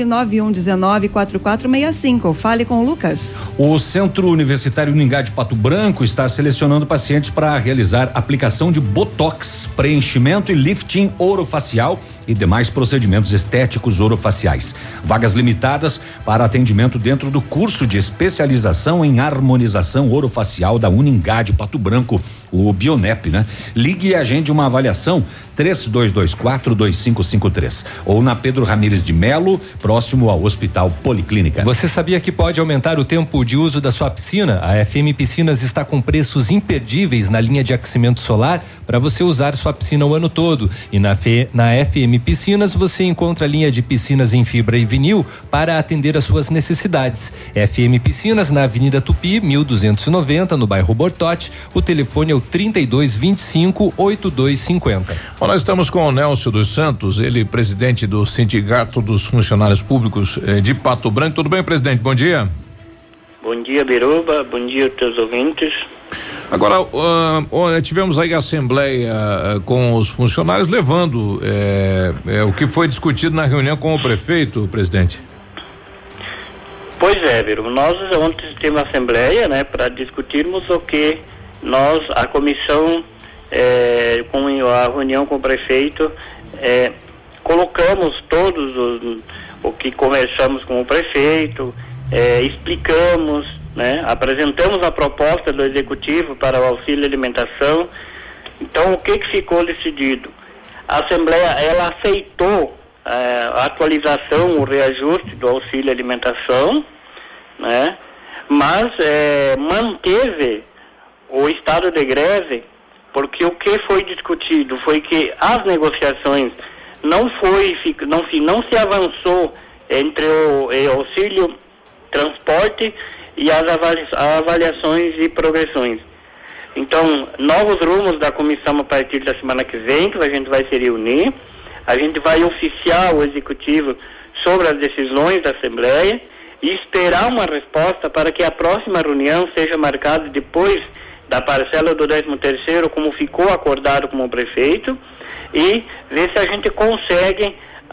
991194465. Fale com o Lucas. O Centro Universitário Uningá de Pato Branco está selecionando pacientes para realizar aplicação de botox, preenchimento e lifting orofacial e demais procedimentos estéticos orofaciais. Vagas limitadas para atendimento dentro do curso de especialização em harmonização orofacial da Uningá de Pato Branco, o Bionep, né? Ligue e agende uma avaliação 3224-2553 ou na Pedro Ramires de Melo, próximo ao Hospital Policlínica. Você sabia que pode aumentar o tempo de uso da sua piscina? A FM Piscinas está com preços imperdíveis na linha de aquecimento solar para você usar sua piscina o ano todo. E na FM Piscinas você encontra a linha de piscinas em fibra e vinil para atender às suas necessidades. FM Piscinas na Avenida Tupi, 1290, no bairro Bortote. O telefone é o 3225-8250. Bom, nós estamos com o Nélcio dos Santos, ele presidente do Sindicato dos Funcionários Públicos de Pato Branco. Tudo bem, presidente? Bom dia. Bom dia, Biruba. Bom dia aos teus ouvintes. Agora, tivemos aí a assembleia com os funcionários levando o que foi discutido na reunião com o prefeito, presidente. Pois é, Biruba. Nós ontem tivemos uma assembleia, né, para discutirmos o que a comissão, com a reunião com o prefeito, colocamos todos o que conversamos com o prefeito, explicamos, né, apresentamos a proposta do executivo para o auxílio alimentação. Então, o que ficou decidido? A Assembleia, ela aceitou a atualização, o reajuste do auxílio alimentação, né, mas manteve o estado de greve, porque o que foi discutido foi que as negociações não se avançou entre o auxílio transporte e as avaliações e progressões. Então, novos rumos da comissão a partir da semana que vem, que a gente vai se reunir, a gente vai oficiar o executivo sobre as decisões da Assembleia e esperar uma resposta para que a próxima reunião seja marcada depois da parcela do 13º, como ficou acordado com o prefeito, e ver se a gente consegue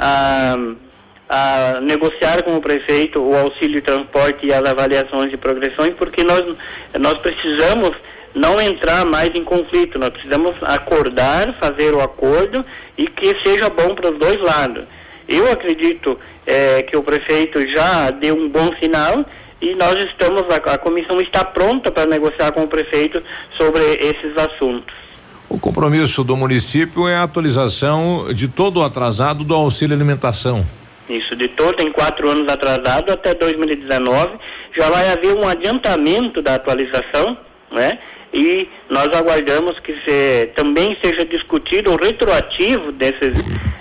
negociar com o prefeito o auxílio de transporte e as avaliações e progressões, porque nós precisamos não entrar mais em conflito, nós precisamos acordar, fazer o acordo e que seja bom para os dois lados. Eu acredito que o prefeito já deu um bom sinal e nós a comissão está pronta para negociar com o prefeito sobre esses assuntos. O compromisso do município é a atualização de todo o atrasado do auxílio alimentação. Isso, de todo, em 4 anos atrasado até 2019, já vai haver um adiantamento da atualização, né? E nós aguardamos que também seja discutido o retroativo desses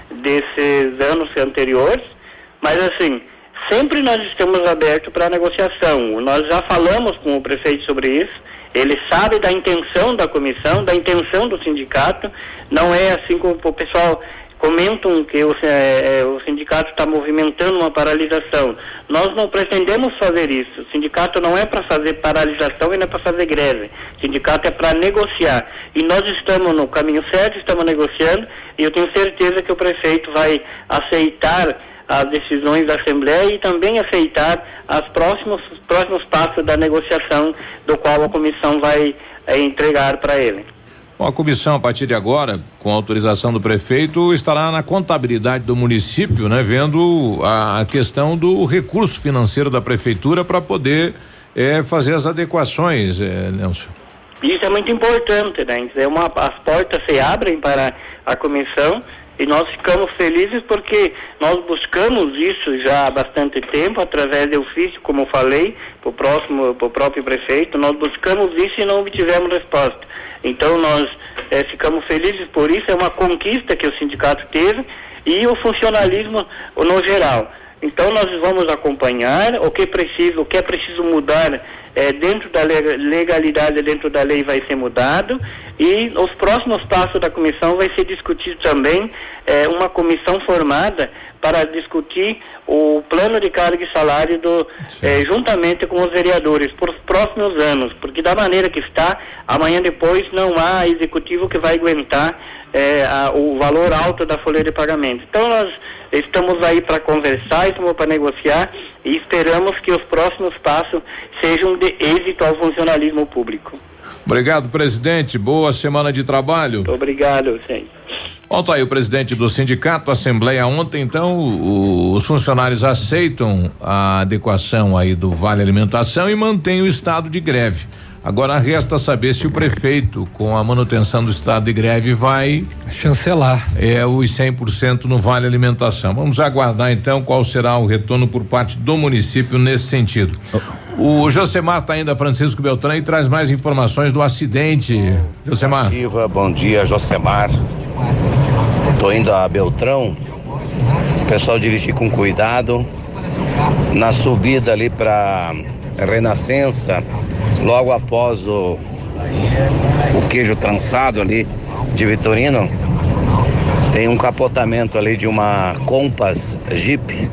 anos anteriores, mas assim, sempre nós estamos abertos para negociação. Nós já falamos com o prefeito sobre isso, ele sabe da intenção da comissão, da intenção do sindicato, não é assim como o pessoal comentam que o sindicato está movimentando uma paralisação. Nós não pretendemos fazer isso. O sindicato não é para fazer paralisação e não é para fazer greve. O sindicato é para negociar. E nós estamos no caminho certo, estamos negociando, e eu tenho certeza que o prefeito vai aceitar as decisões da Assembleia e também aceitar os próximos passos da negociação, do qual a comissão vai entregar para ele. Bom, a comissão, a partir de agora, com a autorização do prefeito, estará na contabilidade do município, né? Vendo a questão do recurso financeiro da prefeitura para poder fazer as adequações, Nelson. Isso é muito importante, né? As portas se abrem para a comissão e nós ficamos felizes porque nós buscamos isso já há bastante tempo, através de ofício, como eu falei, para o próprio prefeito, nós buscamos isso e não obtivemos resposta. Então nós ficamos felizes por isso, é uma conquista que o sindicato teve e o funcionalismo no geral. Então nós vamos acompanhar o que é preciso mudar dentro da legalidade, dentro da lei vai ser mudado, e os próximos passos da comissão vai ser discutido também uma comissão formada para discutir o plano de carga e salário juntamente com os vereadores por os próximos anos, porque da maneira que está, amanhã depois não há executivo que vai aguentar o valor alto da folha de pagamento. Então nós estamos aí para conversar, estamos para negociar e esperamos que os próximos passos sejam de êxito ao funcionalismo público. Obrigado, presidente. Boa semana de trabalho. Muito obrigado, senhor. Bom, tá aí o presidente do sindicato, Assembleia ontem, então, os funcionários aceitam a adequação aí do Vale Alimentação e mantém o estado de greve. Agora resta saber se o prefeito, com a manutenção do estado de greve, vai chancelar os 100% no Vale Alimentação. Vamos aguardar então qual será o retorno por parte do município nesse sentido. O Josemar está ainda, Francisco Beltrão, e traz mais informações do acidente. Josemar. Bom dia, Josemar. Tô indo a Beltrão. O pessoal dirigir com cuidado. Na subida ali para Renascença, logo após o queijo trançado ali de Vitorino, tem um capotamento ali de uma Compass Jeep.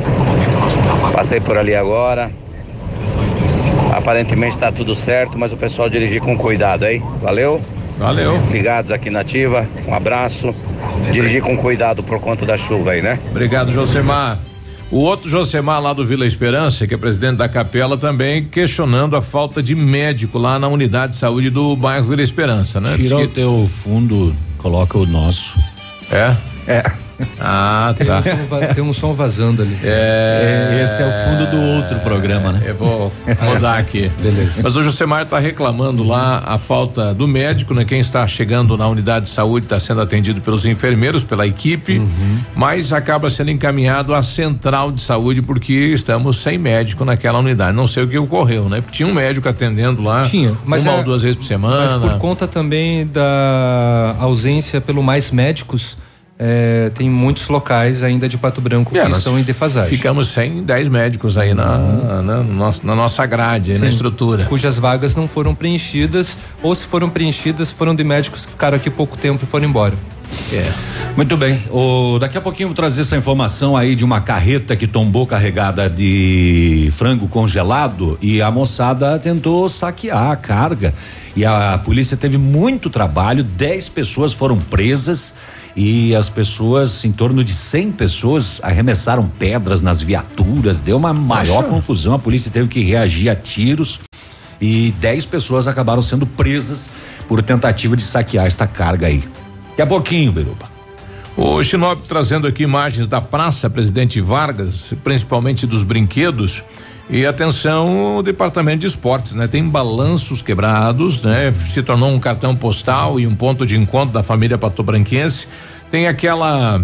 Passei por ali agora. Aparentemente está tudo certo, mas o pessoal dirigir com cuidado aí. Valeu? Valeu. Ligados aqui na Ativa. Um abraço. Dirigir com cuidado por conta da chuva aí, né? Obrigado, Josemar. O outro Josemar lá do Vila Esperança, que é presidente da Capela, também questionando a falta de médico lá na unidade de saúde do bairro Vila Esperança, né? Tira o teu fundo, coloca o nosso. É? É. Ah, tá. Tem um som vazando ali. Esse é o fundo do outro programa, né? Eu vou mudar aqui. Beleza. Mas o Josemar está reclamando lá a falta do médico, né? Quem está chegando na unidade de saúde está sendo atendido pelos enfermeiros, pela equipe, mas acaba sendo encaminhado à central de saúde porque estamos sem médico naquela unidade. Não sei o que ocorreu, né? Porque tinha um médico atendendo lá. Tinha, mas uma ou duas vezes por semana. Mas por conta também da ausência pelo mais médicos, tem muitos locais ainda de Pato Branco que estão em defasagem. Ficamos sem 10 médicos aí na nossa grade, aí na estrutura. Cujas vagas não foram preenchidas, ou se foram preenchidas, foram de médicos que ficaram aqui pouco tempo e foram embora. Muito bem. Daqui a pouquinho vou trazer essa informação aí de uma carreta que tombou carregada de frango congelado e a moçada tentou saquear a carga. E a polícia teve muito trabalho, 10 pessoas foram presas. E as pessoas, em torno de 100 pessoas, arremessaram pedras nas viaturas, deu uma maior confusão, a polícia teve que reagir a tiros e 10 pessoas acabaram sendo presas por tentativa de saquear esta carga aí. Daqui a pouquinho, Biruba. O Sinop trazendo aqui imagens da Praça Presidente Vargas, principalmente dos brinquedos. E atenção, o departamento de esportes, né? Tem balanços quebrados, né? Se tornou um cartão postal e um ponto de encontro da família patobranquense. Tem aquela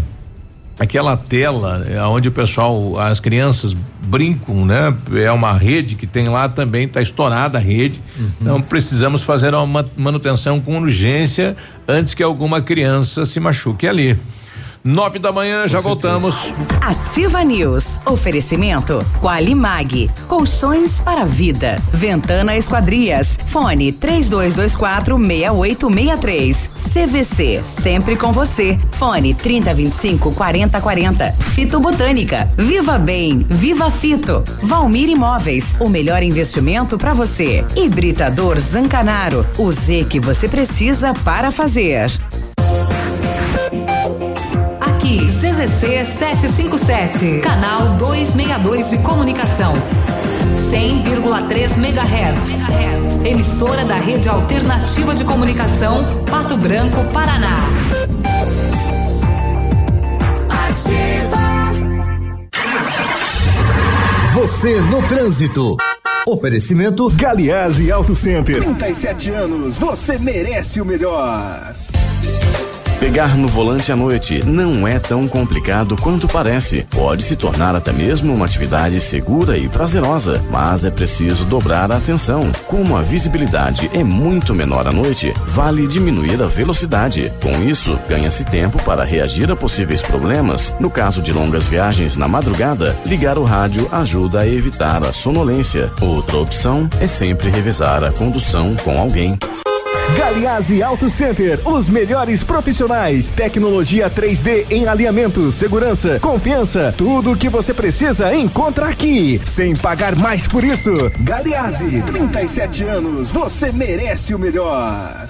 tela onde o pessoal, as crianças brincam, né? É uma rede que tem lá também, tá estourada a rede. Então precisamos fazer uma manutenção com urgência antes que alguma criança se machuque ali. 9 da manhã, já voltamos. Ativa News. Oferecimento Qualimag. Colchões para a vida. Ventana Esquadrias. Fone 3224-6863. CVC. Sempre com você. Fone 3025-4040. Fito Botânica. Viva Bem. Viva Fito. Valmir Imóveis. O melhor investimento para você. Hibridador Zancanaro. O Z que você precisa para fazer. CZC 757, canal 262 de comunicação. 100,3 MHz. Emissora da Rede Alternativa de Comunicação, Pato Branco, Paraná. Ativa. Você no trânsito. Oferecimento Galiase Auto Center. 37 anos, você merece o melhor. Pegar no volante à noite não é tão complicado quanto parece. Pode se tornar até mesmo uma atividade segura e prazerosa, mas é preciso dobrar a atenção. Como a visibilidade é muito menor à noite, vale diminuir a velocidade. Com isso, ganha-se tempo para reagir a possíveis problemas. No caso de longas viagens na madrugada, ligar o rádio ajuda a evitar a sonolência. Outra opção é sempre revezar a condução com alguém. Galiase Auto Center, os melhores profissionais, tecnologia 3D em alinhamento, segurança, confiança, tudo o que você precisa encontra aqui, sem pagar mais por isso. Galiase, 37 anos, você merece o melhor.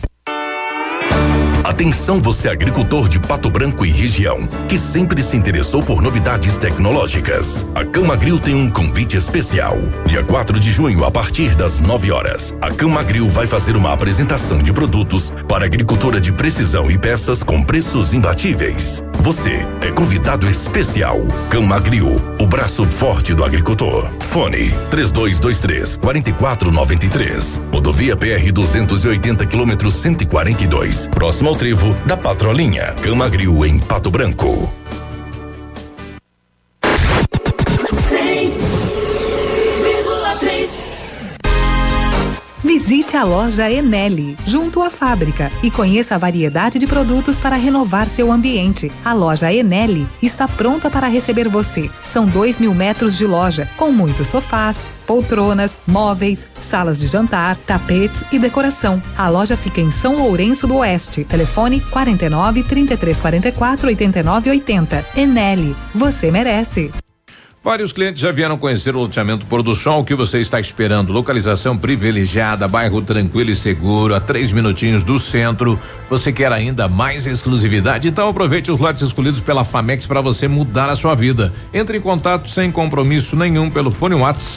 Atenção, você agricultor de Pato Branco e região, que sempre se interessou por novidades tecnológicas. A Camagril tem um convite especial. Dia 4 de junho, a partir das 9 horas, a Camagril vai fazer uma apresentação de produtos para agricultura de precisão e peças com preços imbatíveis. Você é convidado especial. Camagril, o braço forte do agricultor. Fone 3223-4493. Rodovia PR 280 km 142. Próximo ao trevo da Patrolinha. Camagril em Pato Branco. Visite a loja Enel, junto à fábrica, e conheça a variedade de produtos para renovar seu ambiente. A loja Enel está pronta para receber você. São 2.000 metros de loja, com muitos sofás, poltronas, móveis, salas de jantar, tapetes e decoração. A loja fica em São Lourenço do Oeste. Telefone 49-3344-8980. Enel, você merece. Vários clientes já vieram conhecer o loteamento Pôr do Sol. O que você está esperando? Localização privilegiada, bairro tranquilo e seguro, a 3 minutinhos do centro. Você quer ainda mais exclusividade? Então aproveite os lotes escolhidos pela Famex para você mudar a sua vida. Entre em contato sem compromisso nenhum pelo fone WhatsApp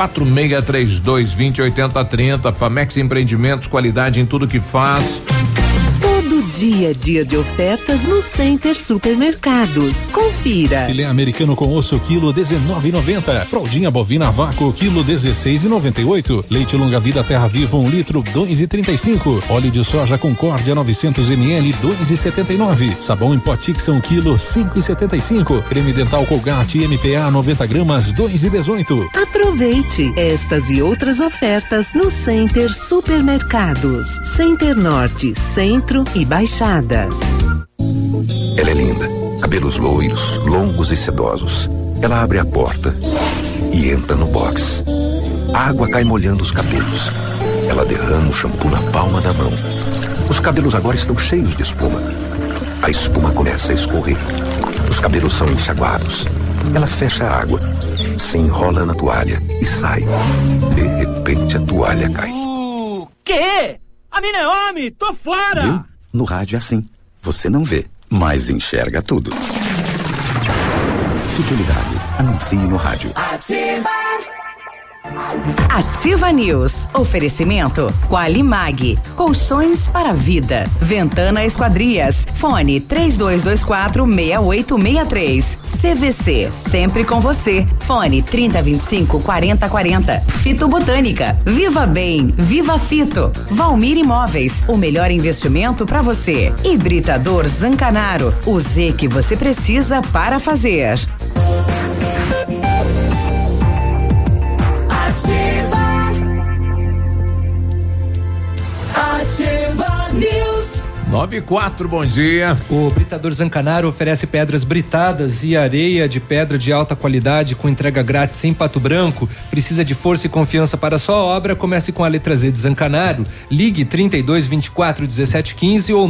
4632-208030. Famex Empreendimentos, qualidade em tudo que faz. Todo dia de ofertas no Center Supermercados. Confira. Filé americano com osso, quilo 19,90. Fraldinha bovina a vácuo, quilo 16,98. Leite longa vida Terra Viva, 1 litro, 2,35. Óleo de soja Concórdia 900 ml, 2,79. Sabão em pó Tixan, quilo 5,75. Creme dental Colgate MPA 90 gramas, 2,18. Aproveite estas e outras ofertas no Center Supermercados. Center Norte, Centro e Baixada. Ela é linda, cabelos loiros, longos e sedosos. Ela abre a porta e entra no box. A água cai molhando os cabelos. Ela derrama o shampoo na palma da mão. Os cabelos agora estão cheios de espuma. A espuma começa a escorrer. Os cabelos são enxaguados. Ela fecha a água, se enrola na toalha e sai. De repente a toalha cai. Quê? A mina é homem, tô fora! Viu? No rádio é assim. Você não vê, mas enxerga tudo. Fidelidade. Anuncie no rádio. Ativa! Ativa News. Oferecimento Qualimag. Colchões para a vida. Ventana Esquadrias. Fone 3224-6863. CVC. Sempre com você. Fone 3025-4040. Fito Botânica. Viva Bem. Viva Fito. Valmir Imóveis. O melhor investimento para você. Hibridador Zancanaro. O Z que você precisa para fazer. Ativa News. 9:04, bom dia. O Britador Zancanaro oferece pedras britadas e areia de pedra de alta qualidade com entrega grátis em Pato Branco. Precisa de força e confiança para a sua obra? Comece com a letra Z de Zancanaro. Ligue 3224-1715 ou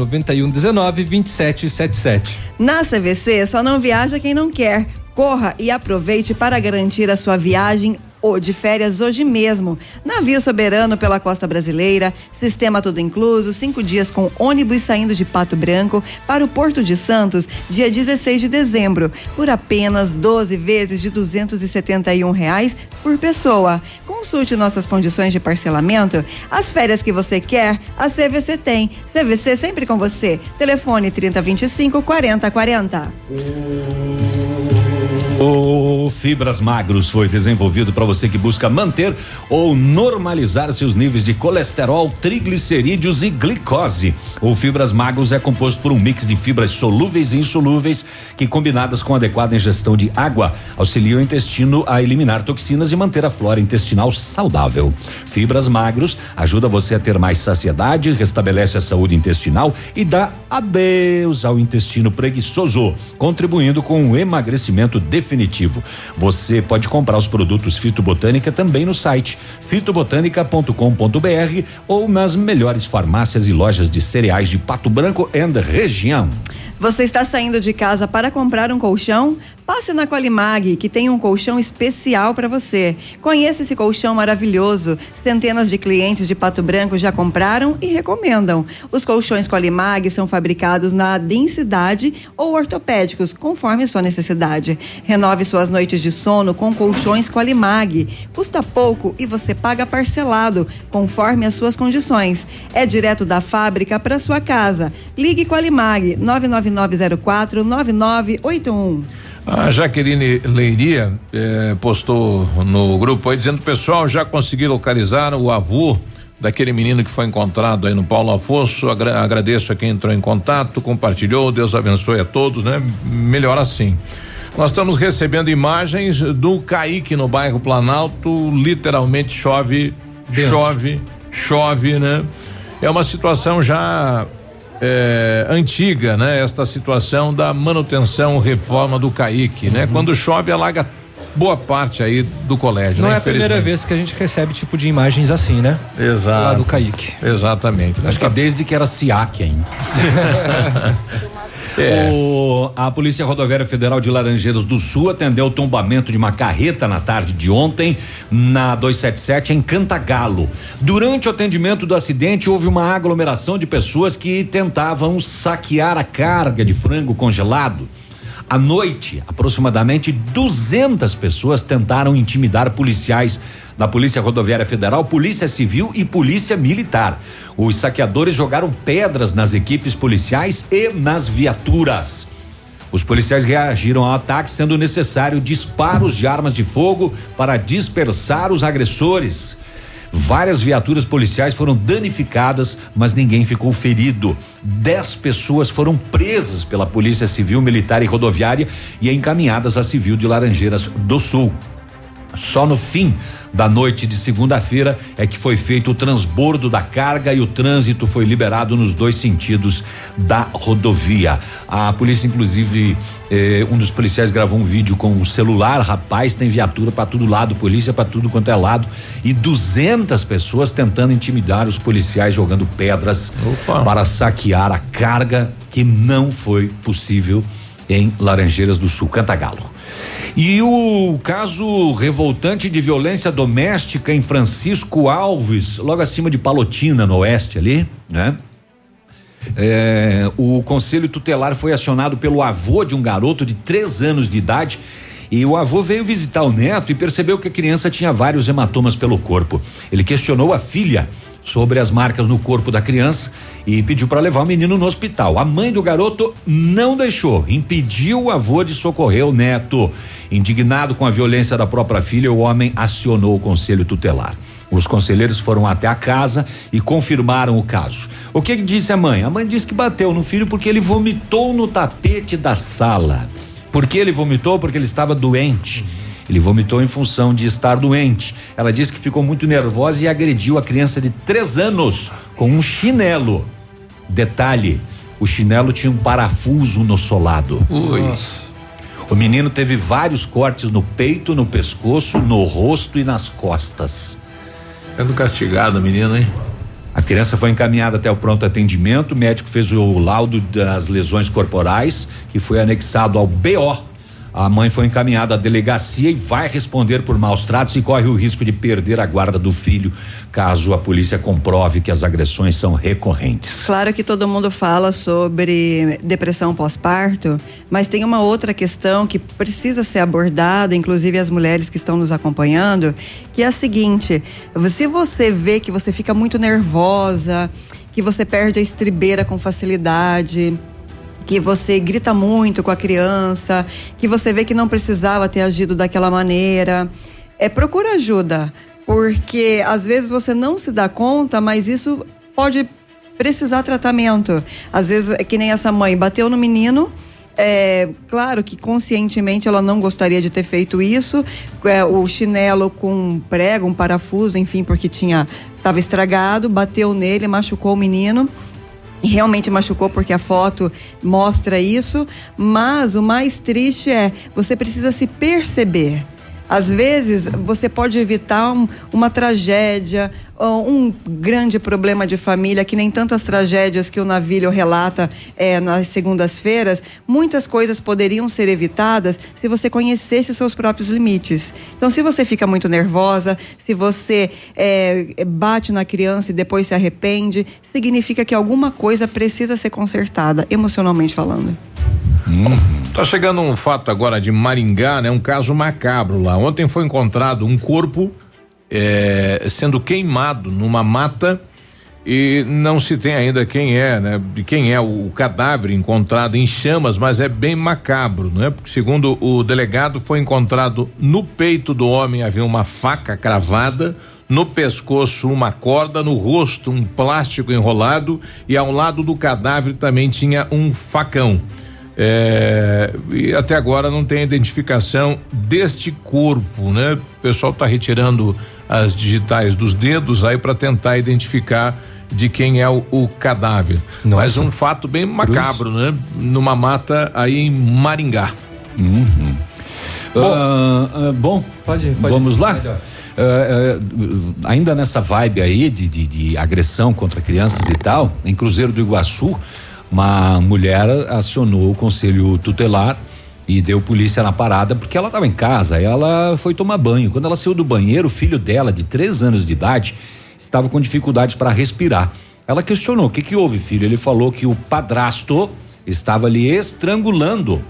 99119-2777. Na CVC, só não viaja quem não quer. Corra e aproveite para garantir a sua viagem ou de férias hoje mesmo. Navio soberano pela costa brasileira, sistema tudo incluso, 5 dias com ônibus saindo de Pato Branco para o Porto de Santos, dia 16 de dezembro, por apenas 12 vezes de R$271 por pessoa. Consulte nossas condições de parcelamento. As férias que você quer, a CVC tem. CVC sempre com você. Telefone 3025-4040. O Fibras Magros foi desenvolvido para você que busca manter ou normalizar seus níveis de colesterol, triglicerídeos e glicose. O Fibras Magros é composto por um mix de fibras solúveis e insolúveis que, combinadas com adequada ingestão de água, auxiliam o intestino a eliminar toxinas e manter a flora intestinal saudável. Fibras Magros ajuda você a ter mais saciedade, restabelece a saúde intestinal e dá adeus ao intestino preguiçoso, contribuindo com o emagrecimento definitivo. Você pode comprar os produtos Fitobotânica também no site fitobotânica.com.br ou nas melhores farmácias e lojas de cereais de Pato Branco e região. Você está saindo de casa para comprar um colchão? Passe na Qualimag, que tem um colchão especial para você. Conheça esse colchão maravilhoso. Centenas de clientes de Pato Branco já compraram e recomendam. Os colchões Qualimag são fabricados na densidade ou ortopédicos, conforme sua necessidade. Renove suas noites de sono com colchões Qualimag. Custa pouco e você paga parcelado, conforme as suas condições. É direto da fábrica para sua casa. Ligue Qualimag 999049981. A Jaqueline Leiria postou no grupo aí dizendo: pessoal, já consegui localizar o avô daquele menino que foi encontrado aí no Paulo Afonso. Agradeço a quem entrou em contato, compartilhou. Deus abençoe a todos, né? Melhor assim. Nós estamos recebendo imagens do Caique no bairro Planalto. Literalmente chove, né? É uma situação já antiga, né? Esta situação da manutenção, reforma do Caique, né? Quando chove, alaga boa parte aí do colégio. Não né? é a primeira vez que a gente recebe tipo de imagens assim, né? Exato. Lá do Caique. Exatamente. Acho que desde que era SIAC ainda. A Polícia Rodoviária Federal de Laranjeiras do Sul atendeu o tombamento de uma carreta na tarde de ontem na 277 em Cantagalo. Durante o atendimento do acidente houve uma aglomeração de pessoas que tentavam saquear a carga de frango congelado. À noite, aproximadamente 200 pessoas tentaram intimidar policiais da Polícia Rodoviária Federal, Polícia Civil e Polícia Militar. Os saqueadores jogaram pedras nas equipes policiais e nas viaturas. Os policiais reagiram ao ataque, sendo necessário disparos de armas de fogo para dispersar os agressores. Várias viaturas policiais foram danificadas, mas ninguém ficou ferido. 10 pessoas foram presas pela Polícia Civil, Militar e Rodoviária e encaminhadas à Civil de Laranjeiras do Sul. Só no fim da noite de segunda-feira é que foi feito o transbordo da carga e o trânsito foi liberado nos dois sentidos da rodovia. A polícia, inclusive, um dos policiais gravou um vídeo com o celular. Rapaz, tem viatura para todo lado, polícia para tudo quanto é lado, e 200 pessoas tentando intimidar os policiais, jogando pedras para saquear a carga, que não foi possível em Laranjeiras do Sul, Cantagalo. E o caso revoltante de violência doméstica em Francisco Alves, logo acima de Palotina, no oeste ali, né? O conselho tutelar foi acionado pelo avô de um garoto de 3 anos de idade. E o avô veio visitar o neto e percebeu que a criança tinha vários hematomas pelo corpo. Ele questionou a filha sobre as marcas no corpo da criança e pediu para levar o menino no hospital. A mãe do garoto não deixou, impediu o avô de socorrer o neto. Indignado com a violência da própria filha, o homem acionou o conselho tutelar. Os conselheiros foram até a casa e confirmaram o caso. O que disse a mãe? A mãe disse que bateu no filho porque ele vomitou no tapete da sala. Por que ele vomitou? Porque ele estava doente. Ele vomitou em função de estar doente. Ela disse que ficou muito nervosa e agrediu a criança de 3 anos com um chinelo. Detalhe, o chinelo tinha um parafuso no solado. O menino teve vários cortes no peito, no pescoço, no rosto e nas costas. Sendo castigado o menino, hein? A criança foi encaminhada até o pronto atendimento. O médico fez o laudo das lesões corporais, que foi anexado ao BO. A mãe foi encaminhada à delegacia e vai responder por maus tratos e corre o risco de perder a guarda do filho, caso a polícia comprove que as agressões são recorrentes. Claro que todo mundo fala sobre depressão pós-parto, mas tem uma outra questão que precisa ser abordada, inclusive as mulheres que estão nos acompanhando, que é a seguinte: se você vê que você fica muito nervosa, que você perde a estribeira com facilidade, que você grita muito com a criança, que você vê que não precisava ter agido daquela maneira, procura ajuda, porque às vezes você não se dá conta, mas isso pode precisar tratamento. Às vezes é que nem essa mãe bateu no menino. Claro que conscientemente ela não gostaria de ter feito isso, o chinelo com um prego, um parafuso, enfim, porque estava estragado, bateu nele, machucou o menino. E realmente machucou, porque a foto mostra isso, mas o mais triste você precisa se perceber. Às vezes você pode evitar uma tragédia, um grande problema de família, que nem tantas tragédias que o Navilho relata nas segundas-feiras. Muitas coisas poderiam ser evitadas se você conhecesse os seus próprios limites. Então, se você fica muito nervosa, se você bate na criança e depois se arrepende, significa que alguma coisa precisa ser consertada, emocionalmente falando. Tá chegando um fato agora de Maringá, né? Um caso macabro lá. Ontem foi encontrado um corpo sendo queimado numa mata e não se tem ainda quem é, né? De quem é o cadáver encontrado em chamas, mas é bem macabro, né? Porque segundo o delegado, foi encontrado no peito do homem havia uma faca cravada, no pescoço uma corda, no rosto um plástico enrolado e ao lado do cadáver também tinha um facão. E até agora não tem a identificação deste corpo, né? O pessoal está retirando as digitais dos dedos aí para tentar identificar de quem é o cadáver. Nossa. Mas um fato bem macabro, né? Numa mata aí em Maringá. Bom, pode vamos lá? Ainda nessa vibe aí de agressão contra crianças e tal, em Cruzeiro do Iguaçu, uma mulher acionou o conselho tutelar e deu polícia na parada porque ela estava em casa, ela foi tomar banho. Quando ela saiu do banheiro, o filho dela, de 3 anos de idade, estava com dificuldades para respirar. Ela questionou: o que houve, filho? Ele falou que o padrasto estava ali estrangulando.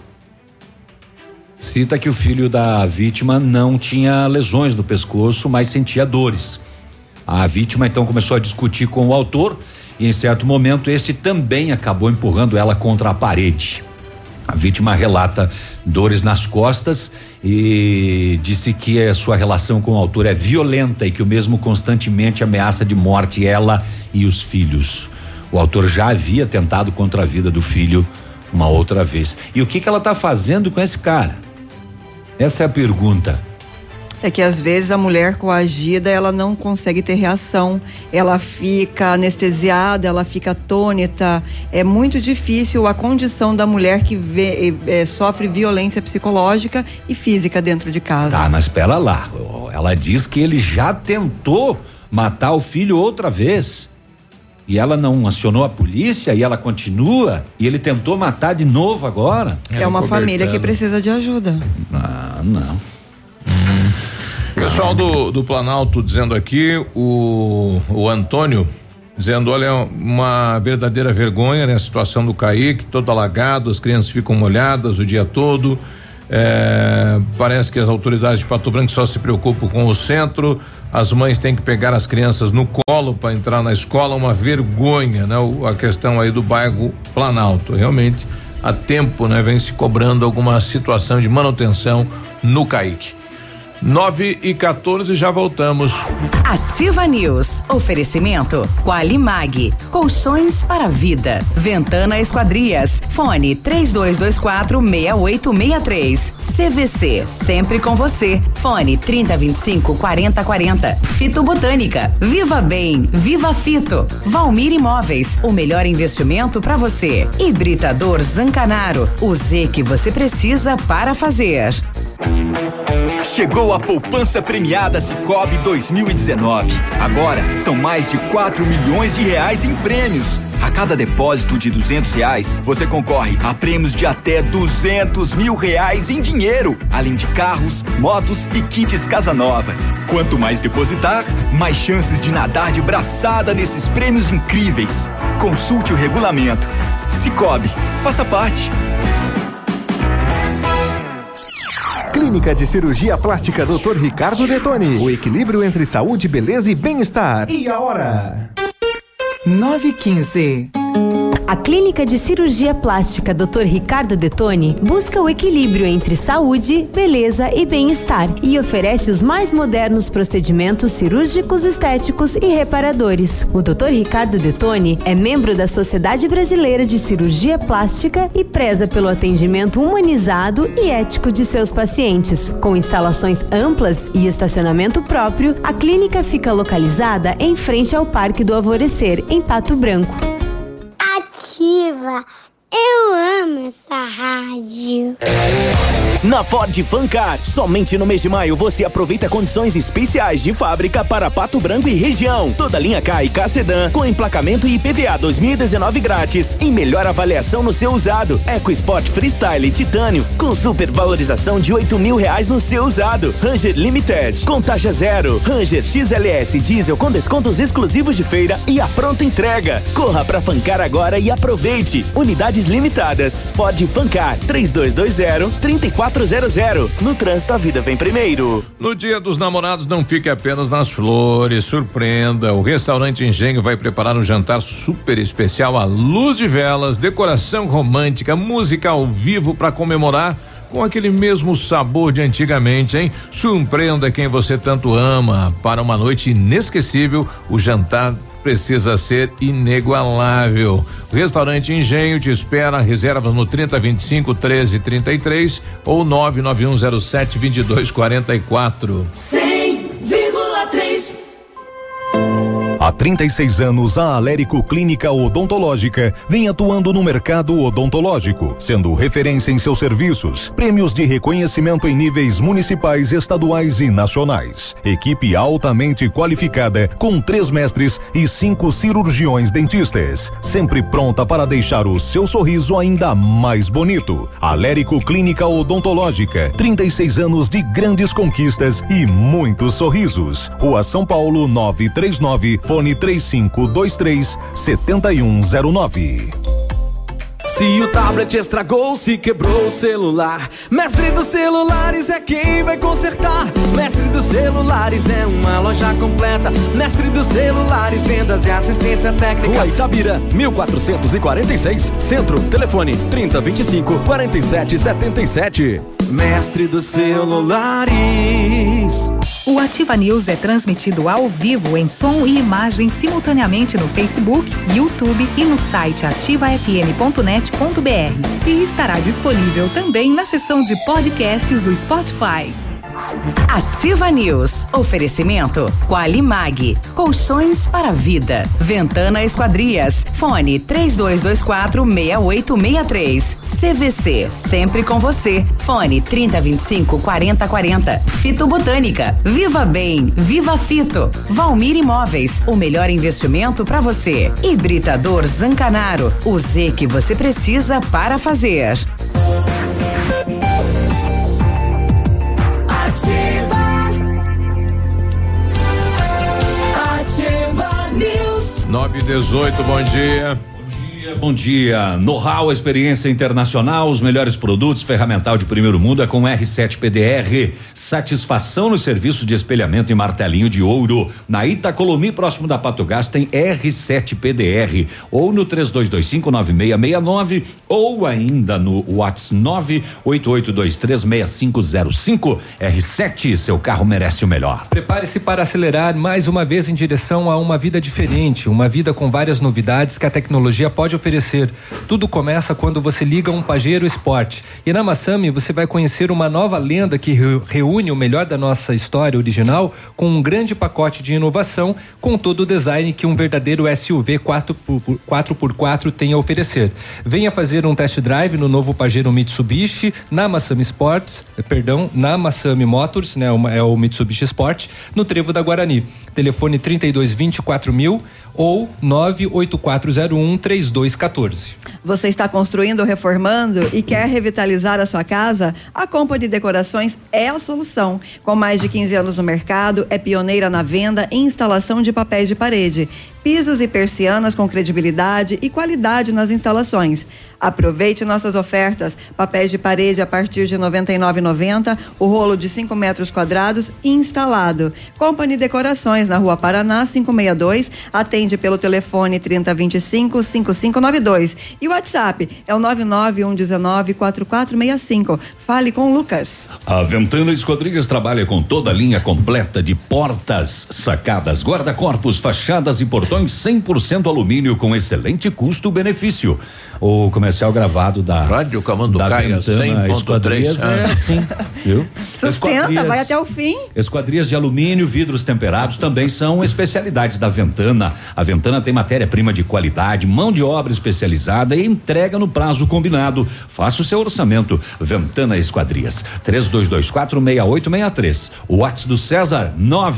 Cita que o filho da vítima não tinha lesões no pescoço, mas sentia dores. A vítima então começou a discutir com o autor e em certo momento este também acabou empurrando ela contra a parede. A vítima relata dores nas costas e disse que a sua relação com o autor é violenta e que o mesmo constantemente ameaça de morte ela e os filhos. O autor já havia tentado contra a vida do filho uma outra vez. E o que ela está fazendo com esse cara? Essa é a pergunta. É que às vezes a mulher coagida, ela não consegue ter reação, ela fica anestesiada, ela fica atônita. É muito difícil a condição da mulher que sofre violência psicológica e física dentro de casa. Tá, mas espera lá, ela diz que ele já tentou matar o filho outra vez e ela não acionou a polícia e ela continua e ele tentou matar de novo agora. É uma família que precisa de ajuda. Não. Pessoal do Planalto dizendo aqui, o Antônio dizendo: olha, uma verdadeira vergonha, né? A situação do Caique, todo alagado, as crianças ficam molhadas o dia todo. Parece que as autoridades de Pato Branco só se preocupam com o centro, as mães têm que pegar as crianças no colo para entrar na escola, uma vergonha, né? A questão aí do bairro Planalto, realmente há tempo, né? Vem se cobrando alguma situação de manutenção no Caique. 9h14, já voltamos. Ativa News. Oferecimento Qualimag. Colchões para a vida. Ventana Esquadrias. Fone 3224-6863. CVC. Sempre com você. Fone 3025-4040. Fito Botânica. Viva Bem. Viva Fito. Valmir Imóveis. O melhor investimento para você. Hibridador Zancanaro. O Z que você precisa para fazer. Chegou a poupança premiada Sicoob 2019. Agora são mais de 4 milhões de reais em prêmios. A cada depósito de R$200, você concorre a prêmios de até R$200 mil em dinheiro, além de carros, motos e kits Casa Nova. Quanto mais depositar, mais chances de nadar de braçada nesses prêmios incríveis. Consulte o regulamento. Sicoob, faça parte. Clínica de Cirurgia Plástica Dr. Ricardo Detoni. O equilíbrio entre saúde, beleza e bem-estar. E a hora? 9h15. A Clínica de Cirurgia Plástica Dr. Ricardo Detoni busca o equilíbrio entre saúde, beleza e bem-estar e oferece os mais modernos procedimentos cirúrgicos, estéticos e reparadores. O Dr. Ricardo Detoni é membro da Sociedade Brasileira de Cirurgia Plástica e preza pelo atendimento humanizado e ético de seus pacientes. Com instalações amplas e estacionamento próprio, a clínica fica localizada em frente ao Parque do Alvorecer, em Pato Branco. Ativa, eu amo essa rádio. Na Ford Fancar, somente no mês de maio você aproveita condições especiais de fábrica para Pato Branco e região. Toda linha K e K Sedan com emplacamento e IPVA 2019 grátis e melhor avaliação no seu usado. EcoSport Freestyle Titânio com super valorização de R$8.000 no seu usado. Ranger Limited com taxa zero. Ranger XLS Diesel com descontos exclusivos de feira e a pronta entrega. Corra pra Fancar agora e aproveite. Unidades limitadas. Ford Fancar 3220-3400. No trânsito, a vida vem primeiro. No Dia dos Namorados, não fique apenas nas flores, surpreenda. O Restaurante Engenho vai preparar um jantar super especial à luz de velas, decoração romântica, música ao vivo para comemorar com aquele mesmo sabor de antigamente, hein? Surpreenda quem você tanto ama. Para uma noite inesquecível, o jantar precisa ser inigualável. O Restaurante Engenho te espera. Reservas no 3025-1333 ou 99107-2244. 100,3. Há 36 anos, a Alérico Clínica Odontológica vem atuando no mercado odontológico, sendo referência em seus serviços, prêmios de reconhecimento em níveis municipais, estaduais e nacionais. Equipe altamente qualificada, com 3 mestres e 5 cirurgiões dentistas, sempre pronta para deixar o seu sorriso ainda mais bonito. Alérico Clínica Odontológica, 36 anos de grandes conquistas e muitos sorrisos. Rua São Paulo 939, fone 3523-7109. Se o tablet estragou, se quebrou o celular, Mestre dos Celulares é quem vai consertar. Mestre dos Celulares é uma loja completa. Mestre dos Celulares, vendas e assistência técnica. Rua Itabira, 1446, Centro. Telefone 3025-4777. Mestre dos Celulares. O Ativa News é transmitido ao vivo em som e imagem simultaneamente no Facebook, YouTube e no site ativafm.net.br. E estará disponível também na seção de podcasts do Spotify. Ativa News. Oferecimento Qualimag. Colchões para a vida. Ventana Esquadrias. Fone 3224-6863. CVC. Sempre com você. Fone 3025-4040. Fito Botânica. Viva Bem. Viva Fito. Valmir Imóveis. O melhor investimento para você. Hibridador Zancanaro. O Z que você precisa para fazer. Ativa News. 9:18, bom dia. Bom dia. Know-how, experiência internacional, os melhores produtos, ferramental de primeiro mundo é com R7 PDR. Satisfação no serviço de espelhamento e martelinho de ouro. Na Itacolomi, próximo da Pato Gás, tem R7 PDR. Ou no 3225-9669 ou ainda no WhatsApp 988236505. R7, seu carro merece o melhor. Prepare-se para acelerar mais uma vez em direção a uma vida diferente, uma vida com várias novidades que a tecnologia pode oferecer. Tudo começa quando você liga um Pajero Sport. E na Massami você vai conhecer uma nova lenda que reúne o melhor da nossa história original com um grande pacote de inovação, com todo o design que um verdadeiro SUV 4x4 tem a oferecer. Venha fazer um test drive no novo Pajero Mitsubishi na Massami na Massami Motors, né? É o Mitsubishi Sport, no Trevo da Guarani. Telefone 3224.000 ou 98401-3214. Você está construindo ou reformando e quer revitalizar a sua casa? A Company Decorações é a solução. Com mais de 15 anos no mercado, é pioneira na venda e instalação de papéis de parede, pisos e persianas com credibilidade e qualidade nas instalações. Aproveite nossas ofertas. Papéis de parede a partir de R$ 99,90, o rolo de 5 metros quadrados instalado. Company Decorações, na Rua Paraná, 562, atende pelo telefone 3025-5592. E o WhatsApp é o 991194465. Fale com o Lucas. A Ventana Esquadrias trabalha com toda a linha completa de portas, sacadas, guarda-corpos, fachadas e portões 100% alumínio com excelente custo-benefício. O comercial gravado da Rádio Camanducaia 100.3 é assim, viu? Sustenta, vai até o fim. Esquadrias de alumínio, vidros temperados também são especialidades da Ventana. A Ventana tem matéria-prima de qualidade, mão de obra especializada e entrega no prazo combinado. Faça o seu orçamento. Ventana Esquadrias, 32246863. O WhatsApp do César,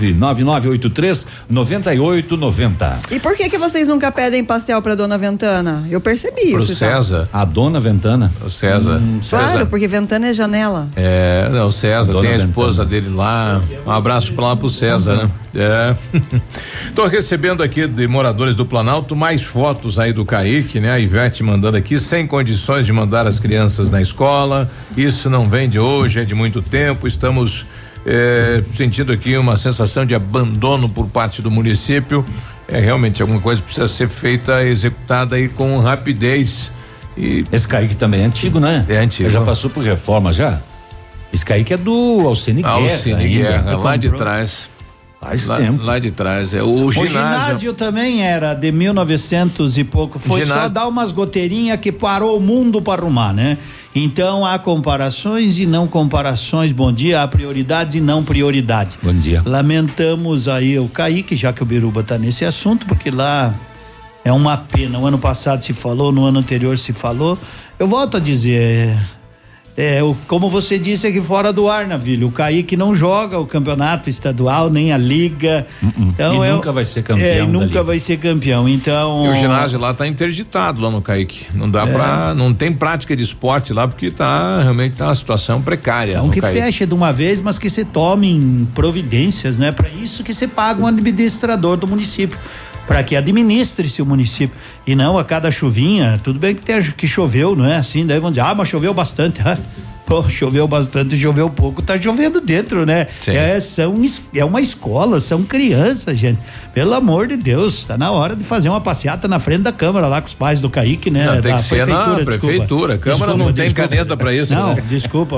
99983-9890. E por que vocês nunca pedem pastel pra dona Ventana? Eu percebi isso. César. A dona Ventana? O César. Claro, César. porque Ventana é janela. É, não, o César, tem a esposa dele lá. Um abraço pra lá pro César, né? É. Tô recebendo aqui de moradores do Planalto mais fotos aí do Kaique, né? A Ivete mandando aqui, sem condições de mandar as crianças na escola. Isso não vem de hoje, é de muito tempo. Estamos sentindo aqui uma sensação de abandono por parte do município. Realmente alguma coisa precisa ser feita, executada aí com rapidez. E esse Kaique também é antigo, né? É antigo. Já passou por reforma já? Esse Kaique é do Alcine Guerra. Alcine Guerra, lá de trás. Faz tempo. Lá de trás. O ginásio também era de 1900 e pouco. Foi só dar umas goteirinhas que parou o mundo para arrumar, né? Então há comparações e não comparações. Bom dia, há prioridades e não prioridades. Bom dia. Lamentamos aí o Kaique, já que o Biruba está nesse assunto, porque lá é uma pena. O ano passado se falou, no ano anterior se falou. Eu volto a dizer, como você disse aqui fora do ar, Navilho, o Kaique não joga o campeonato estadual, nem a liga. Então e nunca vai ser campeão. Nunca vai ser campeão, então. E o ginásio lá tá interditado lá no Kaique. Não dá não tem prática de esporte lá porque realmente tá uma situação precária. Não que feche de uma vez, mas que se tomem providências, né? Para isso que se paga um administrador do município, para que administre-se o município e não a cada chuvinha. Tudo bem que choveu, não é assim? Daí vão dizer, mas choveu bastante. Pô, choveu bastante, choveu pouco, tá chovendo dentro, né? É uma escola, são crianças, gente. Pelo amor de Deus, tá na hora de fazer uma passeata na frente da Câmara lá com os pais do Kaique, né? Não, tem que ser na prefeitura. Câmara não tem caneta pra isso. Não, né? Desculpa,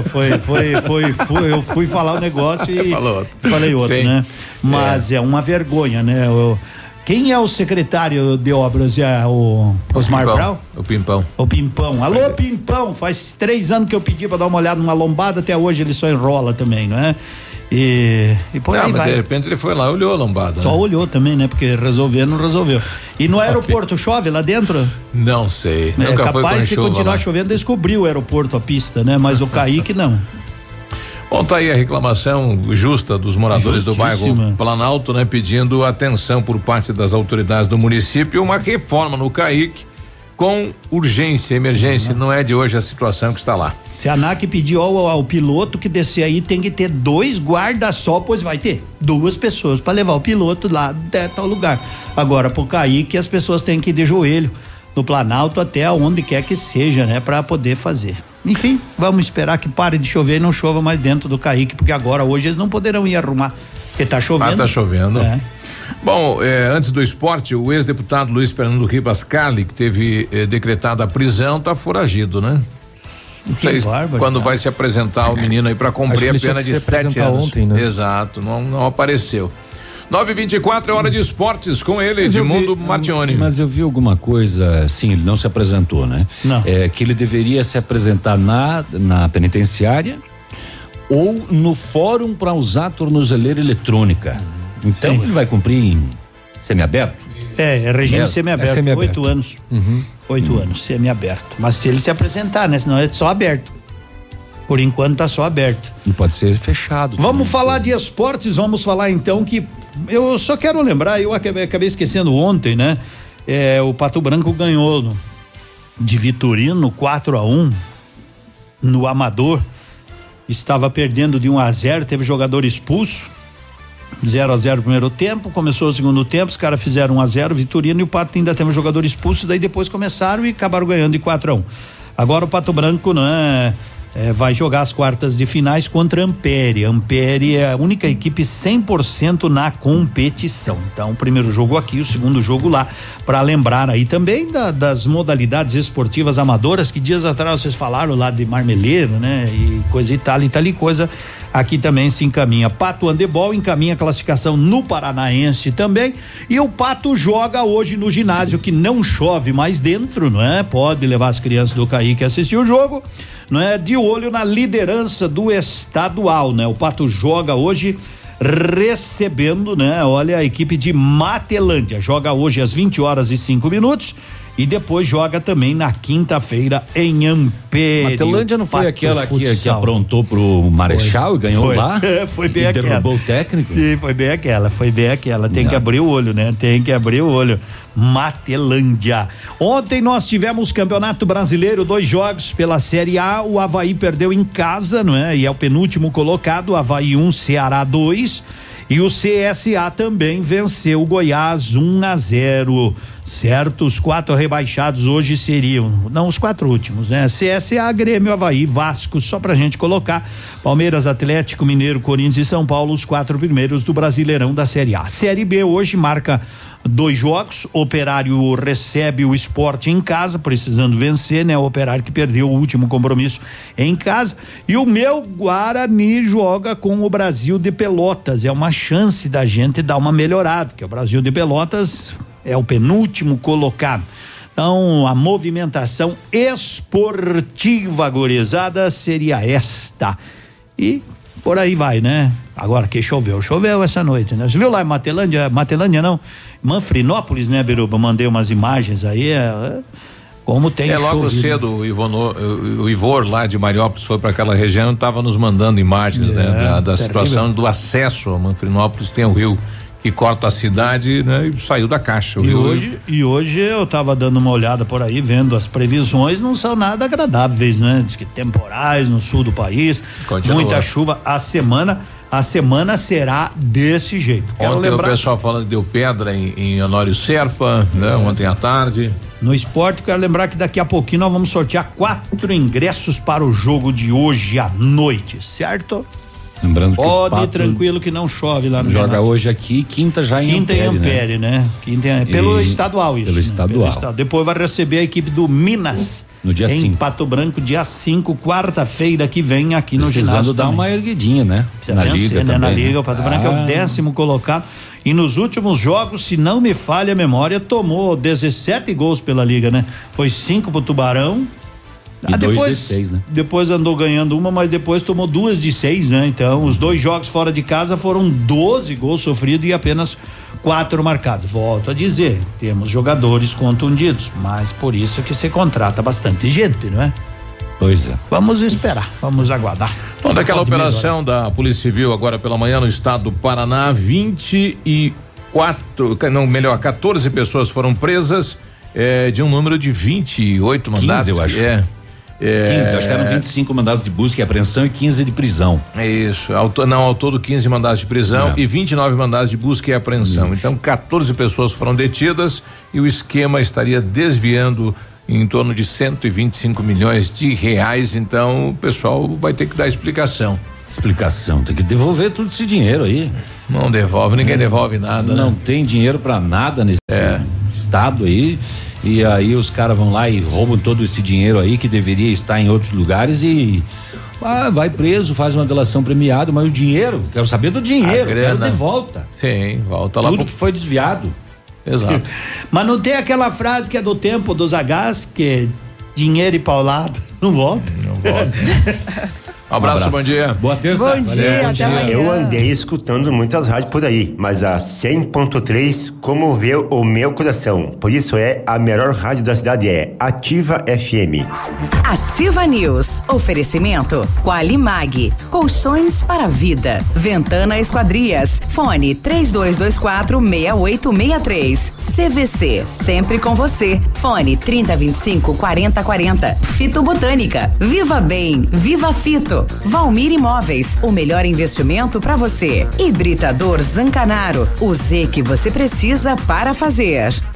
eu fui falar o negócio e falei outro, né? Mas é uma vergonha, né? Quem é o secretário de obras? É o Osmar Brau? O Pimpão. O Pimpão. Alô, Pimpão, faz 3 anos que eu pedi pra dar uma olhada numa lombada, até hoje ele só enrola também, não é? E por aí mas vai. De repente ele foi lá, olhou a lombada. Só olhou também, né? Porque resolver não resolveu. E no aeroporto chove lá dentro? Não sei. É capaz, se continuar chovendo, descobriu o aeroporto, a pista, né? Mas o Kaique não. Bom, tá aí a reclamação justa dos moradores do bairro Planalto, né? Pedindo atenção por parte das autoridades do município, uma reforma no Kaique com urgência, emergência, não é de hoje a situação que está lá. Se a ANAC pediu ao piloto que descer aí, tem que ter 2 guardas só, pois vai ter 2 pessoas para levar o piloto lá até tal lugar. Agora, pro Kaique, as pessoas têm que ir de joelho no Planalto até onde quer que seja, né? Para poder fazer. Enfim, vamos esperar que pare de chover e não chova mais dentro do Kaique, porque agora, hoje, eles não poderão ir arrumar, porque tá chovendo. Tá chovendo. Bom, antes do esporte, o ex-deputado Luiz Fernando Ribas Cali, que teve decretada a prisão, tá foragido, né? Não sei quando vai se apresentar o menino aí para cumprir a pena de 7 anos. Ontem, né? Exato, não apareceu. 9h24 é hora de esportes com ele, Edmundo Martione. Mas eu vi alguma coisa, sim, ele não se apresentou, né? Não. Que ele deveria se apresentar na penitenciária ou no fórum para usar a tornozeleira eletrônica. Então ele vai cumprir em semiaberto? Regime semiaberto, 8 anos. 8 anos, semiaberto. Mas se ele se apresentar, né? Senão é só aberto. Por enquanto tá só aberto. Não pode ser fechado. Vamos falar de esportes, vamos falar então que eu só quero lembrar, eu acabei esquecendo ontem, né? O Pato Branco ganhou de Vitorino, 4-1 no Amador. Estava perdendo de 1-0, teve jogador expulso. 0-0 primeiro tempo, começou o segundo tempo, os caras fizeram 1-0, Vitorino, e o Pato ainda teve um jogador expulso, daí depois começaram e acabaram ganhando de 4-1. Agora o Pato Branco, né, vai jogar as quartas de finais contra Ampere. Ampere é a única equipe 100% na competição. Então, o primeiro jogo aqui, o segundo jogo lá, para lembrar aí também das modalidades esportivas amadoras, que dias atrás vocês falaram lá de marmeleiro, né, e coisa e tal e coisa. Aqui também se encaminha. Pato Handebol encaminha a classificação no Paranaense também. E o Pato joga hoje no ginásio, que não chove mais dentro, não é? Pode levar as crianças do Caíque a assistir o jogo, não é? De olho na liderança do estadual, né? O Pato joga hoje recebendo, né? Olha, a equipe de Matelândia. Joga hoje às 20h05. E depois joga também na quinta-feira em Ampere. Matelândia não foi aquela que aprontou pro Marechal e ganhou lá? Foi bem aquela. Derrubou o técnico? Sim, foi bem aquela. Tem que abrir o olho, né? Tem que abrir o olho. Matelândia. Ontem nós tivemos Campeonato Brasileiro, 2 jogos pela Série A. O Avaí perdeu em casa, não é? E é o penúltimo colocado. Avaí 1, Ceará 2. E o CSA também venceu o Goiás 1-0. Certo? Os 4 rebaixados hoje seriam, não os 4 últimos, né? CSA, Grêmio, Avaí, Vasco, só pra gente colocar. Palmeiras, Atlético Mineiro, Corinthians e São Paulo, os 4 primeiros do Brasileirão da Série A. Série B hoje marca 2 jogos. Operário recebe o Sport em casa, precisando vencer, né? O Operário que perdeu o último compromisso em casa. E o meu Guarani joga com o Brasil de Pelotas. É uma chance da gente dar uma melhorada, porque o Brasil de Pelotas é o penúltimo colocado. Então, a movimentação esportiva, gurizada, seria esta. E por aí vai, né? Agora que choveu essa noite, né? Você viu lá em Matelândia não, Manfrinópolis, né, Biruba? Mandei umas imagens aí, como tem logo chovido. cedo o Ivor lá de Mariópolis foi para aquela região, estava nos mandando imagens, né, da situação do acesso a Manfrinópolis. Tem o rio que corta a cidade, né? E saiu da caixa. E hoje eu tava dando uma olhada por aí, vendo as previsões, não são nada agradáveis, né? Diz que temporais no sul do país, muita chuva. A semana será desse jeito. Ontem o pessoal falando que deu pedra em Honório Serpa, né? Ontem à tarde. No esporte, quero lembrar que daqui a pouquinho nós vamos sortear 4 ingressos para o jogo de hoje à noite, certo? Lembrando que pode ir tranquilo que não chove lá no joga ginásio. Hoje aqui, quinta já em Ampere, né? Pelo estadual isso. Pelo estadual. Depois vai receber a equipe do Minas no dia 5. Em Pato Branco, dia 5, quarta-feira que vem aqui no ginásio. Precisando dar uma erguidinha, né? Precisa vencer, né? Na Liga, o Pato Branco é o 10º colocado. E nos últimos jogos, se não me falha a memória, tomou 17 gols pela Liga, né? Foi 5 pro Tubarão. Depois, 6, né? Depois andou ganhando uma, mas depois tomou 2 de 6, né? Então, os 2 jogos fora de casa foram 12 gols sofridos e apenas 4 marcados. Volto a dizer, temos jogadores contundidos, mas por isso que se contrata bastante gente, não é? Pois é. Vamos esperar, vamos aguardar. Bom, daquela operação da Polícia Civil agora pela manhã no estado do Paraná, 14 pessoas foram presas, de um número de 28 mandados. 15, eu acho. 15, acho que eram 25 mandados de busca e apreensão e 15 de prisão. É isso, ao todo 15 mandados de prisão e 29 mandados de busca e apreensão. Então 14 pessoas foram detidas e o esquema estaria desviando em torno de 125 milhões de reais. Então o pessoal vai ter que dar explicação. Tem que devolver todo esse dinheiro aí. Não devolve, ninguém devolve nada. Não tem dinheiro pra nada nesse estado aí. E aí os caras vão lá e roubam todo esse dinheiro aí que deveria estar em outros lugares e vai preso, faz uma delação premiada, mas o dinheiro, quero saber do dinheiro, quero de volta. Sim, volta lá. Tudo que foi desviado. Exato. Mas não tem aquela frase que é do tempo dos Hs, que é dinheiro e paulado, não volta? Não volta. Um abraço, bom dia. Boa terça. Bom dia, até amanhã. Eu andei escutando muitas rádios por aí, mas a 100.3 comoveu o meu coração. Por isso a melhor rádio da cidade é Ativa FM. Ativa News. Oferecimento Qualimag, colchões para a vida. Ventana Esquadrias, fone 3224-6863. CVC, sempre com você. Fone 3025-4040. Fito Botânica, Viva Bem, Viva Fito. Valmir Imóveis, o melhor investimento para você. Hibridador Zancanaro, o Z que você precisa para fazer.